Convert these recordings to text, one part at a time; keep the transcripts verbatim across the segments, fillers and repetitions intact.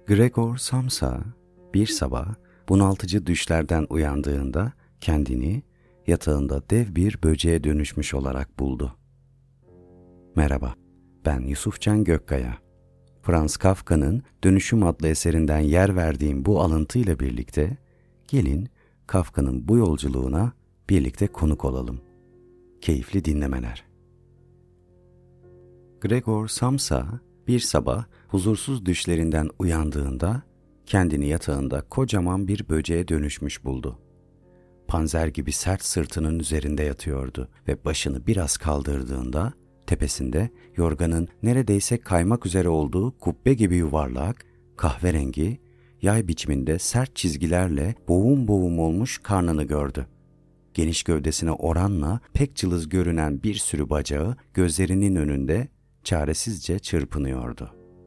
Gregor Samsa bir sabah bunaltıcı düşlerden uyandığında kendini yatağında dev bir böceğe dönüşmüş olarak buldu. Merhaba, ben Yusufcan Gökkaya. Franz Kafka'nın Dönüşüm adlı eserinden yer verdiğim bu alıntıyla birlikte gelin Kafka'nın bu yolculuğuna birlikte konuk olalım. Keyifli dinlemeler. Gregor Samsa bir sabah huzursuz düşlerinden uyandığında kendini yatağında kocaman bir böceğe dönüşmüş buldu. Panzer gibi sert sırtının üzerinde yatıyordu ve başını biraz kaldırdığında tepesinde yorganın neredeyse kaymak üzere olduğu kubbe gibi yuvarlak, kahverengi, yay biçiminde sert çizgilerle boğum boğum olmuş karnını gördü. Geniş gövdesine oranla pek cılız görünen bir sürü bacağı gözlerinin önünde çaresizce çırpınıyordu.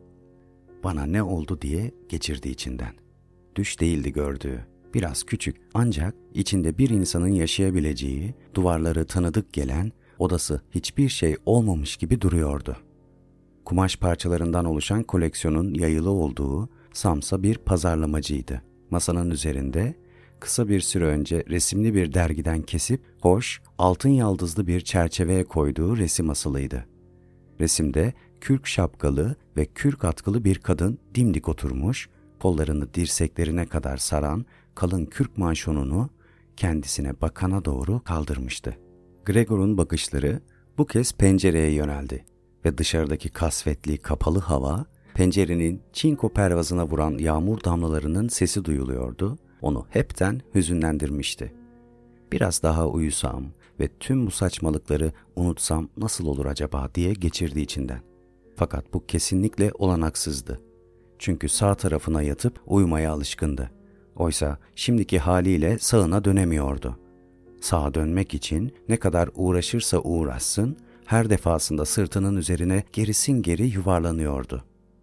Bana ne oldu diye geçirdi içinden. Düş değildi gördüğü. Biraz küçük ancak içinde bir insanın yaşayabileceği, duvarları tanıdık gelen, odası hiçbir şey olmamış gibi duruyordu. Kumaş parçalarından oluşan koleksiyonun yayılı olduğu Samsa bir pazarlamacıydı. Masanın üzerinde kısa bir süre önce resimli bir dergiden kesip hoş, altın yaldızlı bir çerçeveye koyduğu resim asılıydı. Resimde kürk şapkalı ve kürk atkılı bir kadın dimdik oturmuş, kollarını dirseklerine kadar saran kalın kürk manşonunu kendisine bakana doğru kaldırmıştı. Gregor'un bakışları bu kez pencereye yöneldi ve dışarıdaki kasvetli kapalı hava, pencerenin çinko pervazına vuran yağmur damlalarının sesi duyuluyordu, onu hepten hüzünlendirmişti. Biraz daha uyusam ve tüm bu saçmalıkları unutsam nasıl olur acaba diye geçirdi içinden. Fakat bu kesinlikle olanaksızdı. Çünkü sağ tarafına yatıp uyumaya alışkındı. Oysa şimdiki haliyle sağına dönemiyordu. Sağa dönmek için ne kadar uğraşırsa uğraşsın, her defasında sırtının üzerine gerisin geri yuvarlanıyordu.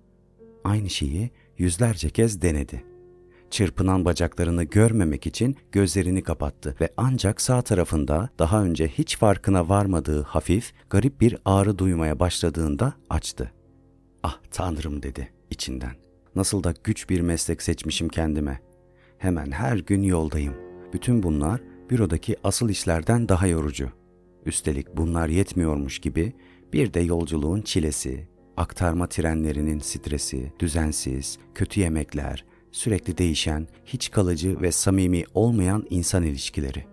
Aynı şeyi yüzlerce kez denedi. Çırpınan bacaklarını görmemek için gözlerini kapattı ve ancak sağ tarafında daha önce hiç farkına varmadığı hafif, garip bir ağrı duymaya başladığında açtı. "Ah Tanrım," dedi içinden. "Nasıl da güç bir meslek seçmişim kendime. Hemen her gün yoldayım. Bütün bunlar bürodaki asıl işlerden daha yorucu. Üstelik bunlar yetmiyormuş gibi bir de yolculuğun çilesi, aktarma trenlerinin stresi, düzensiz, kötü yemekler, sürekli değişen, hiç kalıcı ve samimi olmayan insan ilişkileri.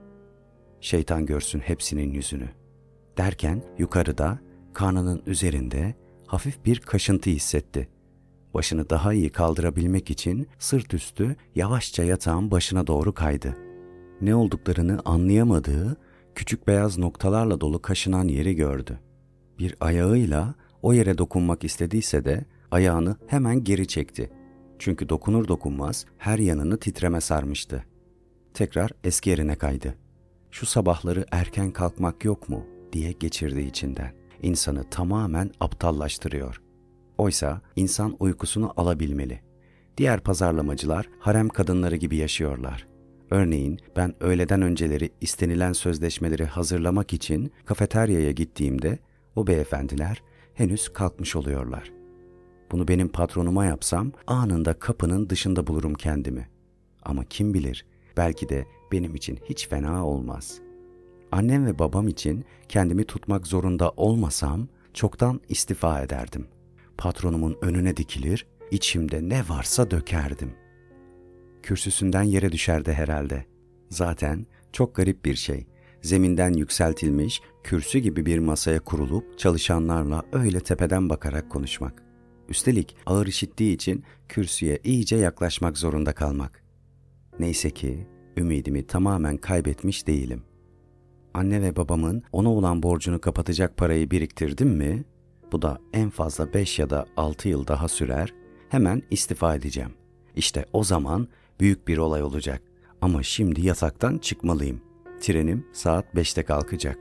Şeytan görsün hepsinin yüzünü." Derken yukarıda, karnının üzerinde hafif bir kaşıntı hissetti. Başını daha iyi kaldırabilmek için sırt üstü yavaşça yatağın başına doğru kaydı. Ne olduklarını anlayamadığı küçük beyaz noktalarla dolu kaşınan yeri gördü. Bir ayağıyla o yere dokunmak istediyse de ayağını hemen geri çekti. Çünkü dokunur dokunmaz her yanını titreme sarmıştı. Tekrar eski yerine kaydı. "Şu sabahları erken kalkmak yok mu?" diye geçirdi içinden. İnsanı tamamen aptallaştırıyor. Oysa insan uykusunu alabilmeli. Diğer pazarlamacılar harem kadınları gibi yaşıyorlar. Örneğin ben öğleden önceleri istenilen sözleşmeleri hazırlamak için kafeteryaya gittiğimde o beyefendiler henüz kalkmış oluyorlar. Bunu benim patronuma yapsam anında kapının dışında bulurum kendimi. Ama kim bilir, belki de benim için hiç fena olmaz. Annem ve babam için kendimi tutmak zorunda olmasam çoktan istifa ederdim. Patronumun önüne dikilir, içimde ne varsa dökerdim. Kürsüsünden yere düşerdi herhalde. Zaten çok garip bir şey. Zeminden yükseltilmiş, kürsü gibi bir masaya kurulup çalışanlarla öyle tepeden bakarak konuşmak. Üstelik ağır işittiği için kürsüye iyice yaklaşmak zorunda kalmak. Neyse ki ümidimi tamamen kaybetmiş değilim. Anne ve babamın ona olan borcunu kapatacak parayı biriktirdim mi, bu da en fazla beş ya da altı yıl daha sürer, hemen istifa edeceğim. İşte o zaman büyük bir olay olacak. Ama şimdi yataktan çıkmalıyım. Trenim saat beşte kalkacak.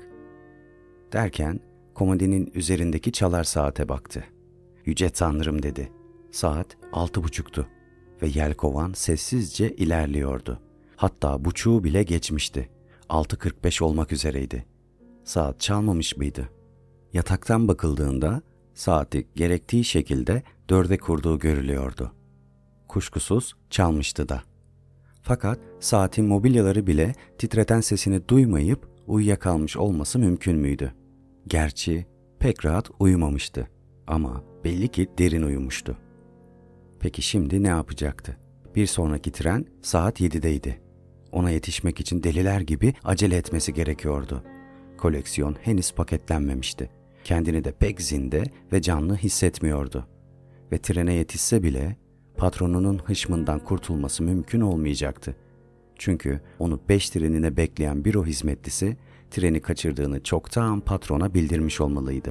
Derken komodinin üzerindeki çalar saate baktı. "Yüce Tanrım," dedi. Saat altı buçuktu ve yelkovan sessizce ilerliyordu. Hatta buçuğu bile geçmişti. altı kırk beş olmak üzereydi. Saat çalmamış mıydı? Yataktan bakıldığında saati gerektiği şekilde dörde kurduğu görülüyordu. Kuşkusuz çalmıştı da. Fakat saatin mobilyaları bile titreten sesini duymayıp uyuyakalmış olması mümkün müydü? Gerçi pek rahat uyumamıştı ama belli ki derin uyumuştu. Peki şimdi ne yapacaktı? Bir sonraki tren saat yedideydi. Ona yetişmek için deliler gibi acele etmesi gerekiyordu. Koleksiyon henüz paketlenmemişti. Kendini de pek zinde ve canlı hissetmiyordu. Ve trene yetişse bile patronunun hışmından kurtulması mümkün olmayacaktı. Çünkü onu beş trenine bekleyen büro hizmetlisi treni kaçırdığını çoktan patrona bildirmiş olmalıydı.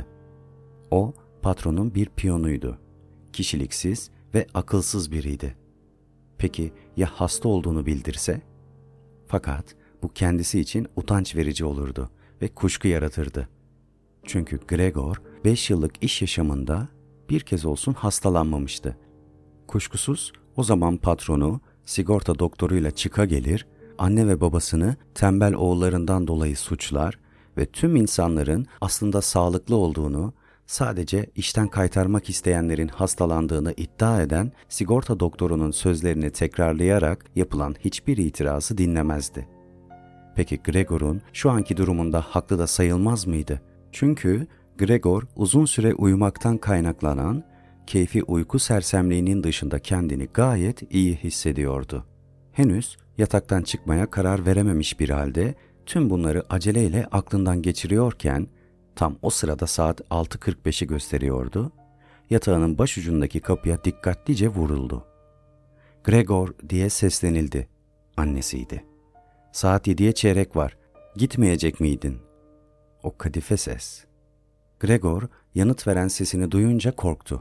O patronun bir piyonuydu. Kişiliksiz ve akılsız biriydi. Peki ya hasta olduğunu bildirse? Fakat bu kendisi için utanç verici olurdu ve kuşku yaratırdı. Çünkü Gregor beş yıllık iş yaşamında bir kez olsun hastalanmamıştı. Kuşkusuz o zaman patronu sigorta doktoruyla çıka gelir, anne ve babasını tembel oğullarından dolayı suçlar ve tüm insanların aslında sağlıklı olduğunu, sadece işten kaytarmak isteyenlerin hastalandığını iddia eden sigorta doktorunun sözlerini tekrarlayarak yapılan hiçbir itirazı dinlemezdi. Peki Gregor'un şu anki durumunda haklı da sayılmaz mıydı? Çünkü Gregor uzun süre uyumaktan kaynaklanan keyfi uyku sersemliğinin dışında kendini gayet iyi hissediyordu. Henüz yataktan çıkmaya karar verememiş bir halde tüm bunları aceleyle aklından geçiriyorken tam o sırada saat altı kırk beşi gösteriyordu. Yatağının başucundaki kapıya dikkatlice vuruldu. "Gregor" diye seslenildi. Annesiydi. "Saat yediye çeyrek var. Gitmeyecek miydin?" O kadife ses. Gregor yanıt veren sesini duyunca korktu.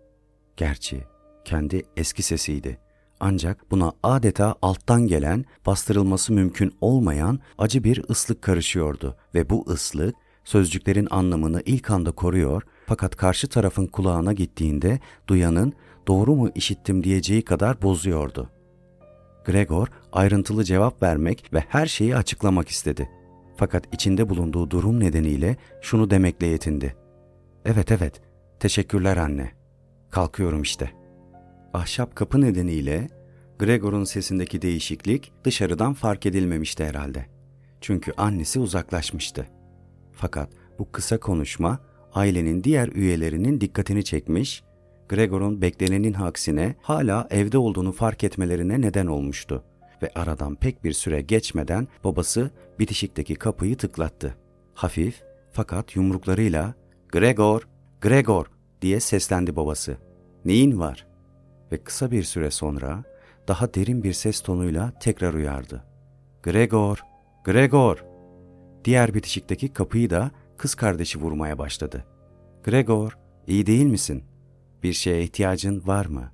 Gerçi kendi eski sesiydi. Ancak buna adeta alttan gelen, bastırılması mümkün olmayan acı bir ıslık karışıyordu ve bu ıslık sözcüklerin anlamını ilk anda koruyor fakat karşı tarafın kulağına gittiğinde duyanın doğru mu işittim diyeceği kadar bozuyordu. Gregor ayrıntılı cevap vermek ve her şeyi açıklamak istedi. Fakat içinde bulunduğu durum nedeniyle şunu demekle yetindi. "Evet evet, teşekkürler anne. Kalkıyorum işte." Ahşap kapı nedeniyle Gregor'un sesindeki değişiklik dışarıdan fark edilmemişti herhalde. Çünkü annesi uzaklaşmıştı. Fakat bu kısa konuşma ailenin diğer üyelerinin dikkatini çekmiş, Gregor'un beklenenin aksine hala evde olduğunu fark etmelerine neden olmuştu. Ve aradan pek bir süre geçmeden babası bitişikteki kapıyı tıklattı. Hafif fakat yumruklarıyla "Gregor, Gregor" diye seslendi babası. "Neyin var?" Ve kısa bir süre sonra daha derin bir ses tonuyla tekrar uyardı. "Gregor, Gregor." Diğer bitişikteki kapıyı da kız kardeşi vurmaya başladı. "Gregor, iyi değil misin? Bir şeye ihtiyacın var mı?"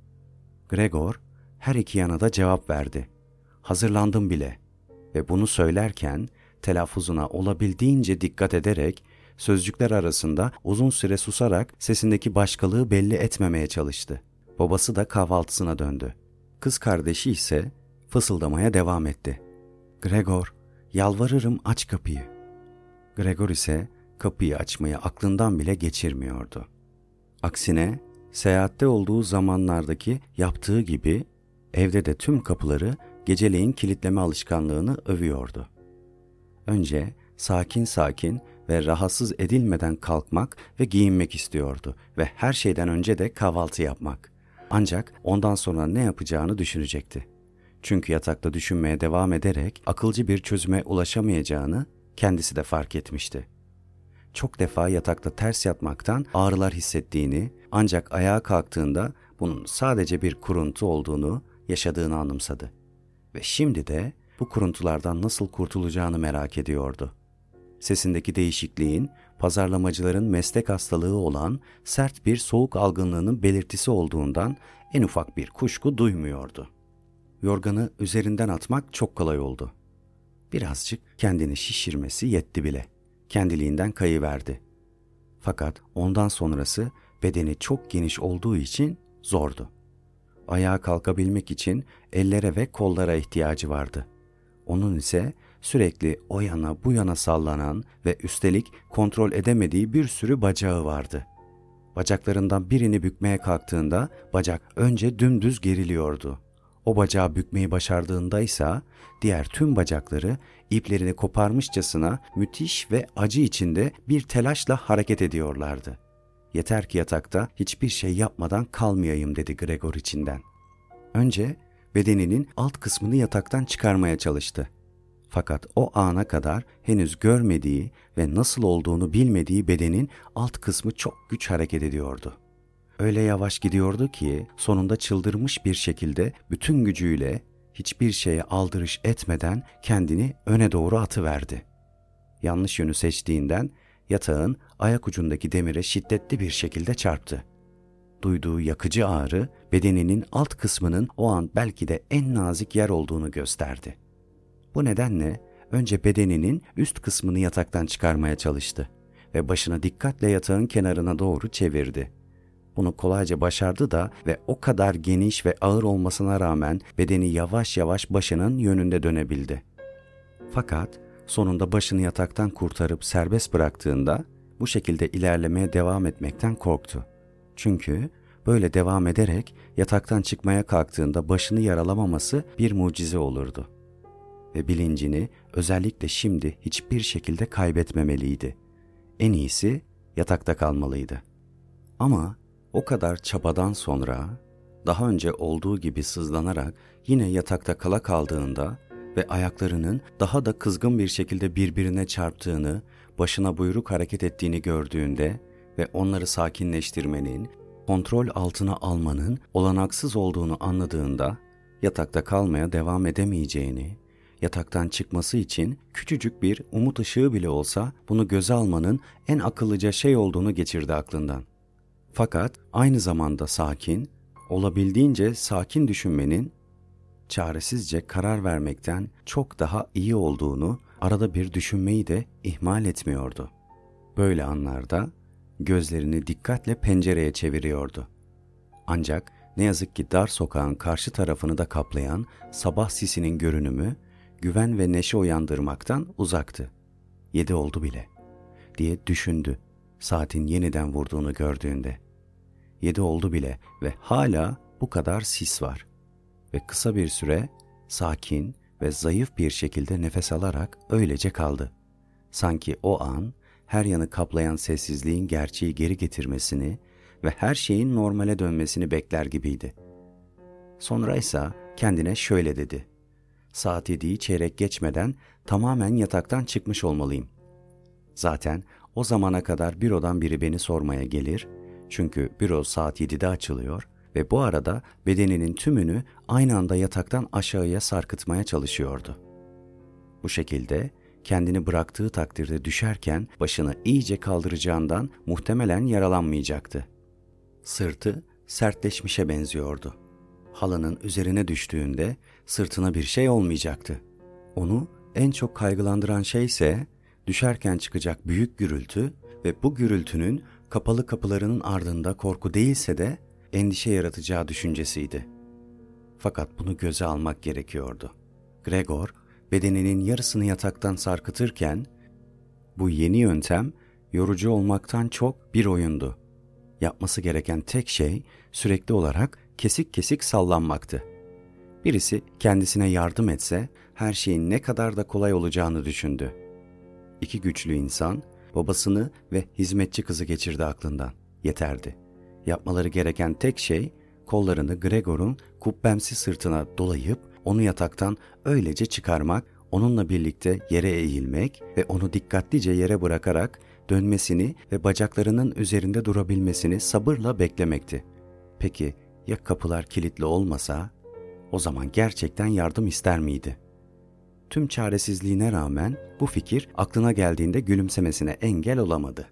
Gregor her iki yana da cevap verdi. "Hazırlandım bile." Ve bunu söylerken telaffuzuna olabildiğince dikkat ederek sözcükler arasında uzun süre susarak sesindeki başkalığı belli etmemeye çalıştı. Babası da kahvaltısına döndü. Kız kardeşi ise fısıldamaya devam etti. "Gregor, yalvarırım aç kapıyı." Gregor ise kapıyı açmayı aklından bile geçirmiyordu. Aksine seyahatte olduğu zamanlardaki yaptığı gibi evde de tüm kapıları geceleyin kilitleme alışkanlığını övüyordu. Önce sakin sakin ve rahatsız edilmeden kalkmak ve giyinmek istiyordu ve her şeyden önce de kahvaltı yapmak. Ancak ondan sonra ne yapacağını düşünecekti. Çünkü yatakta düşünmeye devam ederek akılcı bir çözüme ulaşamayacağını kendisi de fark etmişti. Çok defa yatakta ters yatmaktan ağrılar hissettiğini, ancak ayağa kalktığında bunun sadece bir kuruntu olduğunu yaşadığını anımsadı. Ve şimdi de bu kuruntulardan nasıl kurtulacağını merak ediyordu. Sesindeki değişikliğin pazarlamacıların meslek hastalığı olan sert bir soğuk algınlığının belirtisi olduğundan en ufak bir kuşku duymuyordu. Yorganı üzerinden atmak çok kolay oldu. Birazcık kendini şişirmesi yetti bile. Kendiliğinden kayıverdi. Fakat ondan sonrası bedeni çok geniş olduğu için zordu. Ayağa kalkabilmek için ellere ve kollara ihtiyacı vardı. Onun ise sürekli o yana bu yana sallanan ve üstelik kontrol edemediği bir sürü bacağı vardı. Bacaklarından birini bükmeye kalktığında bacak önce dümdüz geriliyordu. O bacağı bükmeyi başardığında ise diğer tüm bacakları iplerini koparmışçasına müthiş ve acı içinde bir telaşla hareket ediyorlardı. Yeter ki yatakta hiçbir şey yapmadan kalmayayım dedi Gregor içinden. Önce bedeninin alt kısmını yataktan çıkarmaya çalıştı. Fakat o ana kadar henüz görmediği ve nasıl olduğunu bilmediği bedenin alt kısmı çok güç hareket ediyordu. Öyle yavaş gidiyordu ki sonunda çıldırmış bir şekilde bütün gücüyle hiçbir şeye aldırış etmeden kendini öne doğru atıverdi. Yanlış yönü seçtiğinden yatağın ayak ucundaki demire şiddetli bir şekilde çarptı. Duyduğu yakıcı ağrı bedeninin alt kısmının o an belki de en nazik yer olduğunu gösterdi. Bu nedenle önce bedeninin üst kısmını yataktan çıkarmaya çalıştı ve başını dikkatle yatağın kenarına doğru çevirdi. Bunu kolayca başardı da ve o kadar geniş ve ağır olmasına rağmen bedeni yavaş yavaş başının yönünde dönebildi. Fakat sonunda başını yataktan kurtarıp serbest bıraktığında bu şekilde ilerlemeye devam etmekten korktu. Çünkü böyle devam ederek yataktan çıkmaya kalktığında başını yaralamaması bir mucize olurdu. Ve bilincini özellikle şimdi hiçbir şekilde kaybetmemeliydi. En iyisi yatakta kalmalıydı. Ama o kadar çabadan sonra daha önce olduğu gibi sızlanarak yine yatakta kala kaldığında ve ayaklarının daha da kızgın bir şekilde birbirine çarptığını, başına buyruk hareket ettiğini gördüğünde ve onları sakinleştirmenin, kontrol altına almanın olanaksız olduğunu anladığında yatakta kalmaya devam edemeyeceğini, yataktan çıkması için küçücük bir umut ışığı bile olsa bunu göze almanın en akıllıca şey olduğunu geçirdi aklından. Fakat aynı zamanda sakin, olabildiğince sakin düşünmenin çaresizce karar vermekten çok daha iyi olduğunu arada bir düşünmeyi de ihmal etmiyordu. Böyle anlarda gözlerini dikkatle pencereye çeviriyordu. Ancak ne yazık ki dar sokağın karşı tarafını da kaplayan sabah sisinin görünümü güven ve neşe uyandırmaktan uzaktı. Yedi oldu bile diye düşündü saatin yeniden vurduğunu gördüğünde. Yedi oldu bile ve hala bu kadar sis var. Ve kısa bir süre sakin ve zayıf bir şekilde nefes alarak öylece kaldı. Sanki o an her yanı kaplayan sessizliğin gerçeği geri getirmesini ve her şeyin normale dönmesini bekler gibiydi. Sonra ise kendine şöyle dedi. Saat yediyi çeyrek geçmeden tamamen yataktan çıkmış olmalıyım. Zaten o zamana kadar bürodan biri beni sormaya gelir, çünkü büro saat yedide açılıyor ve bu arada bedeninin tümünü aynı anda yataktan aşağıya sarkıtmaya çalışıyordu. Bu şekilde kendini bıraktığı takdirde düşerken başını iyice kaldıracağından muhtemelen yaralanmayacaktı. Sırtı sertleşmişe benziyordu. Halının üzerine düştüğünde sırtına bir şey olmayacaktı. Onu en çok kaygılandıran şey ise düşerken çıkacak büyük gürültü ve bu gürültünün kapalı kapılarının ardında korku değilse de endişe yaratacağı düşüncesiydi. Fakat bunu göze almak gerekiyordu. Gregor bedeninin yarısını yataktan sarkıtırken bu yeni yöntem yorucu olmaktan çok bir oyundu. Yapması gereken tek şey sürekli olarak kesik kesik sallanmaktı. Birisi kendisine yardım etse her şeyin ne kadar da kolay olacağını düşündü. İki güçlü insan babasını ve hizmetçi kızı geçirdi aklından. Yeterdi. Yapmaları gereken tek şey kollarını Gregor'un kubbemsi sırtına dolayıp onu yataktan öylece çıkarmak, onunla birlikte yere eğilmek ve onu dikkatlice yere bırakarak dönmesini ve bacaklarının üzerinde durabilmesini sabırla beklemekti. Peki ya kapılar kilitli olmasa? O zaman gerçekten yardım ister miydi? Tüm çaresizliğine rağmen bu fikir aklına geldiğinde gülümsemesine engel olamadı.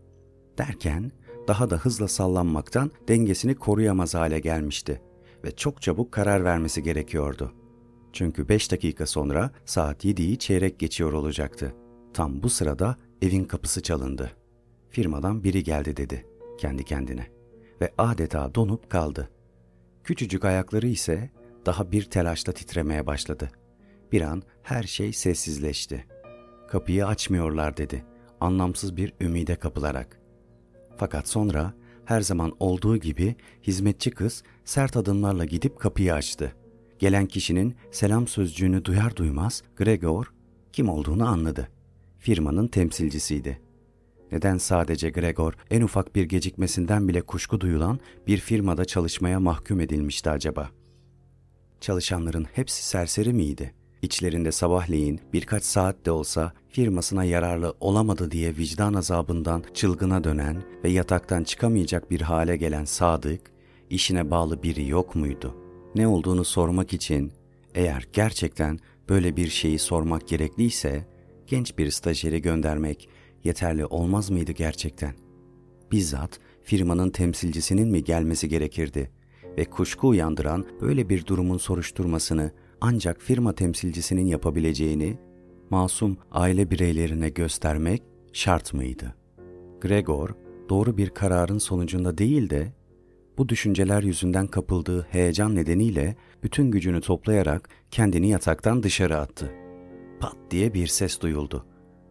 Derken daha da hızla sallanmaktan dengesini koruyamaz hale gelmişti ve çok çabuk karar vermesi gerekiyordu. Çünkü beş dakika sonra saat yediyi çeyrek geçiyor olacaktı. Tam bu sırada evin kapısı çalındı. Firmadan biri geldi dedi kendi kendine ve adeta donup kaldı. Küçücük ayakları ise daha bir telaşla titremeye başladı. Bir an her şey sessizleşti. Kapıyı açmıyorlar dedi, anlamsız bir ümide kapılarak. Fakat sonra Her zaman olduğu gibi hizmetçi kız sert adımlarla gidip kapıyı açtı. Gelen kişinin selam sözcüğünü duyar duymaz Gregor kim olduğunu anladı. Firmanın temsilcisiydi. Neden sadece Gregor en ufak bir gecikmesinden bile kuşku duyulan bir firmada çalışmaya mahkum edilmişti acaba? Çalışanların hepsi serseri miydi? İçlerinde sabahleyin birkaç saat de olsa firmasına yararlı olamadı diye vicdan azabından çılgına dönen ve yataktan çıkamayacak bir hale gelen sadık, işine bağlı biri yok muydu? Ne olduğunu sormak için, eğer gerçekten böyle bir şeyi sormak gerekliyse, genç bir stajyeri göndermek yeterli olmaz mıydı gerçekten? Bizzat firmanın temsilcisinin mi gelmesi gerekirdi? Ve kuşku uyandıran böyle bir durumun soruşturmasını ancak firma temsilcisinin yapabileceğini masum aile bireylerine göstermek şart mıydı? Gregor doğru bir kararın sonucunda değil de bu düşünceler yüzünden kapıldığı heyecan nedeniyle bütün gücünü toplayarak kendini yataktan dışarı attı. Pat diye bir ses duyuldu.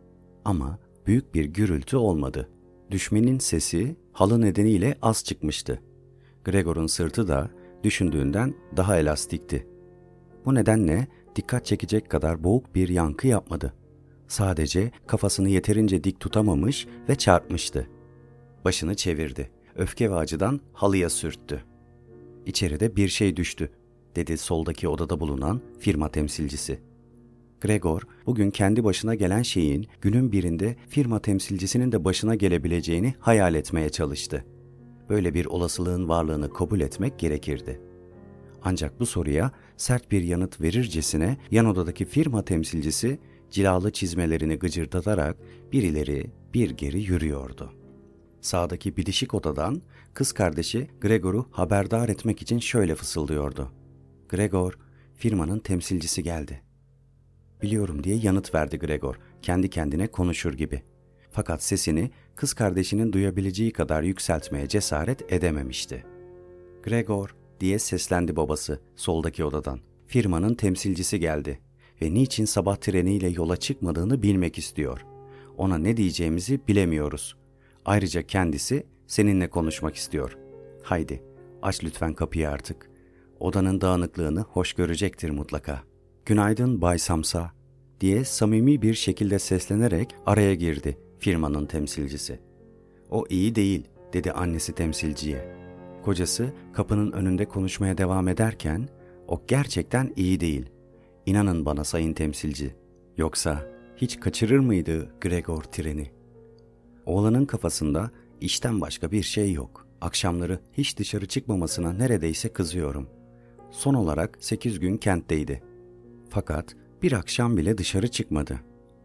Ama büyük bir gürültü olmadı. Düşmenin sesi halı nedeniyle az çıkmıştı. Gregor'un sırtı da düşündüğünden daha elastikti. Bu nedenle dikkat çekecek kadar boğuk bir yankı yapmadı. Sadece kafasını yeterince dik tutamamış ve çarpmıştı. Başını çevirdi. Öfke ve acıdan halıya sürttü. "İçeride bir şey düştü," dedi soldaki odada bulunan firma temsilcisi. Gregor, bugün kendi başına gelen şeyin günün birinde firma temsilcisinin de başına gelebileceğini hayal etmeye çalıştı. Böyle bir olasılığın varlığını kabul etmek gerekirdi. Ancak bu soruya sert bir yanıt verircesine yan odadaki firma temsilcisi cilalı çizmelerini gıcırdatarak bir ileri bir geri yürüyordu. Sağdaki bitişik odadan kız kardeşi Gregor'u haberdar etmek için şöyle fısıldıyordu. "Gregor, firmanın temsilcisi geldi." "Biliyorum," diye yanıt verdi Gregor, kendi kendine konuşur gibi. Fakat sesini kız kardeşinin duyabileceği kadar yükseltmeye cesaret edememişti. "Gregor," diye seslendi babası soldaki odadan. "Firmanın temsilcisi geldi ve niçin sabah treniyle yola çıkmadığını bilmek istiyor. Ona ne diyeceğimizi bilemiyoruz. Ayrıca kendisi seninle konuşmak istiyor. Haydi, aç lütfen kapıyı artık. Odanın dağınıklığını hoş görecektir mutlaka." "Günaydın Bay Samsa," diye samimi bir şekilde seslenerek araya girdi firmanın temsilcisi. "O iyi değil," dedi annesi temsilciye. Kocası kapının önünde konuşmaya devam ederken, "O gerçekten iyi değil. İnanın bana sayın temsilci. Yoksa hiç kaçırır mıydı Gregor treni?" Oğlanın kafasında işten başka bir şey yok. Akşamları hiç dışarı çıkmamasına neredeyse kızıyorum. Son olarak sekiz gün kentteydi. Fakat bir akşam bile dışarı çıkmadı.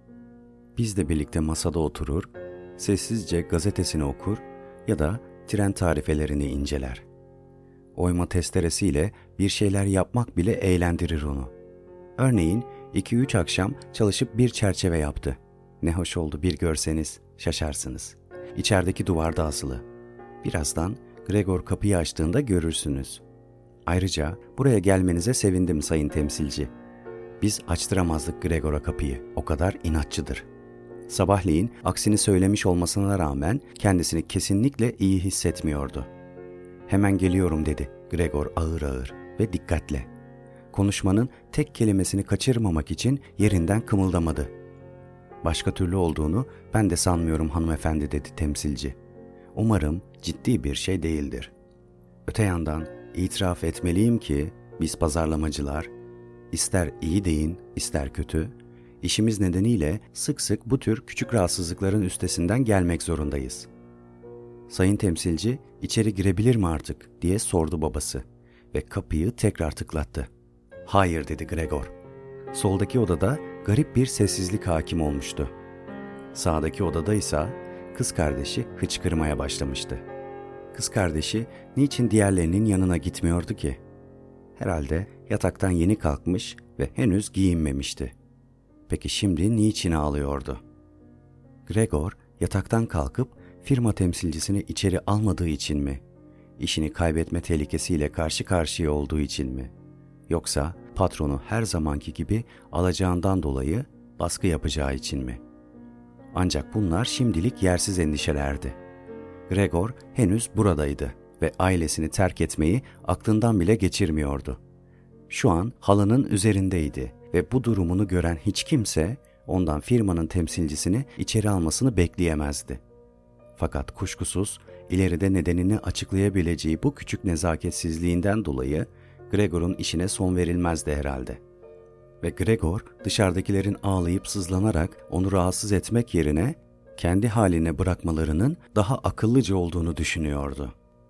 Biz de birlikte masada oturur, sessizce gazetesini okur ya da tren tarifelerini inceler. Oyma testeresiyle bir şeyler yapmak bile eğlendirir onu. Örneğin iki üç akşam çalışıp bir çerçeve yaptı. Ne hoş oldu, bir görseniz şaşarsınız. İçerideki duvarda asılı. Birazdan Gregor kapıyı açtığında görürsünüz. Ayrıca buraya gelmenize sevindim sayın temsilci. Biz açtıramazdık Gregor'a kapıyı, o kadar inatçıdır. Sabahleyin aksini söylemiş olmasına rağmen kendisini kesinlikle iyi hissetmiyordu. "Hemen geliyorum," dedi Gregor ağır ağır ve dikkatle. Konuşmanın tek kelimesini kaçırmamak için yerinden kımıldamadı. "Başka türlü olduğunu ben de sanmıyorum hanımefendi," dedi temsilci. "Umarım ciddi bir şey değildir. Öte yandan itiraf etmeliyim ki biz pazarlamacılar, ister iyi deyin ister kötü, işimiz nedeniyle sık sık bu tür küçük rahatsızlıkların üstesinden gelmek zorundayız." "Sayın temsilci içeri girebilir mi artık?" diye sordu babası ve kapıyı tekrar tıklattı. "Hayır," dedi Gregor. Soldaki odada garip bir sessizlik hakim olmuştu. Sağdaki odada ise kız kardeşi hıçkırmaya başlamıştı. Kız kardeşi niçin diğerlerinin yanına gitmiyordu ki? Herhalde yataktan yeni kalkmış ve henüz giyinmemişti. Peki şimdi niçin ağlıyordu? Gregor yataktan kalkıp firma temsilcisini içeri almadığı için mi? İşini kaybetme tehlikesiyle karşı karşıya olduğu için mi? Yoksa patronu her zamanki gibi alacağından dolayı baskı yapacağı için mi? Ancak bunlar şimdilik yersiz endişelerdi. Gregor henüz buradaydı ve ailesini terk etmeyi aklından bile geçirmiyordu. Şu an halının üzerindeydi ve bu durumunu gören hiç kimse ondan firmanın temsilcisini içeri almasını bekleyemezdi. Fakat kuşkusuz ileride nedenini açıklayabileceği bu küçük nezaketsizliğinden dolayı Gregor'un işine son verilmezdi herhalde. Ve Gregor dışarıdakilerin ağlayıp sızlanarak onu rahatsız etmek yerine kendi haline bırakmalarının daha akıllıca olduğunu düşünüyordu.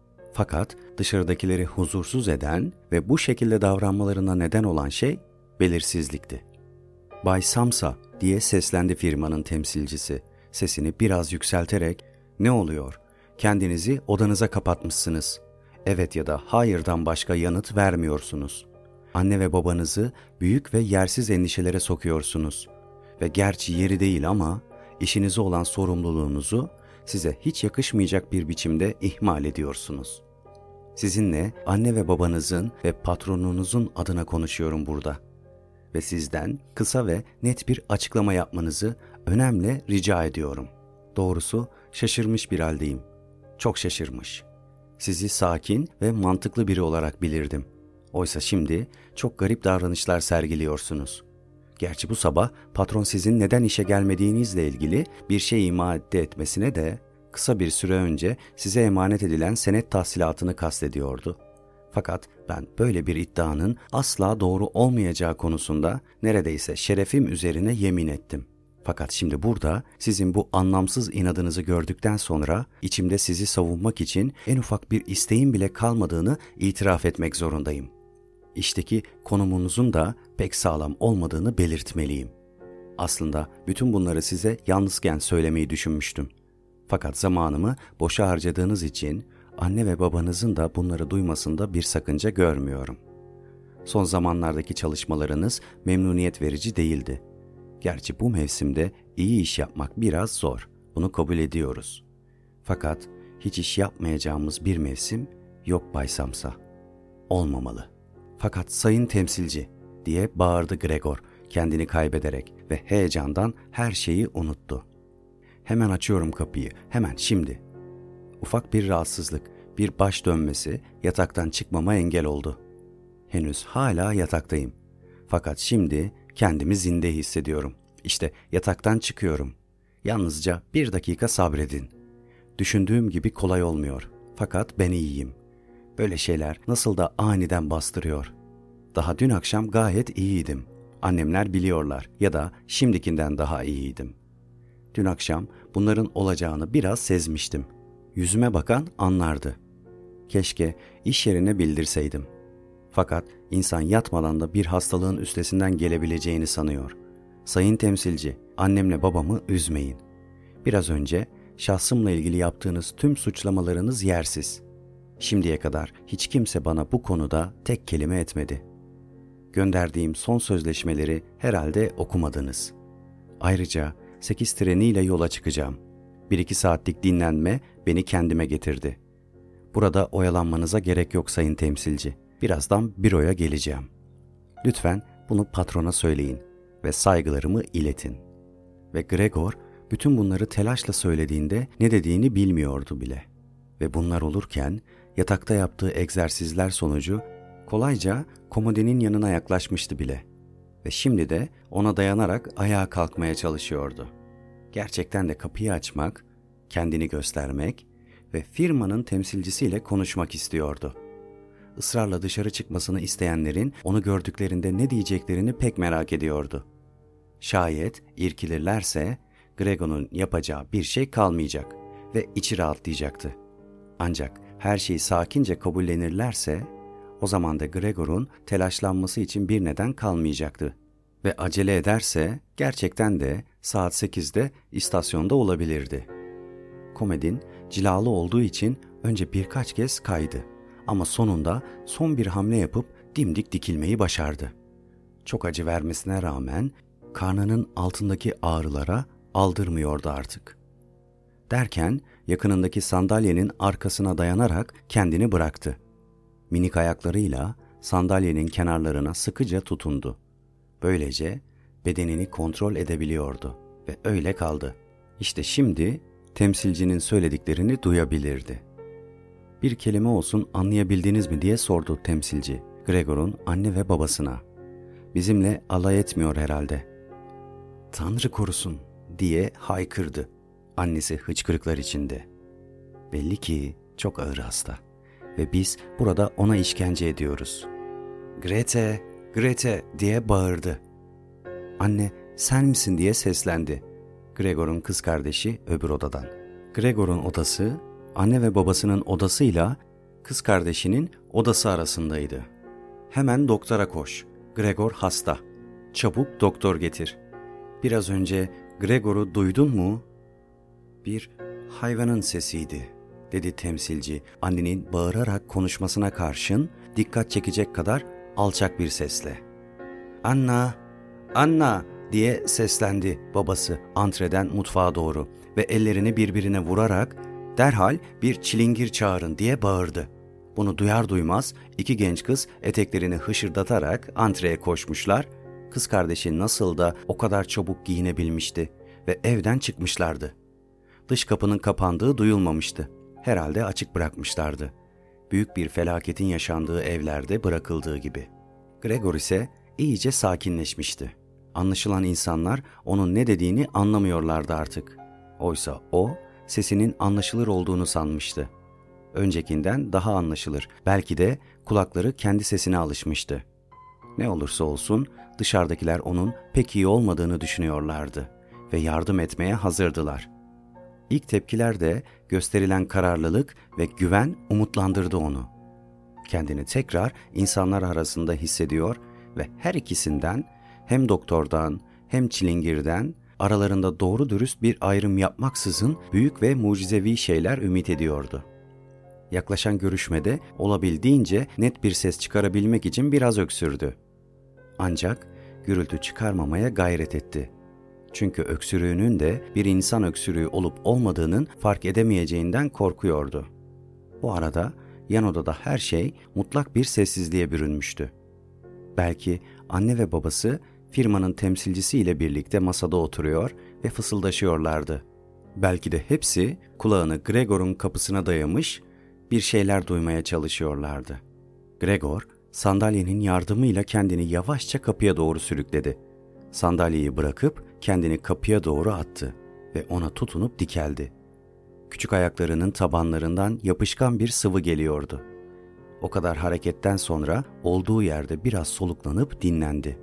Fakat dışarıdakileri huzursuz eden ve bu şekilde davranmalarına neden olan şey belirsizlikti. "Bay Samsa," diye seslendi firmanın temsilcisi, sesini biraz yükselterek, "Ne oluyor? Kendinizi odanıza kapatmışsınız. Evet ya da hayırdan başka yanıt vermiyorsunuz. Anne ve babanızı büyük ve yersiz endişelere sokuyorsunuz. Ve gerçi yeri değil ama işinize olan sorumluluğunuzu size hiç yakışmayacak bir biçimde ihmal ediyorsunuz. Sizinle anne ve babanızın ve patronunuzun adına konuşuyorum burada. Ve sizden kısa ve net bir açıklama yapmanızı önemli rica ediyorum. Doğrusu şaşırmış bir haldeyim. Çok şaşırmış. Sizi sakin ve mantıklı biri olarak bilirdim. Oysa şimdi çok garip davranışlar sergiliyorsunuz. Gerçi bu sabah patron sizin neden işe gelmediğinizle ilgili bir şey ima etmesine de kısa bir süre önce size emanet edilen senet tahsilatını kastediyordu. Fakat ben böyle bir iddianın asla doğru olmayacağı konusunda neredeyse şerefim üzerine yemin ettim. Fakat şimdi burada sizin bu anlamsız inadınızı gördükten sonra içimde sizi savunmak için en ufak bir isteğim bile kalmadığını itiraf etmek zorundayım. İşteki konumunuzun da pek sağlam olmadığını belirtmeliyim. Aslında bütün bunları size yalnızken söylemeyi düşünmüştüm. Fakat zamanımı boşa harcadığınız için anne ve babanızın da bunları duymasında bir sakınca görmüyorum. Son zamanlardaki çalışmalarınız memnuniyet verici değildi. Gerçi bu mevsimde iyi iş yapmak biraz zor, bunu kabul ediyoruz. Fakat hiç iş yapmayacağımız bir mevsim yok Bay Samsa. Olmamalı. Fakat sayın temsilci, diye bağırdı Gregor kendini kaybederek ve heyecandan her şeyi unuttu. Hemen açıyorum kapıyı, hemen şimdi. Ufak bir rahatsızlık, bir baş dönmesi yataktan çıkmama engel oldu. Henüz hala yataktayım. Fakat şimdi kendimi zinde hissediyorum. İşte yataktan çıkıyorum. Yalnızca bir dakika sabredin. Düşündüğüm gibi kolay olmuyor. Fakat ben iyiyim. Böyle şeyler nasıl da aniden bastırıyor. Daha dün akşam gayet iyiydim. Annemler biliyorlar ya da şimdikinden daha iyiydim. Dün akşam bunların olacağını biraz sezmiştim. Yüzüme bakan anlardı. Keşke iş yerine bildirseydim. Fakat insan yatmadan da bir hastalığın üstesinden gelebileceğini sanıyor. Sayın temsilci, annemle babamı üzmeyin. Biraz önce şahsımla ilgili yaptığınız tüm suçlamalarınız yersiz. Şimdiye kadar hiç kimse bana bu konuda tek kelime etmedi. Gönderdiğim son sözleşmeleri herhalde okumadınız. Ayrıca sekiz treniyle yola çıkacağım. Bir iki saatlik dinlenme beni kendime getirdi. Burada oyalanmanıza gerek yok sayın temsilci. Birazdan büroya geleceğim. Lütfen bunu patrona söyleyin ve saygılarımı iletin. Ve Gregor bütün bunları telaşla söylediğinde ne dediğini bilmiyordu bile. Ve bunlar olurken yatakta yaptığı egzersizler sonucu kolayca komodinin yanına yaklaşmıştı bile. Ve şimdi de ona dayanarak ayağa kalkmaya çalışıyordu. Gerçekten de kapıyı açmak, kendini göstermek ve firmanın temsilcisiyle konuşmak istiyordu. Israrla dışarı çıkmasını isteyenlerin onu gördüklerinde ne diyeceklerini pek merak ediyordu. Şayet irkilirlerse Gregor'un yapacağı bir şey kalmayacak ve içi rahatlayacaktı. Ancak her şeyi sakince kabullenirlerse o zaman da Gregor'un telaşlanması için bir neden kalmayacaktı. Ve acele ederse gerçekten de saat sekizde istasyonda olabilirdi. Komedin cilalı olduğu için önce birkaç kez kaydı. Ama sonunda son bir hamle yapıp dimdik dikilmeyi başardı. Çok acı vermesine rağmen karnının altındaki ağrılara aldırmıyordu artık. Derken yakınındaki sandalyenin arkasına dayanarak kendini bıraktı. Minik ayaklarıyla sandalyenin kenarlarına sıkıca tutundu. Böylece bedenini kontrol edebiliyordu ve öyle kaldı. İşte şimdi temsilcinin söylediklerini duyabilirdi. Bir kelime olsun anlayabildiniz mi diye sordu temsilci, Gregor'un anne ve babasına. Bizimle alay etmiyor herhalde. Tanrı korusun diye haykırdı annesi hıçkırıklar içinde. Belli ki çok ağır hasta ve biz burada ona işkence ediyoruz. Grete, Grete diye bağırdı. Anne sen misin diye seslendi. Gregor'un kız kardeşi öbür odadan. Gregor'un odası anne ve babasının odasıyla kız kardeşinin odası arasındaydı. Hemen doktora koş. Gregor hasta. Çabuk doktor getir. Biraz önce Gregor'u duydun mu? Bir hayvanın sesiydi, dedi temsilci annenin bağırarak konuşmasına karşın dikkat çekecek kadar alçak bir sesle. Anna, Anna diye seslendi babası antreden mutfağa doğru ve ellerini birbirine vurarak derhal bir çilingir çağırın diye bağırdı. Bunu duyar duymaz iki genç kız eteklerini hışırdatarak antreye koşmuşlar. Kız kardeşi nasıl da o kadar çabuk giyinebilmişti ve evden çıkmışlardı. Dış kapının kapandığı duyulmamıştı. Herhalde açık bırakmışlardı. Büyük bir felaketin yaşandığı evlerde bırakıldığı gibi. Gregor ise iyice sakinleşmişti. Anlaşılan insanlar onun ne dediğini anlamıyorlardı artık. Oysa o sesinin anlaşılır olduğunu sanmıştı. Öncekinden daha anlaşılır. Belki de kulakları kendi sesine alışmıştı. Ne olursa olsun dışarıdakiler onun pek iyi olmadığını düşünüyorlardı ve yardım etmeye hazırdılar. İlk tepkilerde gösterilen kararlılık ve güven umutlandırdı onu. Kendini tekrar insanlar arasında hissediyor ve her ikisinden hem doktordan hem çilingirden aralarında doğru dürüst bir ayrım yapmaksızın büyük ve mucizevi şeyler ümit ediyordu. Yaklaşan görüşmede olabildiğince net bir ses çıkarabilmek için biraz öksürdü. Ancak gürültü çıkarmamaya gayret etti. Çünkü öksürüğünün de bir insan öksürüğü olup olmadığının fark edemeyeceğinden korkuyordu. Bu arada yan odada her şey mutlak bir sessizliğe bürünmüştü. Belki anne ve babası firmanın temsilcisiyle birlikte masada oturuyor ve fısıldaşıyorlardı. Belki de hepsi kulağını Gregor'un kapısına dayamış bir şeyler duymaya çalışıyorlardı. Gregor sandalyenin yardımıyla kendini yavaşça kapıya doğru sürükledi. Sandalyeyi bırakıp kendini kapıya doğru attı ve ona tutunup dikeldi. Küçük ayaklarının tabanlarından yapışkan bir sıvı geliyordu. O kadar hareketten sonra olduğu yerde biraz soluklanıp dinlendi.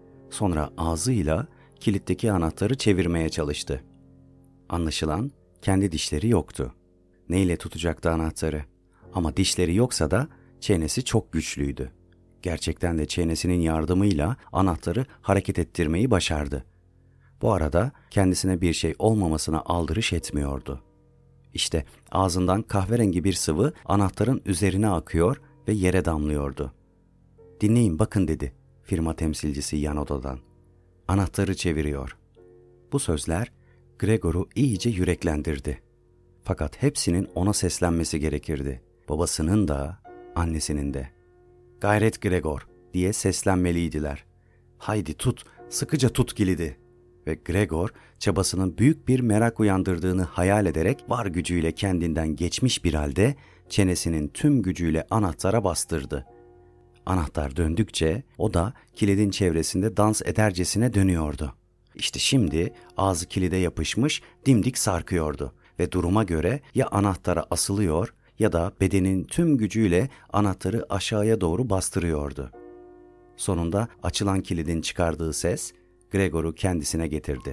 Sonra ağzıyla kilitteki anahtarı çevirmeye çalıştı. Anlaşılan kendi dişleri yoktu. Neyle tutacaktı anahtarı? Ama dişleri yoksa da çenesi çok güçlüydü. Gerçekten de çenesinin yardımıyla anahtarı hareket ettirmeyi başardı. Bu arada kendisine bir şey olmamasına aldırış etmiyordu. İşte ağzından kahverengi bir sıvı anahtarın üzerine akıyor ve yere damlıyordu. "Dinleyin bakın," dedi firma temsilcisi yan odadan. "Anahtarı çeviriyor." Bu sözler Gregor'u iyice yüreklendirdi. Fakat hepsinin ona seslenmesi gerekirdi. Babasının da, annesinin de. "Gayret Gregor," diye seslenmeliydiler. "Haydi tut, sıkıca tut kilidi." Ve Gregor çabasının büyük bir merak uyandırdığını hayal ederek var gücüyle kendinden geçmiş bir halde çenesinin tüm gücüyle anahtara bastırdı. Anahtar döndükçe o da kilidin çevresinde dans edercesine dönüyordu. İşte şimdi ağzı kilide yapışmış, dimdik sarkıyordu ve duruma göre ya anahtara asılıyor ya da bedenin tüm gücüyle anahtarı aşağıya doğru bastırıyordu. Sonunda açılan kilidin çıkardığı ses Gregor'u kendisine getirdi.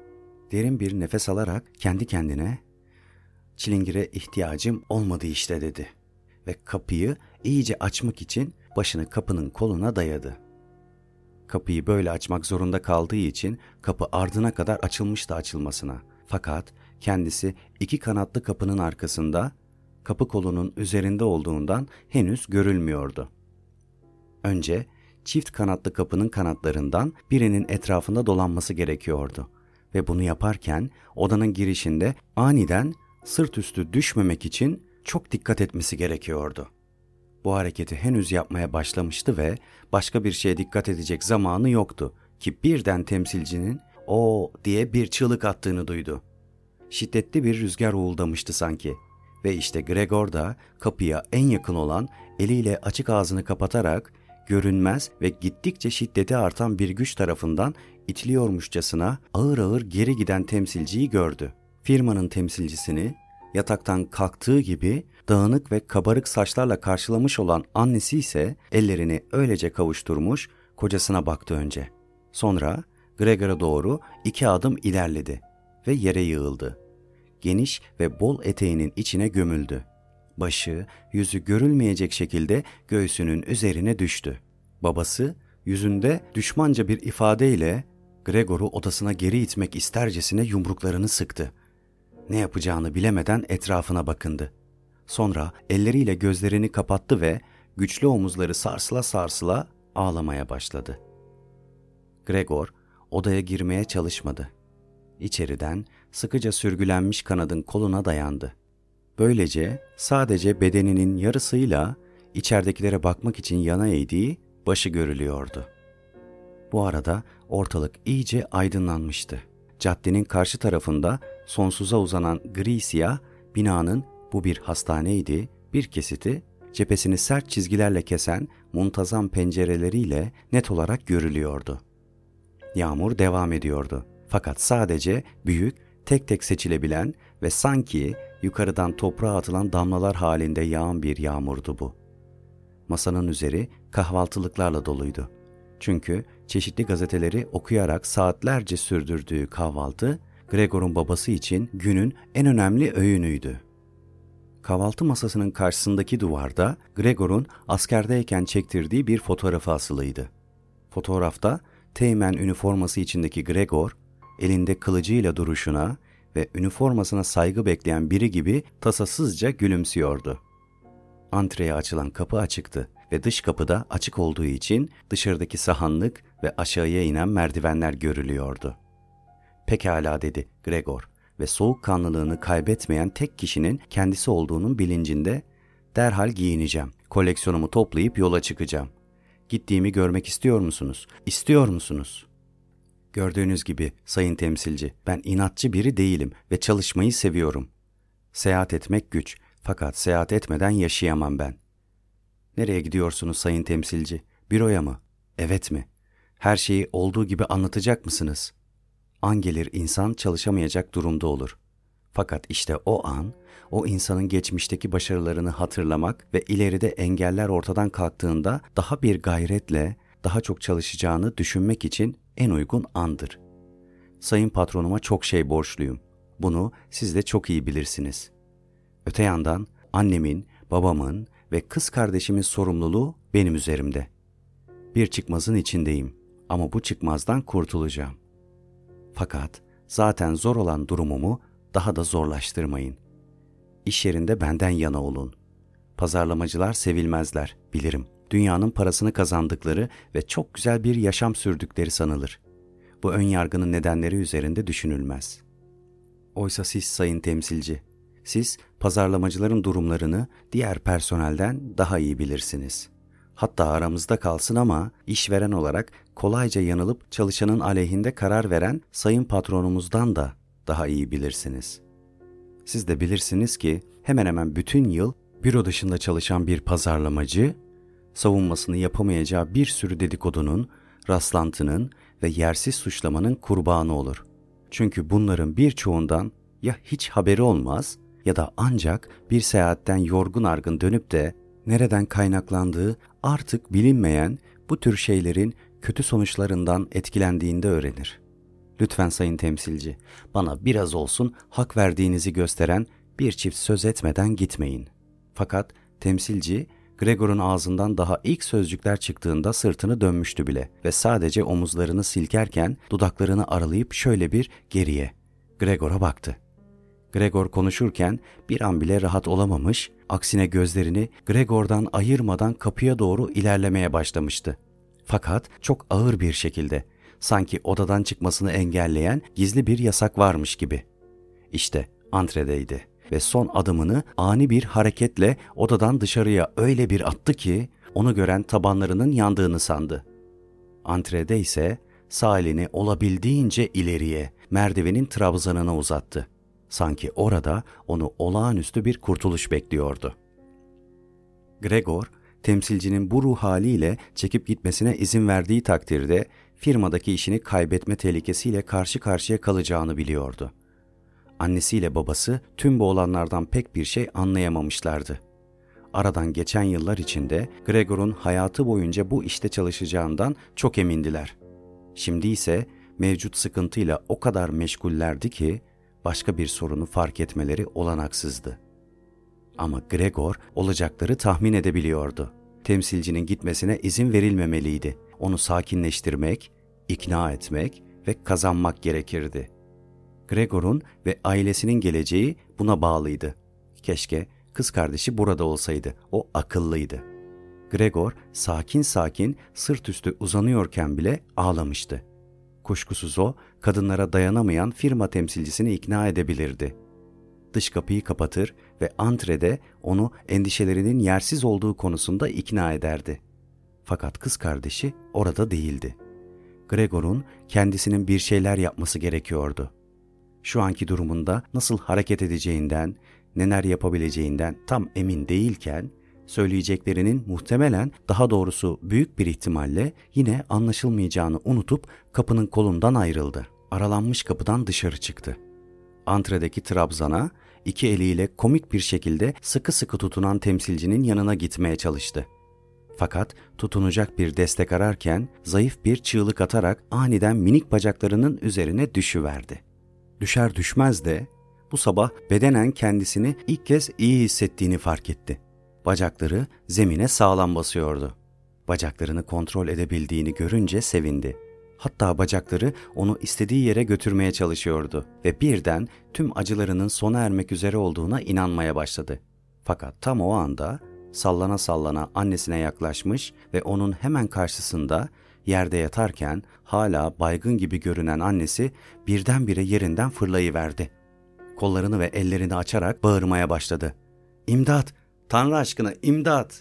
Derin bir nefes alarak kendi kendine "Çilingire ihtiyacım olmadı işte," dedi ve kapıyı iyice açmak için başını kapının koluna dayadı. Kapıyı böyle açmak zorunda kaldığı için kapı ardına kadar açılmıştı açılmasına. Fakat kendisi iki kanatlı kapının arkasında, kapı kolunun üzerinde olduğundan henüz görülmüyordu. Önce çift kanatlı kapının kanatlarından birinin etrafında dolanması gerekiyordu ve bunu yaparken odanın girişinde aniden sırt üstü düşmemek için çok dikkat etmesi gerekiyordu. Bu hareketi henüz yapmaya başlamıştı ve başka bir şeye dikkat edecek zamanı yoktu ki birden temsilcinin "O" diye bir çığlık attığını duydu. Şiddetli bir rüzgar uğuldamıştı sanki. Ve işte Gregor da kapıya en yakın olan eliyle açık ağzını kapatarak görünmez ve gittikçe şiddeti artan bir güç tarafından itiliyormuşçasına ağır ağır geri giden temsilciyi gördü. Firmanın temsilcisini yataktan kalktığı gibi dağınık ve kabarık saçlarla karşılamış olan annesi ise ellerini öylece kavuşturmuş kocasına baktı önce. Sonra Gregor'a doğru iki adım ilerledi ve yere yığıldı. Geniş ve bol eteğinin içine gömüldü. Başı, yüzü görülmeyecek şekilde göğsünün üzerine düştü. Babası yüzünde düşmanca bir ifadeyle Gregor'u odasına geri itmek istercesine yumruklarını sıktı. Ne yapacağını bilemeden etrafına bakındı. Sonra elleriyle gözlerini kapattı ve güçlü omuzları sarsıla sarsıla ağlamaya başladı. Gregor odaya girmeye çalışmadı. İçeriden sıkıca sürgülenmiş kanadın koluna dayandı. Böylece sadece bedeninin yarısıyla içeridekilere bakmak için yana eğdiği başı görülüyordu. Bu arada ortalık iyice aydınlanmıştı. Caddenin karşı tarafında sonsuza uzanan gri siyah binanın, bu bir hastaneydi, bir kesiti cephesini sert çizgilerle kesen muntazam pencereleriyle net olarak görülüyordu. Yağmur devam ediyordu. Fakat sadece büyük, tek tek seçilebilen ve sanki yukarıdan toprağa atılan damlalar halinde yağan bir yağmurdu bu. Masanın üzeri kahvaltılıklarla doluydu. Çünkü çeşitli gazeteleri okuyarak saatlerce sürdürdüğü kahvaltı, Gregor'un babası için günün en önemli öğünüydü. Kahvaltı masasının karşısındaki duvarda Gregor'un askerdeyken çektirdiği bir fotoğrafı asılıydı. Fotoğrafta Teğmen üniforması içindeki Gregor, elinde kılıcıyla duruşuna ve üniformasına saygı bekleyen biri gibi tasasızca gülümsüyordu. Antreye açılan kapı açıktı ve dış kapıda açık olduğu için dışarıdaki sahanlık ve aşağıya inen merdivenler görülüyordu. "Pekala," dedi Gregor ve soğukkanlılığını kaybetmeyen tek kişinin kendisi olduğunun bilincinde, "derhal giyineceğim, koleksiyonumu toplayıp yola çıkacağım. Gittiğimi görmek istiyor musunuz? İstiyor musunuz?" "Gördüğünüz gibi sayın temsilci, ben inatçı biri değilim ve çalışmayı seviyorum. Seyahat etmek güç, fakat seyahat etmeden yaşayamam ben." "Nereye gidiyorsunuz sayın temsilci? Büroya mı?" "Evet mi? Her şeyi olduğu gibi anlatacak mısınız?" An gelir insan çalışamayacak durumda olur. Fakat işte o an, o insanın geçmişteki başarılarını hatırlamak ve ileride engeller ortadan kalktığında daha bir gayretle, daha çok çalışacağını düşünmek için en uygun andır. Sayın patronuma çok şey borçluyum. Bunu siz de çok iyi bilirsiniz. Öte yandan annemin, babamın ve kız kardeşimin sorumluluğu benim üzerimde. Bir çıkmazın içindeyim ama bu çıkmazdan kurtulacağım. Fakat zaten zor olan durumumu daha da zorlaştırmayın. İş yerinde benden yana olun. Pazarlamacılar sevilmezler, bilirim. Dünyanın parasını kazandıkları ve çok güzel bir yaşam sürdükleri sanılır. Bu ön yargının nedenleri üzerinde düşünülmez. Oysa siz sayın temsilci, siz pazarlamacıların durumlarını diğer personelden daha iyi bilirsiniz. Hatta aramızda kalsın ama işveren olarak kolayca yanılıp çalışanın aleyhinde karar veren sayın patronumuzdan da daha iyi bilirsiniz. Siz de bilirsiniz ki hemen hemen bütün yıl büro dışında çalışan bir pazarlamacı, savunmasını yapamayacağı bir sürü dedikodunun, rastlantının ve yersiz suçlamanın kurbanı olur. Çünkü bunların birçoğundan ya hiç haberi olmaz ya da ancak bir seyahatten yorgun argın dönüp de nereden kaynaklandığı artık bilinmeyen bu tür şeylerin kötü sonuçlarından etkilendiğinde öğrenir. Lütfen sayın temsilci, bana biraz olsun hak verdiğinizi gösteren bir çift söz etmeden gitmeyin. Fakat temsilci, Gregor'un ağzından daha ilk sözcükler çıktığında sırtını dönmüştü bile ve sadece omuzlarını silkerken dudaklarını aralayıp şöyle bir geriye, Gregor'a baktı. Gregor konuşurken bir an bile rahat olamamış, aksine gözlerini Gregor'dan ayırmadan kapıya doğru ilerlemeye başlamıştı. Fakat çok ağır bir şekilde, sanki odadan çıkmasını engelleyen gizli bir yasak varmış gibi. İşte antredeydi ve son adımını ani bir hareketle odadan dışarıya öyle bir attı ki onu gören tabanlarının yandığını sandı. Antrede ise sağ elini olabildiğince ileriye, merdivenin trabzanına uzattı. Sanki orada onu olağanüstü bir kurtuluş bekliyordu. Gregor, temsilcinin bu ruh haliyle çekip gitmesine izin verdiği takdirde firmadaki işini kaybetme tehlikesiyle karşı karşıya kalacağını biliyordu. Annesiyle babası tüm bu olanlardan pek bir şey anlayamamışlardı. Aradan geçen yıllar içinde Gregor'un hayatı boyunca bu işte çalışacağından çok emindiler. Şimdi ise mevcut sıkıntıyla o kadar meşgullerdi ki başka bir sorunu fark etmeleri olanaksızdı. Ama Gregor olacakları tahmin edebiliyordu. Temsilcinin gitmesine izin verilmemeliydi. Onu sakinleştirmek, ikna etmek ve kazanmak gerekirdi. Gregor'un ve ailesinin geleceği buna bağlıydı. Keşke kız kardeşi burada olsaydı. O akıllıydı. Gregor sakin sakin sırt üstü uzanıyorken bile ağlamıştı. Kuşkusuz o, kadınlara dayanamayan firma temsilcisini ikna edebilirdi. Dış kapıyı kapatır ve antrede onu endişelerinin yersiz olduğu konusunda ikna ederdi. Fakat kız kardeşi orada değildi. Gregor'un kendisinin bir şeyler yapması gerekiyordu. Şu anki durumunda nasıl hareket edeceğinden, neler yapabileceğinden tam emin değilken, söyleyeceklerinin muhtemelen, daha doğrusu büyük bir ihtimalle yine anlaşılmayacağını unutup kapının kolundan ayrıldı. Aralanmış kapıdan dışarı çıktı. Antredeki trabzana iki eliyle komik bir şekilde sıkı sıkı tutunan temsilcinin yanına gitmeye çalıştı. Fakat tutunacak bir destek ararken zayıf bir çığlık atarak aniden minik bacaklarının üzerine düşüverdi. Düşer düşmez de bu sabah bedenen kendisini ilk kez iyi hissettiğini fark etti. Bacakları zemine sağlam basıyordu. Bacaklarını kontrol edebildiğini görünce sevindi. Hatta bacakları onu istediği yere götürmeye çalışıyordu ve birden tüm acılarının sona ermek üzere olduğuna inanmaya başladı. Fakat tam o anda sallana sallana annesine yaklaşmış ve onun hemen karşısında yerde yatarken hala baygın gibi görünen annesi birdenbire yerinden fırlayıverdi. Kollarını ve ellerini açarak bağırmaya başladı. "İmdat! Tanrı aşkına imdat!"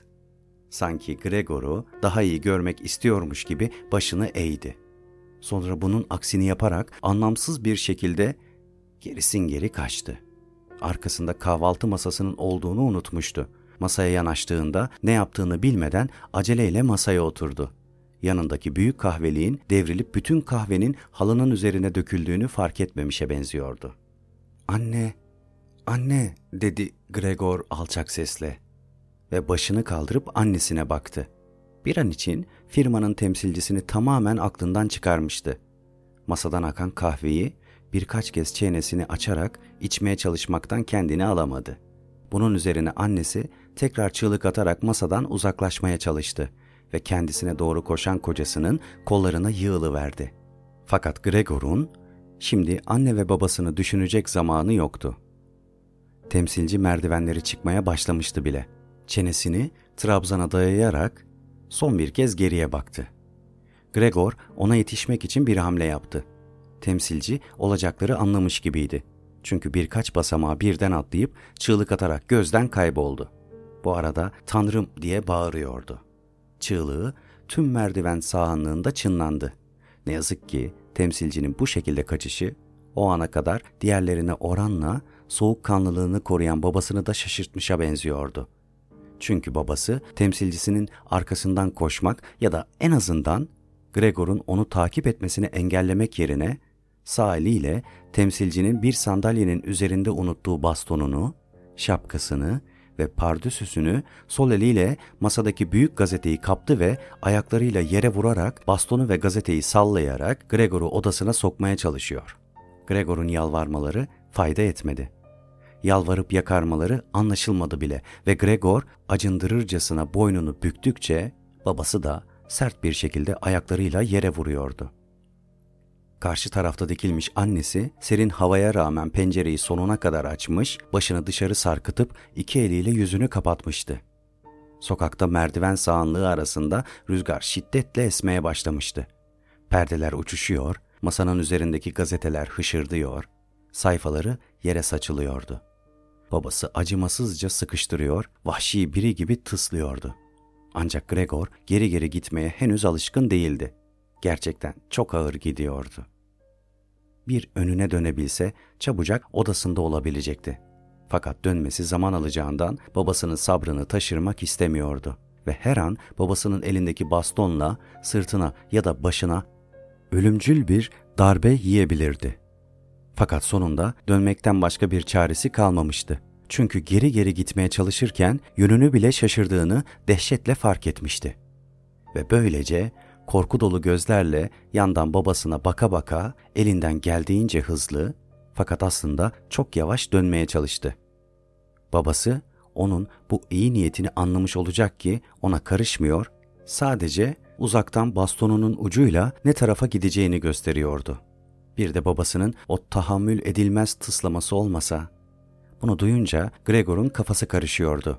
Sanki Gregor'u daha iyi görmek istiyormuş gibi başını eğdi. Sonra bunun aksini yaparak anlamsız bir şekilde gerisin geri kaçtı. Arkasında kahvaltı masasının olduğunu unutmuştu. Masaya yanaştığında ne yaptığını bilmeden aceleyle masaya oturdu. Yanındaki büyük kahveliğin devrilip bütün kahvenin halının üzerine döküldüğünü fark etmemişe benziyordu. "Anne, anne," dedi Gregor alçak sesle ve başını kaldırıp annesine baktı. Bir an için firmanın temsilcisini tamamen aklından çıkarmıştı. Masadan akan kahveyi birkaç kez çenesini açarak içmeye çalışmaktan kendini alamadı. Bunun üzerine annesi tekrar çığlık atarak masadan uzaklaşmaya çalıştı ve kendisine doğru koşan kocasının kollarına yığılıverdi. Fakat Gregor'un şimdi anne ve babasını düşünecek zamanı yoktu. Temsilci merdivenleri çıkmaya başlamıştı bile. Çenesini trabzana dayayarak son bir kez geriye baktı. Gregor ona yetişmek için bir hamle yaptı. Temsilci olacakları anlamış gibiydi. Çünkü birkaç basamağı birden atlayıp çığlık atarak gözden kayboldu. Bu arada "Tanrım!" diye bağırıyordu. Çığlığı tüm merdiven sahanlığında çınlandı. Ne yazık ki temsilcinin bu şekilde kaçışı o ana kadar diğerlerine oranla soğukkanlılığını koruyan babasını da şaşırtmışa benziyordu. Çünkü babası temsilcisinin arkasından koşmak ya da en azından Gregor'un onu takip etmesini engellemek yerine sağ eliyle temsilcinin bir sandalyenin üzerinde unuttuğu bastonunu, şapkasını ve pardösüsünü sol eliyle masadaki büyük gazeteyi kaptı ve ayaklarıyla yere vurarak bastonu ve gazeteyi sallayarak Gregor'u odasına sokmaya çalışıyor. Gregor'un yalvarmaları fayda etmedi. Yalvarıp yakarmaları anlaşılmadı bile ve Gregor acındırırcasına boynunu büktükçe babası da sert bir şekilde ayaklarıyla yere vuruyordu. Karşı tarafta dikilmiş annesi serin havaya rağmen pencereyi sonuna kadar açmış, başını dışarı sarkıtıp iki eliyle yüzünü kapatmıştı. Sokakta merdiven sağanlığı arasında rüzgar şiddetle esmeye başlamıştı. Perdeler uçuşuyor, masanın üzerindeki gazeteler hışırdıyor, sayfaları yere saçılıyordu. Babası acımasızca sıkıştırıyor, vahşi biri gibi tıslıyordu. Ancak Gregor geri geri gitmeye henüz alışkın değildi. Gerçekten çok ağır gidiyordu. bir önüne dönebilse çabucak odasında olabilecekti. Fakat dönmesi zaman alacağından babasının sabrını taşırmak istemiyordu ve her an babasının elindeki bastonla sırtına ya da başına ölümcül bir darbe yiyebilirdi. Fakat sonunda dönmekten başka bir çaresi kalmamıştı. Çünkü geri geri gitmeye çalışırken yönünü bile şaşırdığını dehşetle fark etmişti. Ve böylece korku dolu gözlerle yandan babasına baka baka elinden geldiğince hızlı fakat aslında çok yavaş dönmeye çalıştı. Babası onun bu iyi niyetini anlamış olacak ki ona karışmıyor, sadece uzaktan bastonunun ucuyla ne tarafa gideceğini gösteriyordu. Bir de babasının o tahammül edilmez tıslaması olmasa. Bunu duyunca Gregor'un kafası karışıyordu.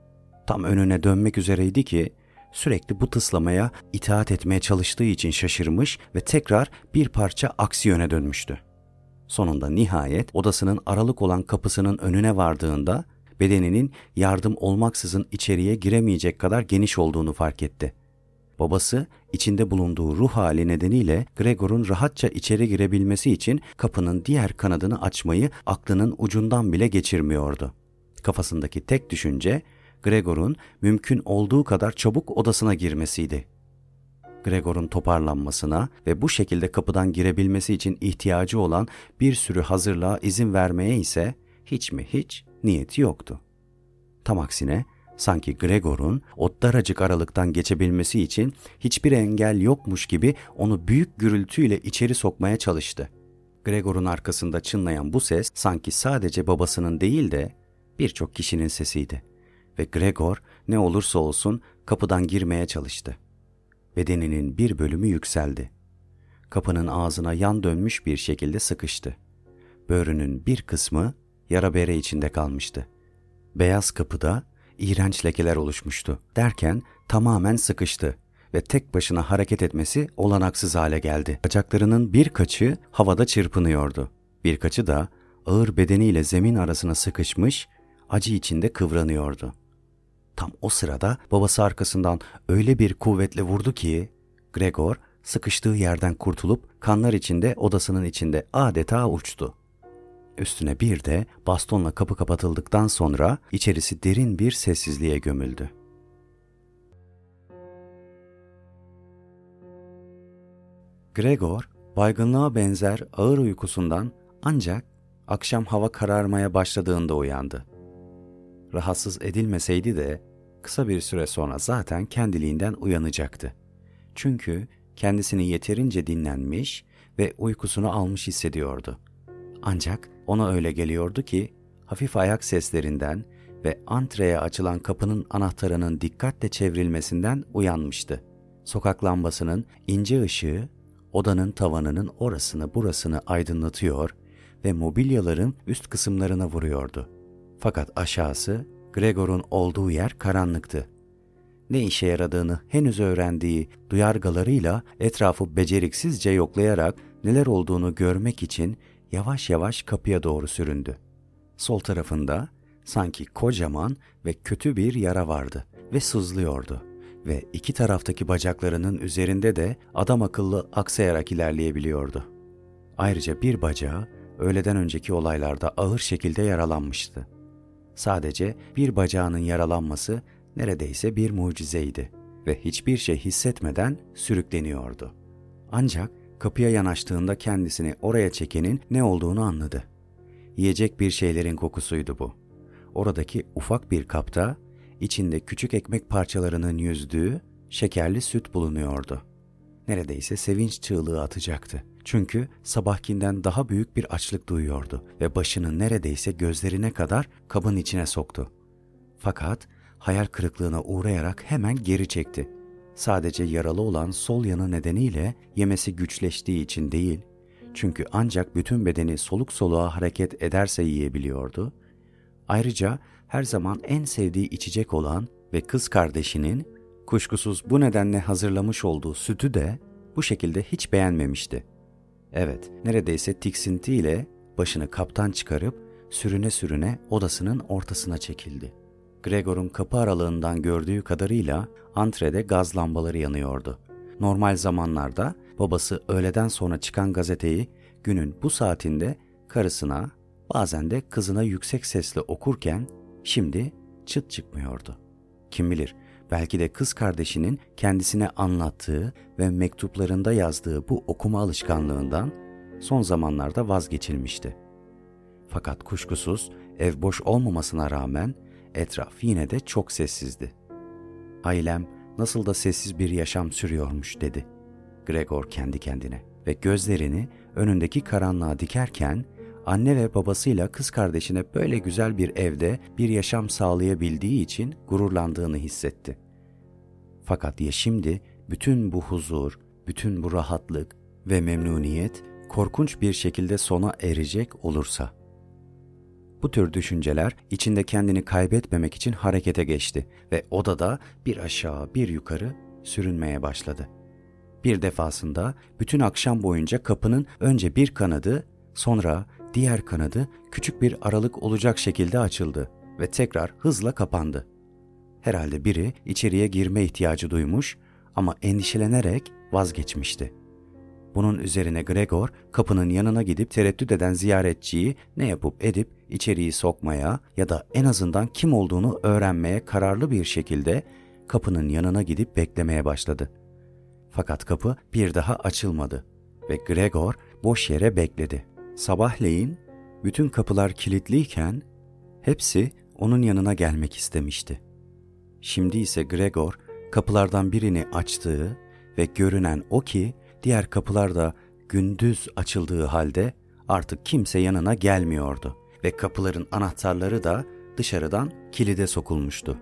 Tam önüne dönmek üzereydi ki sürekli bu tıslamaya itaat etmeye çalıştığı için şaşırmış ve tekrar bir parça aksi yöne dönmüştü. Sonunda nihayet odasının aralık olan kapısının önüne vardığında bedeninin yardım olmaksızın içeriye giremeyecek kadar geniş olduğunu fark etti. Babası içinde bulunduğu ruh hali nedeniyle Gregor'un rahatça içeri girebilmesi için kapının diğer kanadını açmayı aklının ucundan bile geçirmiyordu. Kafasındaki tek düşünce Gregor'un mümkün olduğu kadar çabuk odasına girmesiydi. Gregor'un toparlanmasına ve bu şekilde kapıdan girebilmesi için ihtiyacı olan bir sürü hazırlığa izin vermeye ise hiç mi hiç niyeti yoktu. Tam aksine sanki Gregor'un o daracık aralıktan geçebilmesi için hiçbir engel yokmuş gibi onu büyük gürültüyle içeri sokmaya çalıştı. Gregor'un arkasında çınlayan bu ses sanki sadece babasının değil de birçok kişinin sesiydi. Ve Gregor ne olursa olsun kapıdan girmeye çalıştı. Bedeninin bir bölümü yükseldi. Kapının ağzına yan dönmüş bir şekilde sıkıştı. Böğrünün bir kısmı yara bere içinde kalmıştı. Beyaz kapıda iğrenç lekeler oluşmuştu. Derken tamamen sıkıştı ve tek başına hareket etmesi olanaksız hale geldi. Bacaklarının birkaçı havada çırpınıyordu. Birkaçı da ağır bedeniyle zemin arasına sıkışmış, acı içinde kıvranıyordu. Tam o sırada babası arkasından öyle bir kuvvetle vurdu ki Gregor sıkıştığı yerden kurtulup kanlar içinde odasının içinde adeta uçtu. Üstüne bir de bastonla kapı kapatıldıktan sonra içerisi derin bir sessizliğe gömüldü. Gregor baygınlığa benzer ağır uykusundan ancak akşam hava kararmaya başladığında uyandı. Rahatsız edilmeseydi de kısa bir süre sonra zaten kendiliğinden uyanacaktı. Çünkü kendisini yeterince dinlenmiş ve uykusunu almış hissediyordu. Ancak ona öyle geliyordu ki hafif ayak seslerinden ve antreye açılan kapının anahtarının dikkatle çevrilmesinden uyanmıştı. Sokak lambasının ince ışığı odanın tavanının orasını burasını aydınlatıyor ve mobilyaların üst kısımlarına vuruyordu. Fakat aşağısı Gregor'un olduğu yer karanlıktı. Ne işe yaradığını henüz öğrendiği duyargalarıyla etrafı beceriksizce yoklayarak neler olduğunu görmek için yavaş yavaş kapıya doğru süründü. Sol tarafında sanki kocaman ve kötü bir yara vardı ve sızlıyordu ve iki taraftaki bacaklarının üzerinde de adam akıllı aksayarak ilerleyebiliyordu. Ayrıca bir bacağı öğleden önceki olaylarda ağır şekilde yaralanmıştı. Sadece bir bacağının yaralanması neredeyse bir mucizeydi ve hiçbir şey hissetmeden sürükleniyordu. Ancak kapıya yanaştığında kendisini oraya çekenin ne olduğunu anladı. Yiyecek bir şeylerin kokusuydu bu. Oradaki ufak bir kapta içinde küçük ekmek parçalarının yüzdüğü şekerli süt bulunuyordu. Neredeyse sevinç çığlığı atacaktı. Çünkü sabahkinden daha büyük bir açlık duyuyordu ve başını neredeyse gözlerine kadar kabın içine soktu. Fakat hayal kırıklığına uğrayarak hemen geri çekti. Sadece yaralı olan sol yanı nedeniyle yemesi güçleştiği için değil, çünkü ancak bütün bedeni soluk soluğa hareket ederse yiyebiliyordu. Ayrıca her zaman en sevdiği içecek olan ve kız kardeşinin kuşkusuz bu nedenle hazırlamış olduğu sütü de bu şekilde hiç beğenmemişti. Evet, neredeyse tiksintiyle başını kaptan çıkarıp sürüne sürüne odasının ortasına çekildi. Gregor'un kapı aralığından gördüğü kadarıyla antrede gaz lambaları yanıyordu. Normal zamanlarda babası öğleden sonra çıkan gazeteyi günün bu saatinde karısına, bazen de kızına yüksek sesle okurken şimdi çıt çıkmıyordu. Kim bilir, belki de kız kardeşinin kendisine anlattığı ve mektuplarında yazdığı bu okuma alışkanlığından son zamanlarda vazgeçilmişti. Fakat kuşkusuz ev boş olmamasına rağmen etraf yine de çok sessizdi. Ailem nasıl da sessiz bir yaşam sürüyormuş dedi Gregor kendi kendine ve gözlerini önündeki karanlığa dikerken anne ve babasıyla kız kardeşine böyle güzel bir evde bir yaşam sağlayabildiği için gururlandığını hissetti. Fakat ya şimdi bütün bu huzur, bütün bu rahatlık ve memnuniyet korkunç bir şekilde sona erecek olursa? Bu tür düşünceler içinde kendini kaybetmemek için harekete geçti ve odada bir aşağı bir yukarı sürünmeye başladı. Bir defasında bütün akşam boyunca kapının önce bir kanadı, sonra diğer kanadı küçük bir aralık olacak şekilde açıldı ve tekrar hızla kapandı. Herhalde biri içeriye girme ihtiyacı duymuş ama endişelenerek vazgeçmişti. Bunun üzerine Gregor kapının yanına gidip tereddüt eden ziyaretçiyi ne yapıp edip içeriği sokmaya ya da en azından kim olduğunu öğrenmeye kararlı bir şekilde kapının yanına gidip beklemeye başladı. Fakat kapı bir daha açılmadı ve Gregor boş yere bekledi. Sabahleyin bütün kapılar kilitliyken hepsi onun yanına gelmek istemişti. Şimdi ise Gregor kapılardan birini açtığı ve görünen o ki diğer kapılar da gündüz açıldığı halde artık kimse yanına gelmiyordu ve kapıların anahtarları da dışarıdan kilide sokulmuştu.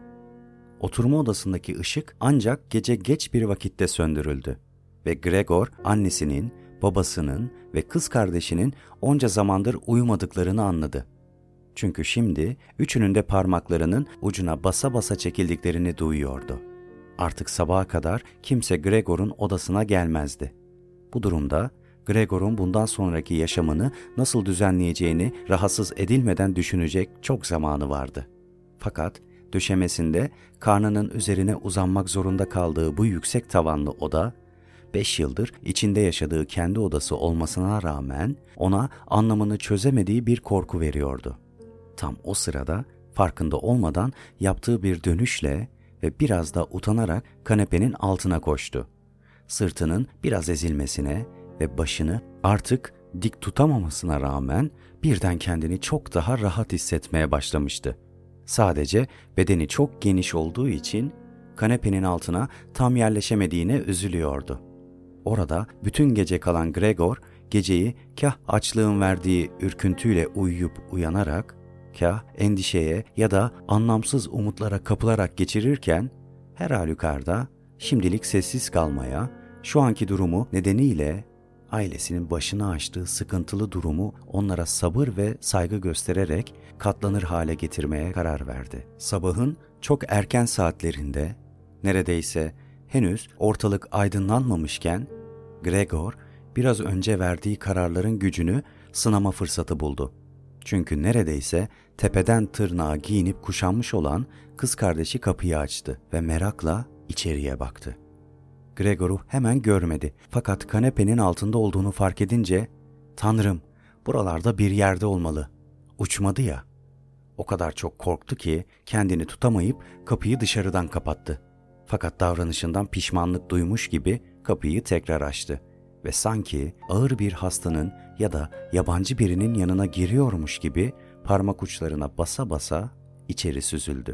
Oturma odasındaki ışık ancak gece geç bir vakitte söndürüldü ve Gregor annesinin, babasının ve kız kardeşinin onca zamandır uyumadıklarını anladı. Çünkü şimdi üçünün de parmaklarının ucuna basa basa çekildiklerini duyuyordu. Artık sabaha kadar kimse Gregor'un odasına gelmezdi. Bu durumda Gregor'un bundan sonraki yaşamını nasıl düzenleyeceğini rahatsız edilmeden düşünecek çok zamanı vardı. Fakat döşemesinde karnının üzerine uzanmak zorunda kaldığı bu yüksek tavanlı oda, beş yıldır içinde yaşadığı kendi odası olmasına rağmen ona anlamını çözemediği bir korku veriyordu. Tam o sırada farkında olmadan yaptığı bir dönüşle ve biraz da utanarak kanepenin altına koştu. Sırtının biraz ezilmesine ve başını artık dik tutamamasına rağmen birden kendini çok daha rahat hissetmeye başlamıştı. Sadece bedeni çok geniş olduğu için kanepenin altına tam yerleşemediğine üzülüyordu. Orada bütün gece kalan Gregor, geceyi kah açlığın verdiği ürküntüyle uyuyup uyanarak, kah endişeye ya da anlamsız umutlara kapılarak geçirirken, her halükarda şimdilik sessiz kalmaya, şu anki durumu nedeniyle ailesinin başına açtığı sıkıntılı durumu onlara sabır ve saygı göstererek katlanır hale getirmeye karar verdi. Sabahın çok erken saatlerinde, neredeyse henüz ortalık aydınlanmamışken, Gregor biraz önce verdiği kararların gücünü sınama fırsatı buldu. Çünkü neredeyse tepeden tırnağa giyinip kuşanmış olan kız kardeşi kapıyı açtı ve merakla içeriye baktı. Gregor'u hemen görmedi fakat kanepenin altında olduğunu fark edince "Tanrım, buralarda bir yerde olmalı. Uçmadı ya." O kadar çok korktu ki kendini tutamayıp kapıyı dışarıdan kapattı. Fakat davranışından pişmanlık duymuş gibi kapıyı tekrar açtı ve sanki ağır bir hastanın ya da yabancı birinin yanına giriyormuş gibi parmak uçlarına basa basa içeri süzüldü.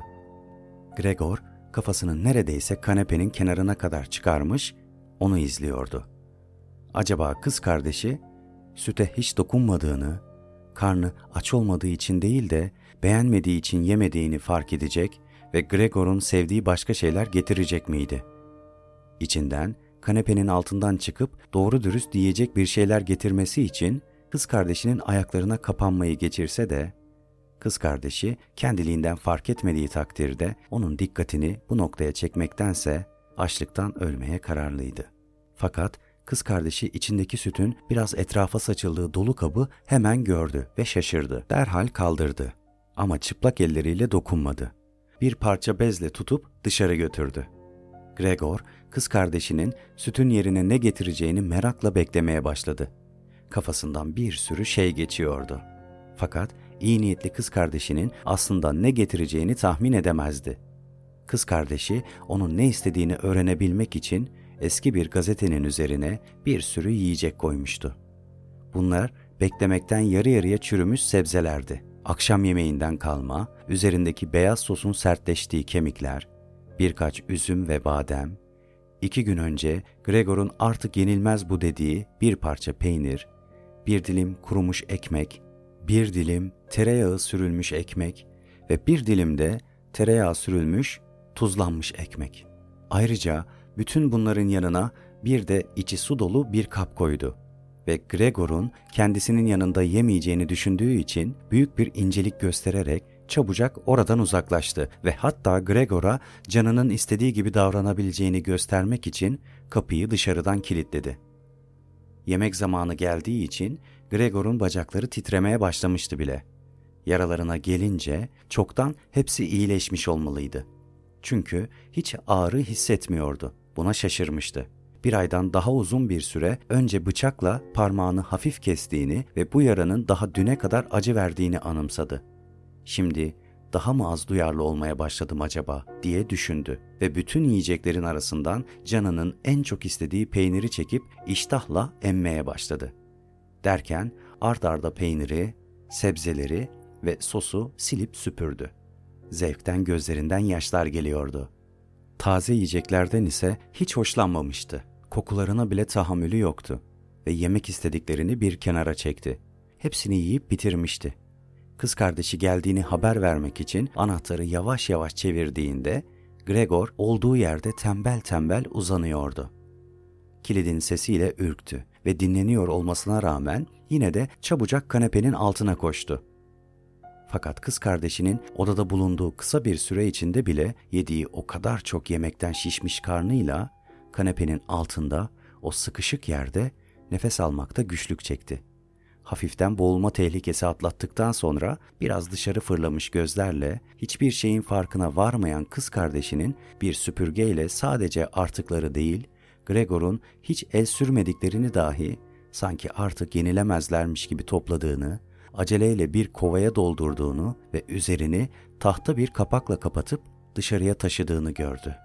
Gregor kafasını neredeyse kanepenin kenarına kadar çıkarmış, onu izliyordu. Acaba kız kardeşi süte hiç dokunmadığını, karnı aç olmadığı için değil de beğenmediği için yemediğini fark edecek ve Gregor'un sevdiği başka şeyler getirecek miydi? İçinden kanepenin altından çıkıp doğru dürüst diyecek bir şeyler getirmesi için kız kardeşinin ayaklarına kapanmayı geçirse de, kız kardeşi kendiliğinden fark etmediği takdirde onun dikkatini bu noktaya çekmektense açlıktan ölmeye kararlıydı. Fakat kız kardeşi içindeki sütün biraz etrafa saçıldığı dolu kabı hemen gördü ve şaşırdı. Derhal kaldırdı ama çıplak elleriyle dokunmadı. Bir parça bezle tutup dışarı götürdü. Gregor, kız kardeşinin sütün yerine ne getireceğini merakla beklemeye başladı. Kafasından bir sürü şey geçiyordu. Fakat iyi niyetli kız kardeşinin aslında ne getireceğini tahmin edemezdi. Kız kardeşi onun ne istediğini öğrenebilmek için eski bir gazetenin üzerine bir sürü yiyecek koymuştu. Bunlar beklemekten yarı yarıya çürümüş sebzelerdi. Akşam yemeğinden kalma, üzerindeki beyaz sosun sertleştiği kemikler, birkaç üzüm ve badem, iki gün önce Gregor'un artık yenilmez bu dediği bir parça peynir, bir dilim kurumuş ekmek, bir dilim tereyağı sürülmüş ekmek ve bir dilim de tereyağı sürülmüş, tuzlanmış ekmek. Ayrıca bütün bunların yanına bir de içi su dolu bir kap koydu ve Gregor'un kendisinin yanında yemeyeceğini düşündüğü için büyük bir incelik göstererek çabucak oradan uzaklaştı ve hatta Gregor'a canının istediği gibi davranabileceğini göstermek için kapıyı dışarıdan kilitledi. Yemek zamanı geldiği için Gregor'un bacakları titremeye başlamıştı bile. Yaralarına gelince çoktan hepsi iyileşmiş olmalıydı. Çünkü hiç ağrı hissetmiyordu. Buna şaşırmıştı. Bir aydan daha uzun bir süre önce bıçakla parmağını hafif kestiğini ve bu yaranın daha düne kadar acı verdiğini anımsadı. Şimdi daha mı az duyarlı olmaya başladım acaba diye düşündü ve bütün yiyeceklerin arasından canının en çok istediği peyniri çekip iştahla emmeye başladı. Derken art arda peyniri, sebzeleri ve sosu silip süpürdü. Zevkten gözlerinden yaşlar geliyordu. Taze yiyeceklerden ise hiç hoşlanmamıştı. Kokularına bile tahammülü yoktu ve yemek istediklerini bir kenara çekti. Hepsini yiyip bitirmişti. Kız kardeşi geldiğini haber vermek için anahtarı yavaş yavaş çevirdiğinde Gregor olduğu yerde tembel tembel uzanıyordu. Kilidin sesiyle ürktü ve dinleniyor olmasına rağmen yine de çabucak kanepenin altına koştu. Fakat kız kardeşinin odada bulunduğu kısa bir süre içinde bile yediği o kadar çok yemekten şişmiş karnıyla kanepenin altında o sıkışık yerde nefes almakta güçlük çekti. Hafiften boğulma tehlikesi atlattıktan sonra biraz dışarı fırlamış gözlerle hiçbir şeyin farkına varmayan kız kardeşinin bir süpürgeyle sadece artıkları değil, Gregor'un hiç el sürmediklerini dahi sanki artık yenilemezlermiş gibi topladığını, aceleyle bir kovaya doldurduğunu ve üzerini tahta bir kapakla kapatıp dışarıya taşıdığını gördü.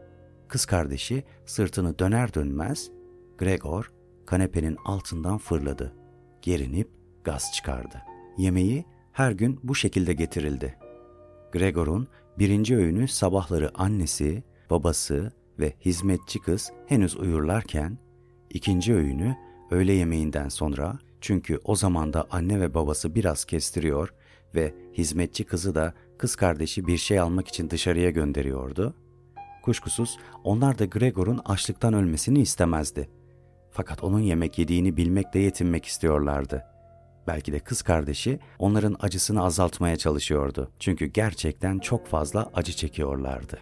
Kız kardeşi sırtını döner dönmez, Gregor kanepenin altından fırladı. Gerinip gaz çıkardı. Yemeği her gün bu şekilde getirildi. Gregor'un birinci öğünü sabahları annesi, babası ve hizmetçi kız henüz uyurlarken, ikinci öğünü öğle yemeğinden sonra, çünkü o zaman da anne ve babası biraz kestiriyor ve hizmetçi kızı da kız kardeşi bir şey almak için dışarıya gönderiyordu. Kuşkusuz onlar da Gregor'un açlıktan ölmesini istemezdi. Fakat onun yemek yediğini bilmekle yetinmek istiyorlardı. Belki de kız kardeşi onların acısını azaltmaya çalışıyordu. Çünkü gerçekten çok fazla acı çekiyorlardı.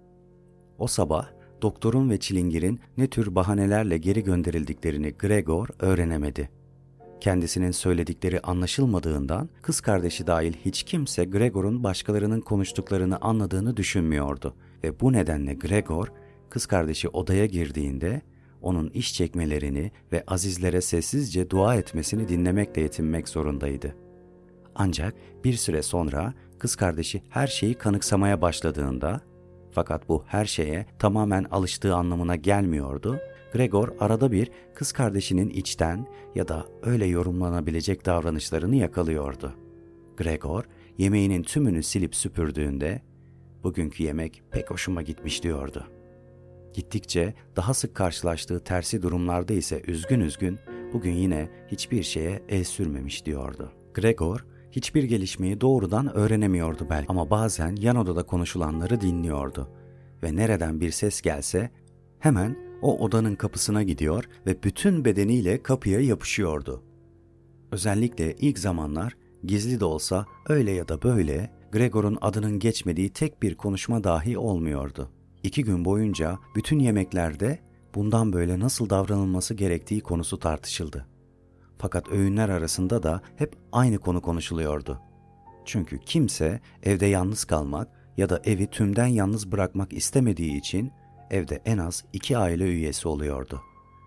O sabah doktorun ve çilingirin ne tür bahanelerle geri gönderildiklerini Gregor öğrenemedi. Kendisinin söyledikleri anlaşılmadığından kız kardeşi dahil hiç kimse Gregor'un başkalarının konuştuklarını anladığını düşünmüyordu ve bu nedenle Gregor kız kardeşi odaya girdiğinde onun iş çekmelerini ve azizlere sessizce dua etmesini dinlemekle yetinmek zorundaydı. Ancak bir süre sonra kız kardeşi her şeyi kanıksamaya başladığında, fakat bu her şeye tamamen alıştığı anlamına gelmiyordu, Gregor arada bir kız kardeşinin içten ya da öyle yorumlanabilecek davranışlarını yakalıyordu. Gregor yemeğinin tümünü silip süpürdüğünde, "Bugünkü yemek pek hoşuma gitmiş," diyordu. Gittikçe daha sık karşılaştığı tersi durumlarda ise üzgün üzgün, "Bugün yine hiçbir şeye el sürmemiş," diyordu. Gregor hiçbir gelişmeyi doğrudan öğrenemiyordu belki ama bazen yan odada konuşulanları dinliyordu ve nereden bir ses gelse hemen o odanın kapısına gidiyor ve bütün bedeniyle kapıya yapışıyordu. Özellikle ilk zamanlar gizli de olsa öyle ya da böyle Gregor'un adının geçmediği tek bir konuşma dahi olmuyordu. İki gün boyunca bütün yemeklerde bundan böyle nasıl davranılması gerektiği konusu tartışıldı. Fakat öğünler arasında da hep aynı konu konuşuluyordu. Çünkü kimse evde yalnız kalmak ya da evi tümden yalnız bırakmak istemediği için evde en az iki aile üyesi oluyordu.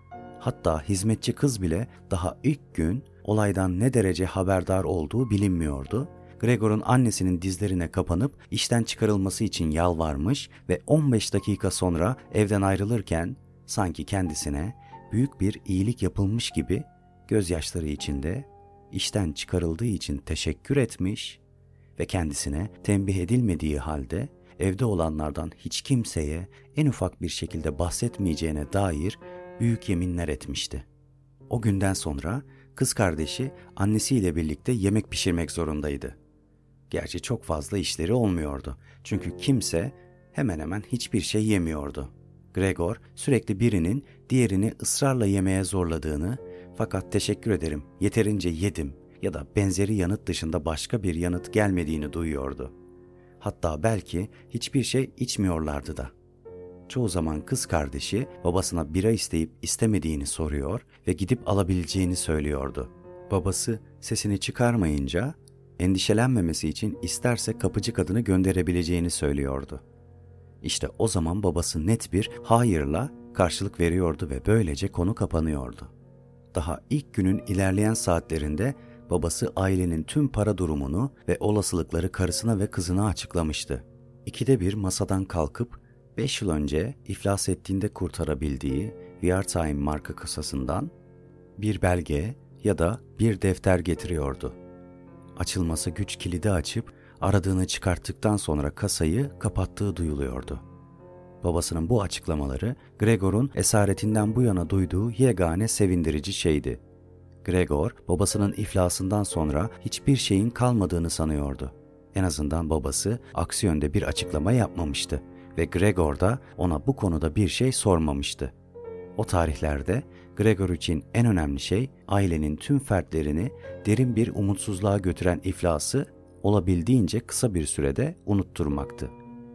Hatta hizmetçi kız bile daha ilk gün olaydan ne derece haberdar olduğu bilinmiyordu. Gregor'un annesinin dizlerine kapanıp işten çıkarılması için yalvarmış ve on beş dakika sonra evden ayrılırken sanki kendisine büyük bir iyilik yapılmış gibi gözyaşları içinde işten çıkarıldığı için teşekkür etmiş ve kendisine tembih edilmediği halde evde olanlardan hiç kimseye en ufak bir şekilde bahsetmeyeceğine dair büyük yeminler etmişti. O günden sonra kız kardeşi annesiyle birlikte yemek pişirmek zorundaydı. Gerçi çok fazla işleri olmuyordu. Çünkü kimse hemen hemen hiçbir şey yemiyordu. Gregor sürekli birinin diğerini ısrarla yemeye zorladığını, fakat teşekkür ederim, yeterince yedim ya da benzeri yanıt dışında başka bir yanıt gelmediğini duyuyordu. Hatta belki hiçbir şey içmiyorlardı da. Çoğu zaman kız kardeşi babasına bira isteyip istemediğini soruyor ve gidip alabileceğini söylüyordu. Babası sesini çıkarmayınca endişelenmemesi için isterse kapıcı kadını gönderebileceğini söylüyordu. İşte o zaman babası net bir hayırla karşılık veriyordu ve böylece konu kapanıyordu. Daha ilk günün ilerleyen saatlerinde babası ailenin tüm para durumunu ve olasılıkları karısına ve kızına açıklamıştı. İkide bir masadan kalkıp beş yıl önce iflas ettiğinde kurtarabildiği We Are Time marka kasasından bir belge ya da bir defter getiriyordu. Açılması güç kilidi açıp aradığını çıkarttıktan sonra kasayı kapattığı duyuluyordu. Babasının bu açıklamaları Gregor'un esaretinden bu yana duyduğu yegane sevindirici şeydi. Gregor, babasının iflasından sonra hiçbir şeyin kalmadığını sanıyordu. En azından babası aksi yönde bir açıklama yapmamıştı ve Gregor da ona bu konuda bir şey sormamıştı. O tarihlerde Gregor için en önemli şey ailenin tüm fertlerini derin bir umutsuzluğa götüren iflası olabildiğince kısa bir sürede unutturmaktı.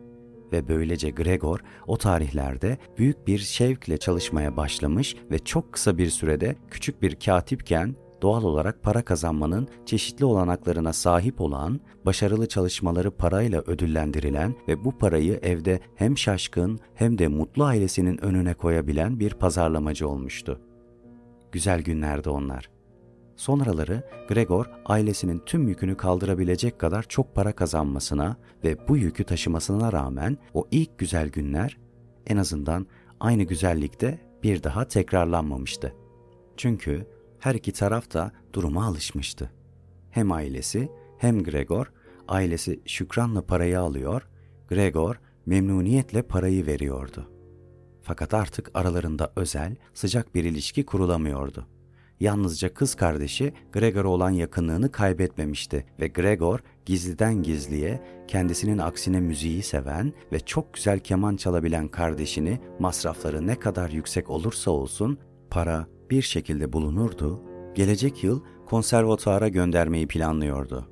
Ve böylece Gregor o tarihlerde büyük bir şevkle çalışmaya başlamış ve çok kısa bir sürede küçük bir katipken doğal olarak para kazanmanın çeşitli olanaklarına sahip olan, başarılı çalışmaları parayla ödüllendirilen ve bu parayı evde hem şaşkın hem de mutlu ailesinin önüne koyabilen bir pazarlamacı olmuştu. Güzel günlerdi onlar. Sonraları Gregor ailesinin tüm yükünü kaldırabilecek kadar çok para kazanmasına ve bu yükü taşımasına rağmen o ilk güzel günler en azından aynı güzellikte bir daha tekrarlanmamıştı. Çünkü her iki taraf da duruma alışmıştı. Hem ailesi hem Gregor, ailesi şükranla parayı alıyor, Gregor memnuniyetle parayı veriyordu. Fakat artık aralarında özel, sıcak bir ilişki kurulamıyordu. Yalnızca kız kardeşi Gregor'a olan yakınlığını kaybetmemişti ve Gregor gizliden gizliye kendisinin aksine müziği seven ve çok güzel keman çalabilen kardeşini masrafları ne kadar yüksek olursa olsun para bir şekilde bulunurdu, gelecek yıl konservatuara göndermeyi planlıyordu.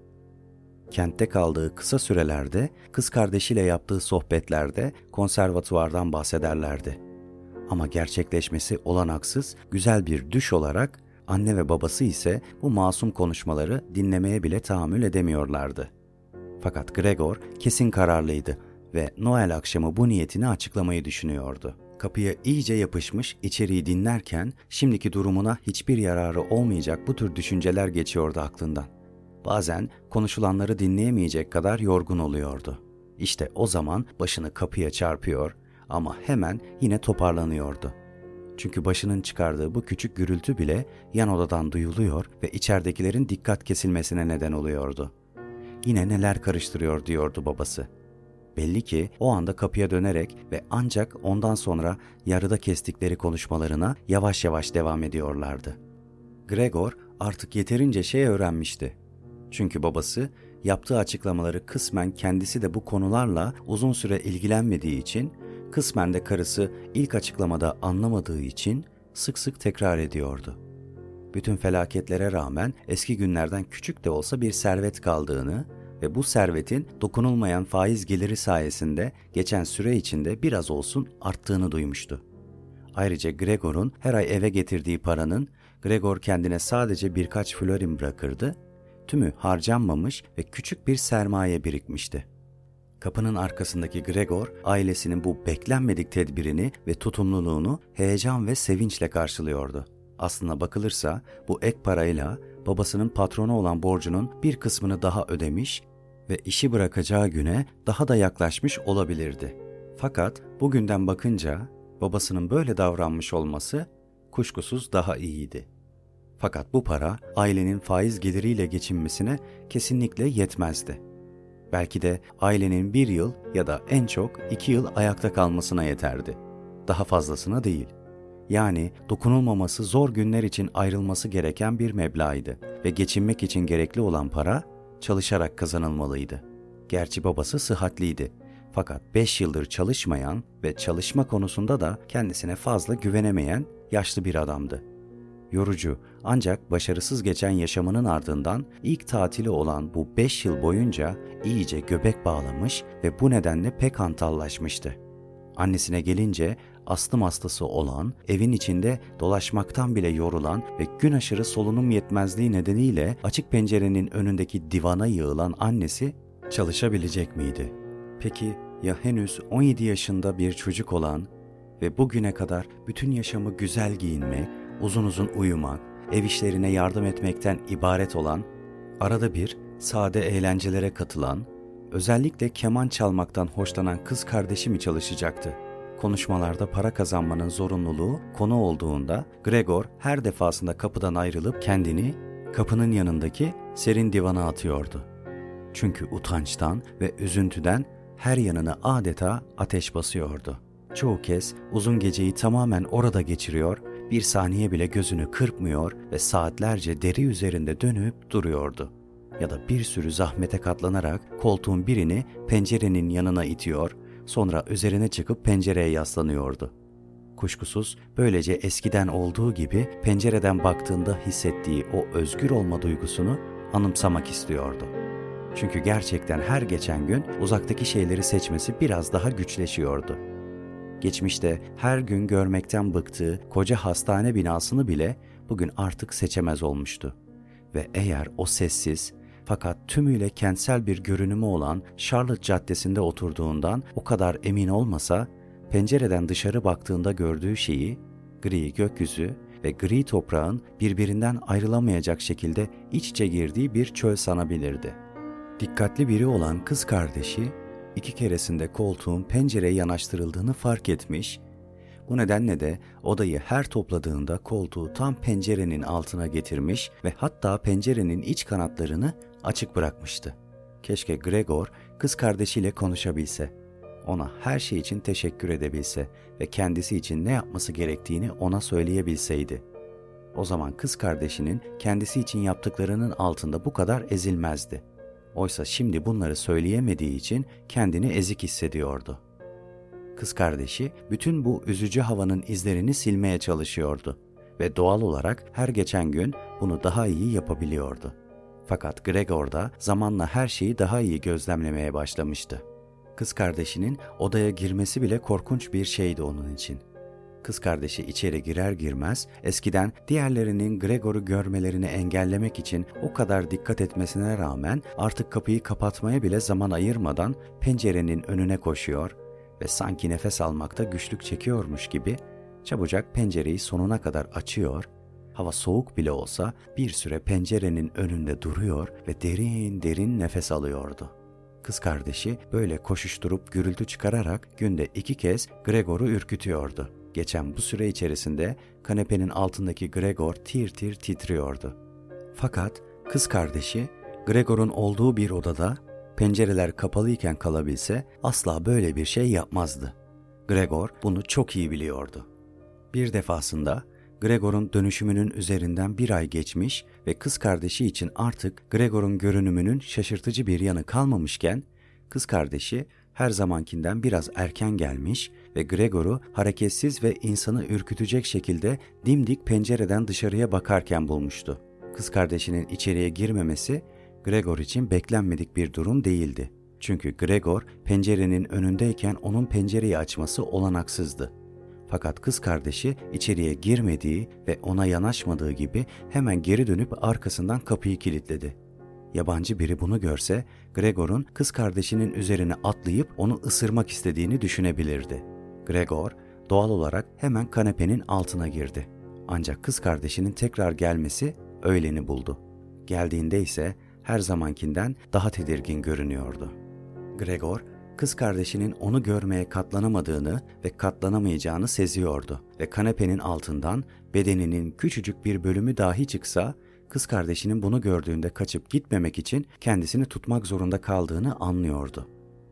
Kentte kaldığı kısa sürelerde kız kardeşiyle yaptığı sohbetlerde konservatuvardan bahsederlerdi. Ama gerçekleşmesi olanaksız güzel bir düş olarak anne ve babası ise bu masum konuşmaları dinlemeye bile tahammül edemiyorlardı. Fakat Gregor kesin kararlıydı ve Noel akşamı bu niyetini açıklamayı düşünüyordu. Kapıya iyice yapışmış içeriği dinlerken şimdiki durumuna hiçbir yararı olmayacak bu tür düşünceler geçiyordu aklından. Bazen konuşulanları dinleyemeyecek kadar yorgun oluyordu. İşte o zaman başını kapıya çarpıyor ama hemen yine toparlanıyordu. Çünkü başının çıkardığı bu küçük gürültü bile yan odadan duyuluyor ve içeridekilerin dikkat kesilmesine neden oluyordu. Yine neler karıştırıyor diyordu babası. Belli ki o anda kapıya dönerek ve ancak ondan sonra yarıda kestikleri konuşmalarına yavaş yavaş devam ediyorlardı. Gregor artık yeterince şey öğrenmişti. Çünkü babası yaptığı açıklamaları kısmen kendisi de bu konularla uzun süre ilgilenmediği için, kısmen de karısı ilk açıklamada anlamadığı için sık sık tekrar ediyordu. Bütün felaketlere rağmen eski günlerden küçük de olsa bir servet kaldığını ve bu servetin dokunulmayan faiz geliri sayesinde geçen süre içinde biraz olsun arttığını duymuştu. Ayrıca Gregor'un her ay eve getirdiği paranın Gregor kendine sadece birkaç florin bırakırdı, tümü harcanmamış ve küçük bir sermaye birikmişti. Kapının arkasındaki Gregor, ailesinin bu beklenmedik tedbirini ve tutumluluğunu heyecan ve sevinçle karşılıyordu. Aslına bakılırsa bu ek parayla babasının patronu olan borcunun bir kısmını daha ödemiş ve işi bırakacağı güne daha da yaklaşmış olabilirdi. Fakat bugünden bakınca babasının böyle davranmış olması kuşkusuz daha iyiydi. Fakat bu para ailenin faiz geliriyle geçinmesine kesinlikle yetmezdi. Belki de ailenin bir yıl ya da en çok iki yıl ayakta kalmasına yeterdi. Daha fazlasına değil. Yani dokunulmaması zor günler için ayrılması gereken bir meblağıydı ve geçinmek için gerekli olan para çalışarak kazanılmalıydı. Gerçi babası sıhhatliydi. Fakat beş yıldır çalışmayan ve çalışma konusunda da kendisine fazla güvenemeyen yaşlı bir adamdı. Yorucu ancak başarısız geçen yaşamının ardından ilk tatili olan bu beş yıl boyunca iyice göbek bağlamış ve bu nedenle pek hantallaşmıştı. Annesine gelince astım hastası olan, evin içinde dolaşmaktan bile yorulan ve gün aşırı solunum yetmezliği nedeniyle açık pencerenin önündeki divana yığılan annesi çalışabilecek miydi? Peki ya henüz on yedi yaşında bir çocuk olan ve bugüne kadar bütün yaşamı güzel giyinmek, uzun uzun uyumak, ev işlerine yardım etmekten ibaret olan, arada bir sade eğlencelere katılan, özellikle keman çalmaktan hoşlanan kız kardeşi mi çalışacaktı? Konuşmalarda para kazanmanın zorunluluğu konu olduğunda Gregor her defasında kapıdan ayrılıp kendini kapının yanındaki serin divana atıyordu. Çünkü utançtan ve üzüntüden her yanına adeta ateş basıyordu. Çoğu kez uzun geceyi tamamen orada geçiriyor, bir saniye bile gözünü kırpmıyor ve saatlerce deri üzerinde dönüp duruyordu. Ya da bir sürü zahmete katlanarak koltuğun birini pencerenin yanına itiyor, sonra üzerine çıkıp pencereye yaslanıyordu. Kuşkusuz böylece eskiden olduğu gibi pencereden baktığında hissettiği o özgür olma duygusunu anımsamak istiyordu. Çünkü gerçekten her geçen gün uzaktaki şeyleri seçmesi biraz daha güçleşiyordu. Geçmişte her gün görmekten bıktığı koca hastane binasını bile bugün artık seçemez olmuştu. Ve eğer o sessiz fakat tümüyle kentsel bir görünümü olan Charlotte Caddesi'nde oturduğundan o kadar emin olmasa, pencereden dışarı baktığında gördüğü şeyi, gri gökyüzü ve gri toprağın birbirinden ayrılamayacak şekilde iç içe girdiği bir çöl sanabilirdi. Dikkatli biri olan kız kardeşi, iki keresinde koltuğun pencereye yanaştırıldığını fark etmiş, bu nedenle de odayı her topladığında koltuğu tam pencerenin altına getirmiş ve hatta pencerenin iç kanatlarını açık bırakmıştı. Keşke Gregor kız kardeşiyle konuşabilse, ona her şey için teşekkür edebilse ve kendisi için ne yapması gerektiğini ona söyleyebilseydi. O zaman kız kardeşinin kendisi için yaptıklarının altında bu kadar ezilmezdi. Oysa şimdi bunları söyleyemediği için kendini ezik hissediyordu. Kız kardeşi bütün bu üzücü havanın izlerini silmeye çalışıyordu ve doğal olarak her geçen gün bunu daha iyi yapabiliyordu. Fakat Gregor da zamanla her şeyi daha iyi gözlemlemeye başlamıştı. Kız kardeşinin odaya girmesi bile korkunç bir şeydi onun için. Kız kardeşi içeri girer girmez eskiden diğerlerinin Gregor'u görmelerini engellemek için o kadar dikkat etmesine rağmen artık kapıyı kapatmaya bile zaman ayırmadan pencerenin önüne koşuyor ve sanki nefes almakta güçlük çekiyormuş gibi çabucak pencereyi sonuna kadar açıyor, hava soğuk bile olsa bir süre pencerenin önünde duruyor ve derin derin nefes alıyordu. Kız kardeşi böyle koşuşturup gürültü çıkararak günde iki kez Gregor'u ürkütüyordu. Geçen bu süre içerisinde kanepenin altındaki Gregor tir tir titriyordu. Fakat kız kardeşi Gregor'un olduğu bir odada pencereler kapalıyken kalabilse asla böyle bir şey yapmazdı. Gregor bunu çok iyi biliyordu. Bir defasında Gregor'un dönüşümünün üzerinden bir ay geçmiş ve kız kardeşi için artık Gregor'un görünümünün şaşırtıcı bir yanı kalmamışken, kız kardeşi her zamankinden biraz erken gelmiş ve Gregor'u hareketsiz ve insanı ürkütecek şekilde dimdik pencereden dışarıya bakarken bulmuştu. Kız kardeşinin içeriye girmemesi Gregor için beklenmedik bir durum değildi. Çünkü Gregor pencerenin önündeyken onun pencereyi açması olanaksızdı. Fakat kız kardeşi içeriye girmediği ve ona yanaşmadığı gibi hemen geri dönüp arkasından kapıyı kilitledi. Yabancı biri bunu görse, Gregor'un kız kardeşinin üzerine atlayıp onu ısırmak istediğini düşünebilirdi. Gregor doğal olarak hemen kanepenin altına girdi. Ancak kız kardeşinin tekrar gelmesi öğleni buldu. Geldiğinde ise her zamankinden daha tedirgin görünüyordu. Gregor, kız kardeşinin onu görmeye katlanamadığını ve katlanamayacağını seziyordu ve kanepenin altından bedeninin küçücük bir bölümü dahi çıksa, kız kardeşinin bunu gördüğünde kaçıp gitmemek için kendisini tutmak zorunda kaldığını anlıyordu.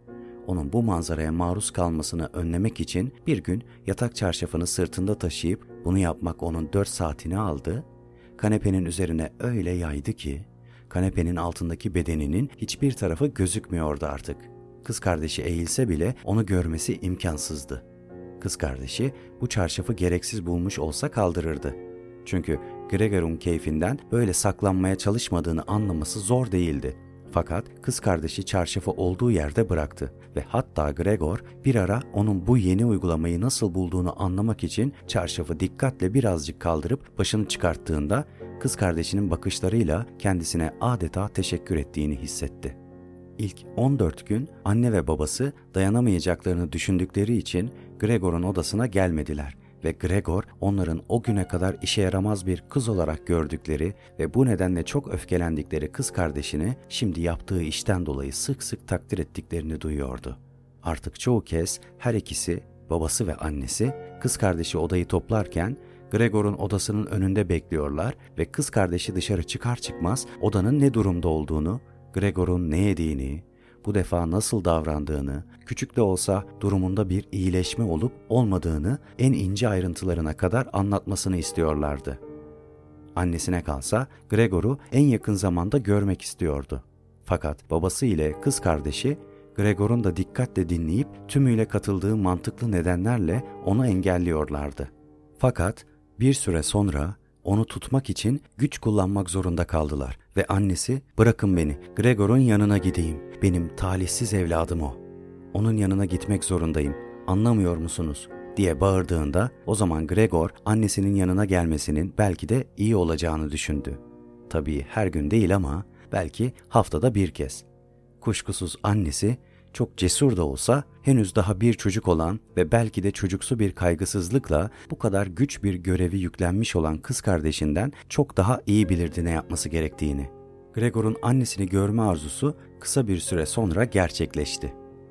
Onun bu manzaraya maruz kalmasını önlemek için bir gün yatak çarşafını sırtında taşıyıp bunu yapmak onun dört saatini aldı, kanepenin üzerine öyle yaydı ki, kanepenin altındaki bedeninin hiçbir tarafı gözükmüyordu artık. Kız kardeşi eğilse bile onu görmesi imkansızdı. Kız kardeşi bu çarşafı gereksiz bulmuş olsa kaldırırdı. Çünkü Gregor'un keyfinden böyle saklanmaya çalışmadığını anlaması zor değildi. Fakat kız kardeşi çarşafı olduğu yerde bıraktı ve hatta Gregor bir ara onun bu yeni uygulamayı nasıl bulduğunu anlamak için çarşafı dikkatle birazcık kaldırıp başını çıkarttığında kız kardeşinin bakışlarıyla kendisine adeta teşekkür ettiğini hissetti. İlk on dört gün anne ve babası dayanamayacaklarını düşündükleri için Gregor'un odasına gelmediler ve Gregor onların o güne kadar işe yaramaz bir kız olarak gördükleri ve bu nedenle çok öfkelendikleri kız kardeşini şimdi yaptığı işten dolayı sık sık takdir ettiklerini duyuyordu. Artık çoğu kez her ikisi, babası ve annesi, kız kardeşi odayı toplarken Gregor'un odasının önünde bekliyorlar ve kız kardeşi dışarı çıkar çıkmaz odanın ne durumda olduğunu, Gregor'un ne yediğini, bu defa nasıl davrandığını, küçük de olsa durumunda bir iyileşme olup olmadığını en ince ayrıntılarına kadar anlatmasını istiyorlardı. Annesine kalsa Gregor'u en yakın zamanda görmek istiyordu. Fakat babası ile kız kardeşi Gregor'un da dikkatle dinleyip tümüyle katıldığı mantıklı nedenlerle onu engelliyorlardı. Fakat bir süre sonra onu tutmak için güç kullanmak zorunda kaldılar ve annesi "Bırakın beni, Gregor'un yanına gideyim. Benim talihsiz evladım o. Onun yanına gitmek zorundayım. Anlamıyor musunuz?" diye bağırdığında o zaman Gregor annesinin yanına gelmesinin belki de iyi olacağını düşündü. Tabii her gün değil ama belki haftada bir kez. Kuşkusuz annesi çok cesur da olsa henüz daha bir çocuk olan ve belki de çocuksu bir kaygısızlıkla bu kadar güç bir görevi yüklenmiş olan kız kardeşinden çok daha iyi bilirdi ne yapması gerektiğini. Gregor'un annesini görme arzusu kısa bir süre sonra gerçekleşti.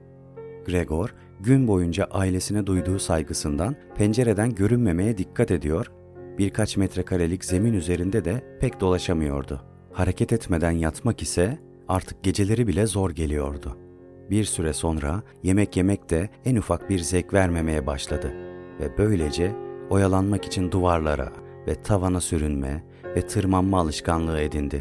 Gregor gün boyunca ailesine duyduğu saygısından pencereden görünmemeye dikkat ediyor, birkaç metrekarelik zemin üzerinde de pek dolaşamıyordu. Hareket etmeden yatmak ise artık geceleri bile zor geliyordu. Bir süre sonra yemek yemek de en ufak bir zevk vermemeye başladı ve böylece oyalanmak için duvarlara ve tavana sürünme ve tırmanma alışkanlığı edindi.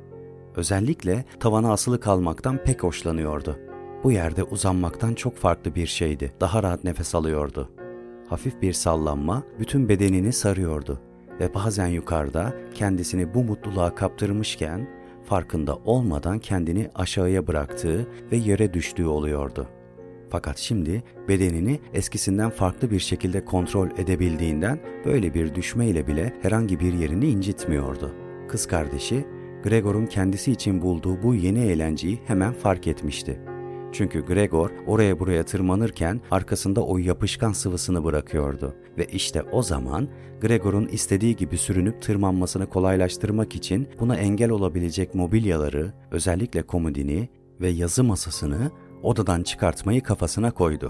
Özellikle tavana asılı kalmaktan pek hoşlanıyordu. Bu yerde uzanmaktan çok farklı bir şeydi. Daha rahat nefes alıyordu. Hafif bir sallanma bütün bedenini sarıyordu ve bazen yukarıda kendisini bu mutluluğa kaptırmışken farkında olmadan kendini aşağıya bıraktığı ve yere düştüğü oluyordu. Fakat şimdi bedenini eskisinden farklı bir şekilde kontrol edebildiğinden böyle bir düşmeyle bile herhangi bir yerini incitmiyordu. Kız kardeşi Gregor'un kendisi için bulduğu bu yeni eğlenceyi hemen fark etmişti. Çünkü Gregor oraya buraya tırmanırken arkasında o yapışkan sıvısını bırakıyordu ve işte o zaman Gregor'un istediği gibi sürünüp tırmanmasını kolaylaştırmak için buna engel olabilecek mobilyaları, özellikle komodini ve yazı masasını odadan çıkartmayı kafasına koydu.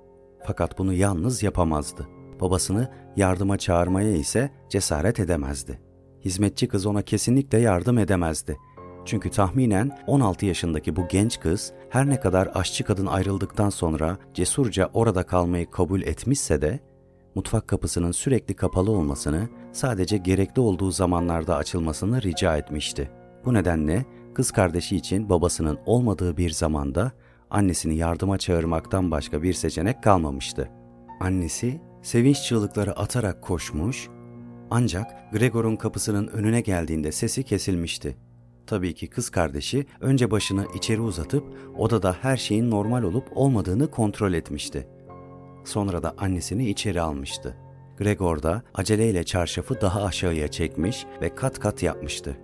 Fakat bunu yalnız yapamazdı. Babasını yardıma çağırmaya ise cesaret edemezdi. Hizmetçi kız ona kesinlikle yardım edemezdi. Çünkü tahminen on altı yaşındaki bu genç kız her ne kadar aşçı kadın ayrıldıktan sonra cesurca orada kalmayı kabul etmişse de mutfak kapısının sürekli kapalı olmasını, sadece gerekli olduğu zamanlarda açılmasını rica etmişti. Bu nedenle kız kardeşi için babasının olmadığı bir zamanda annesini yardıma çağırmaktan başka bir seçenek kalmamıştı. Annesi sevinç çığlıkları atarak koşmuş, ancak Gregor'un kapısının önüne geldiğinde sesi kesilmişti. Tabii ki kız kardeşi önce başını içeri uzatıp odada her şeyin normal olup olmadığını kontrol etmişti. Sonra da annesini içeri almıştı. Gregor da aceleyle çarşafı daha aşağıya çekmiş ve kat kat yapmıştı.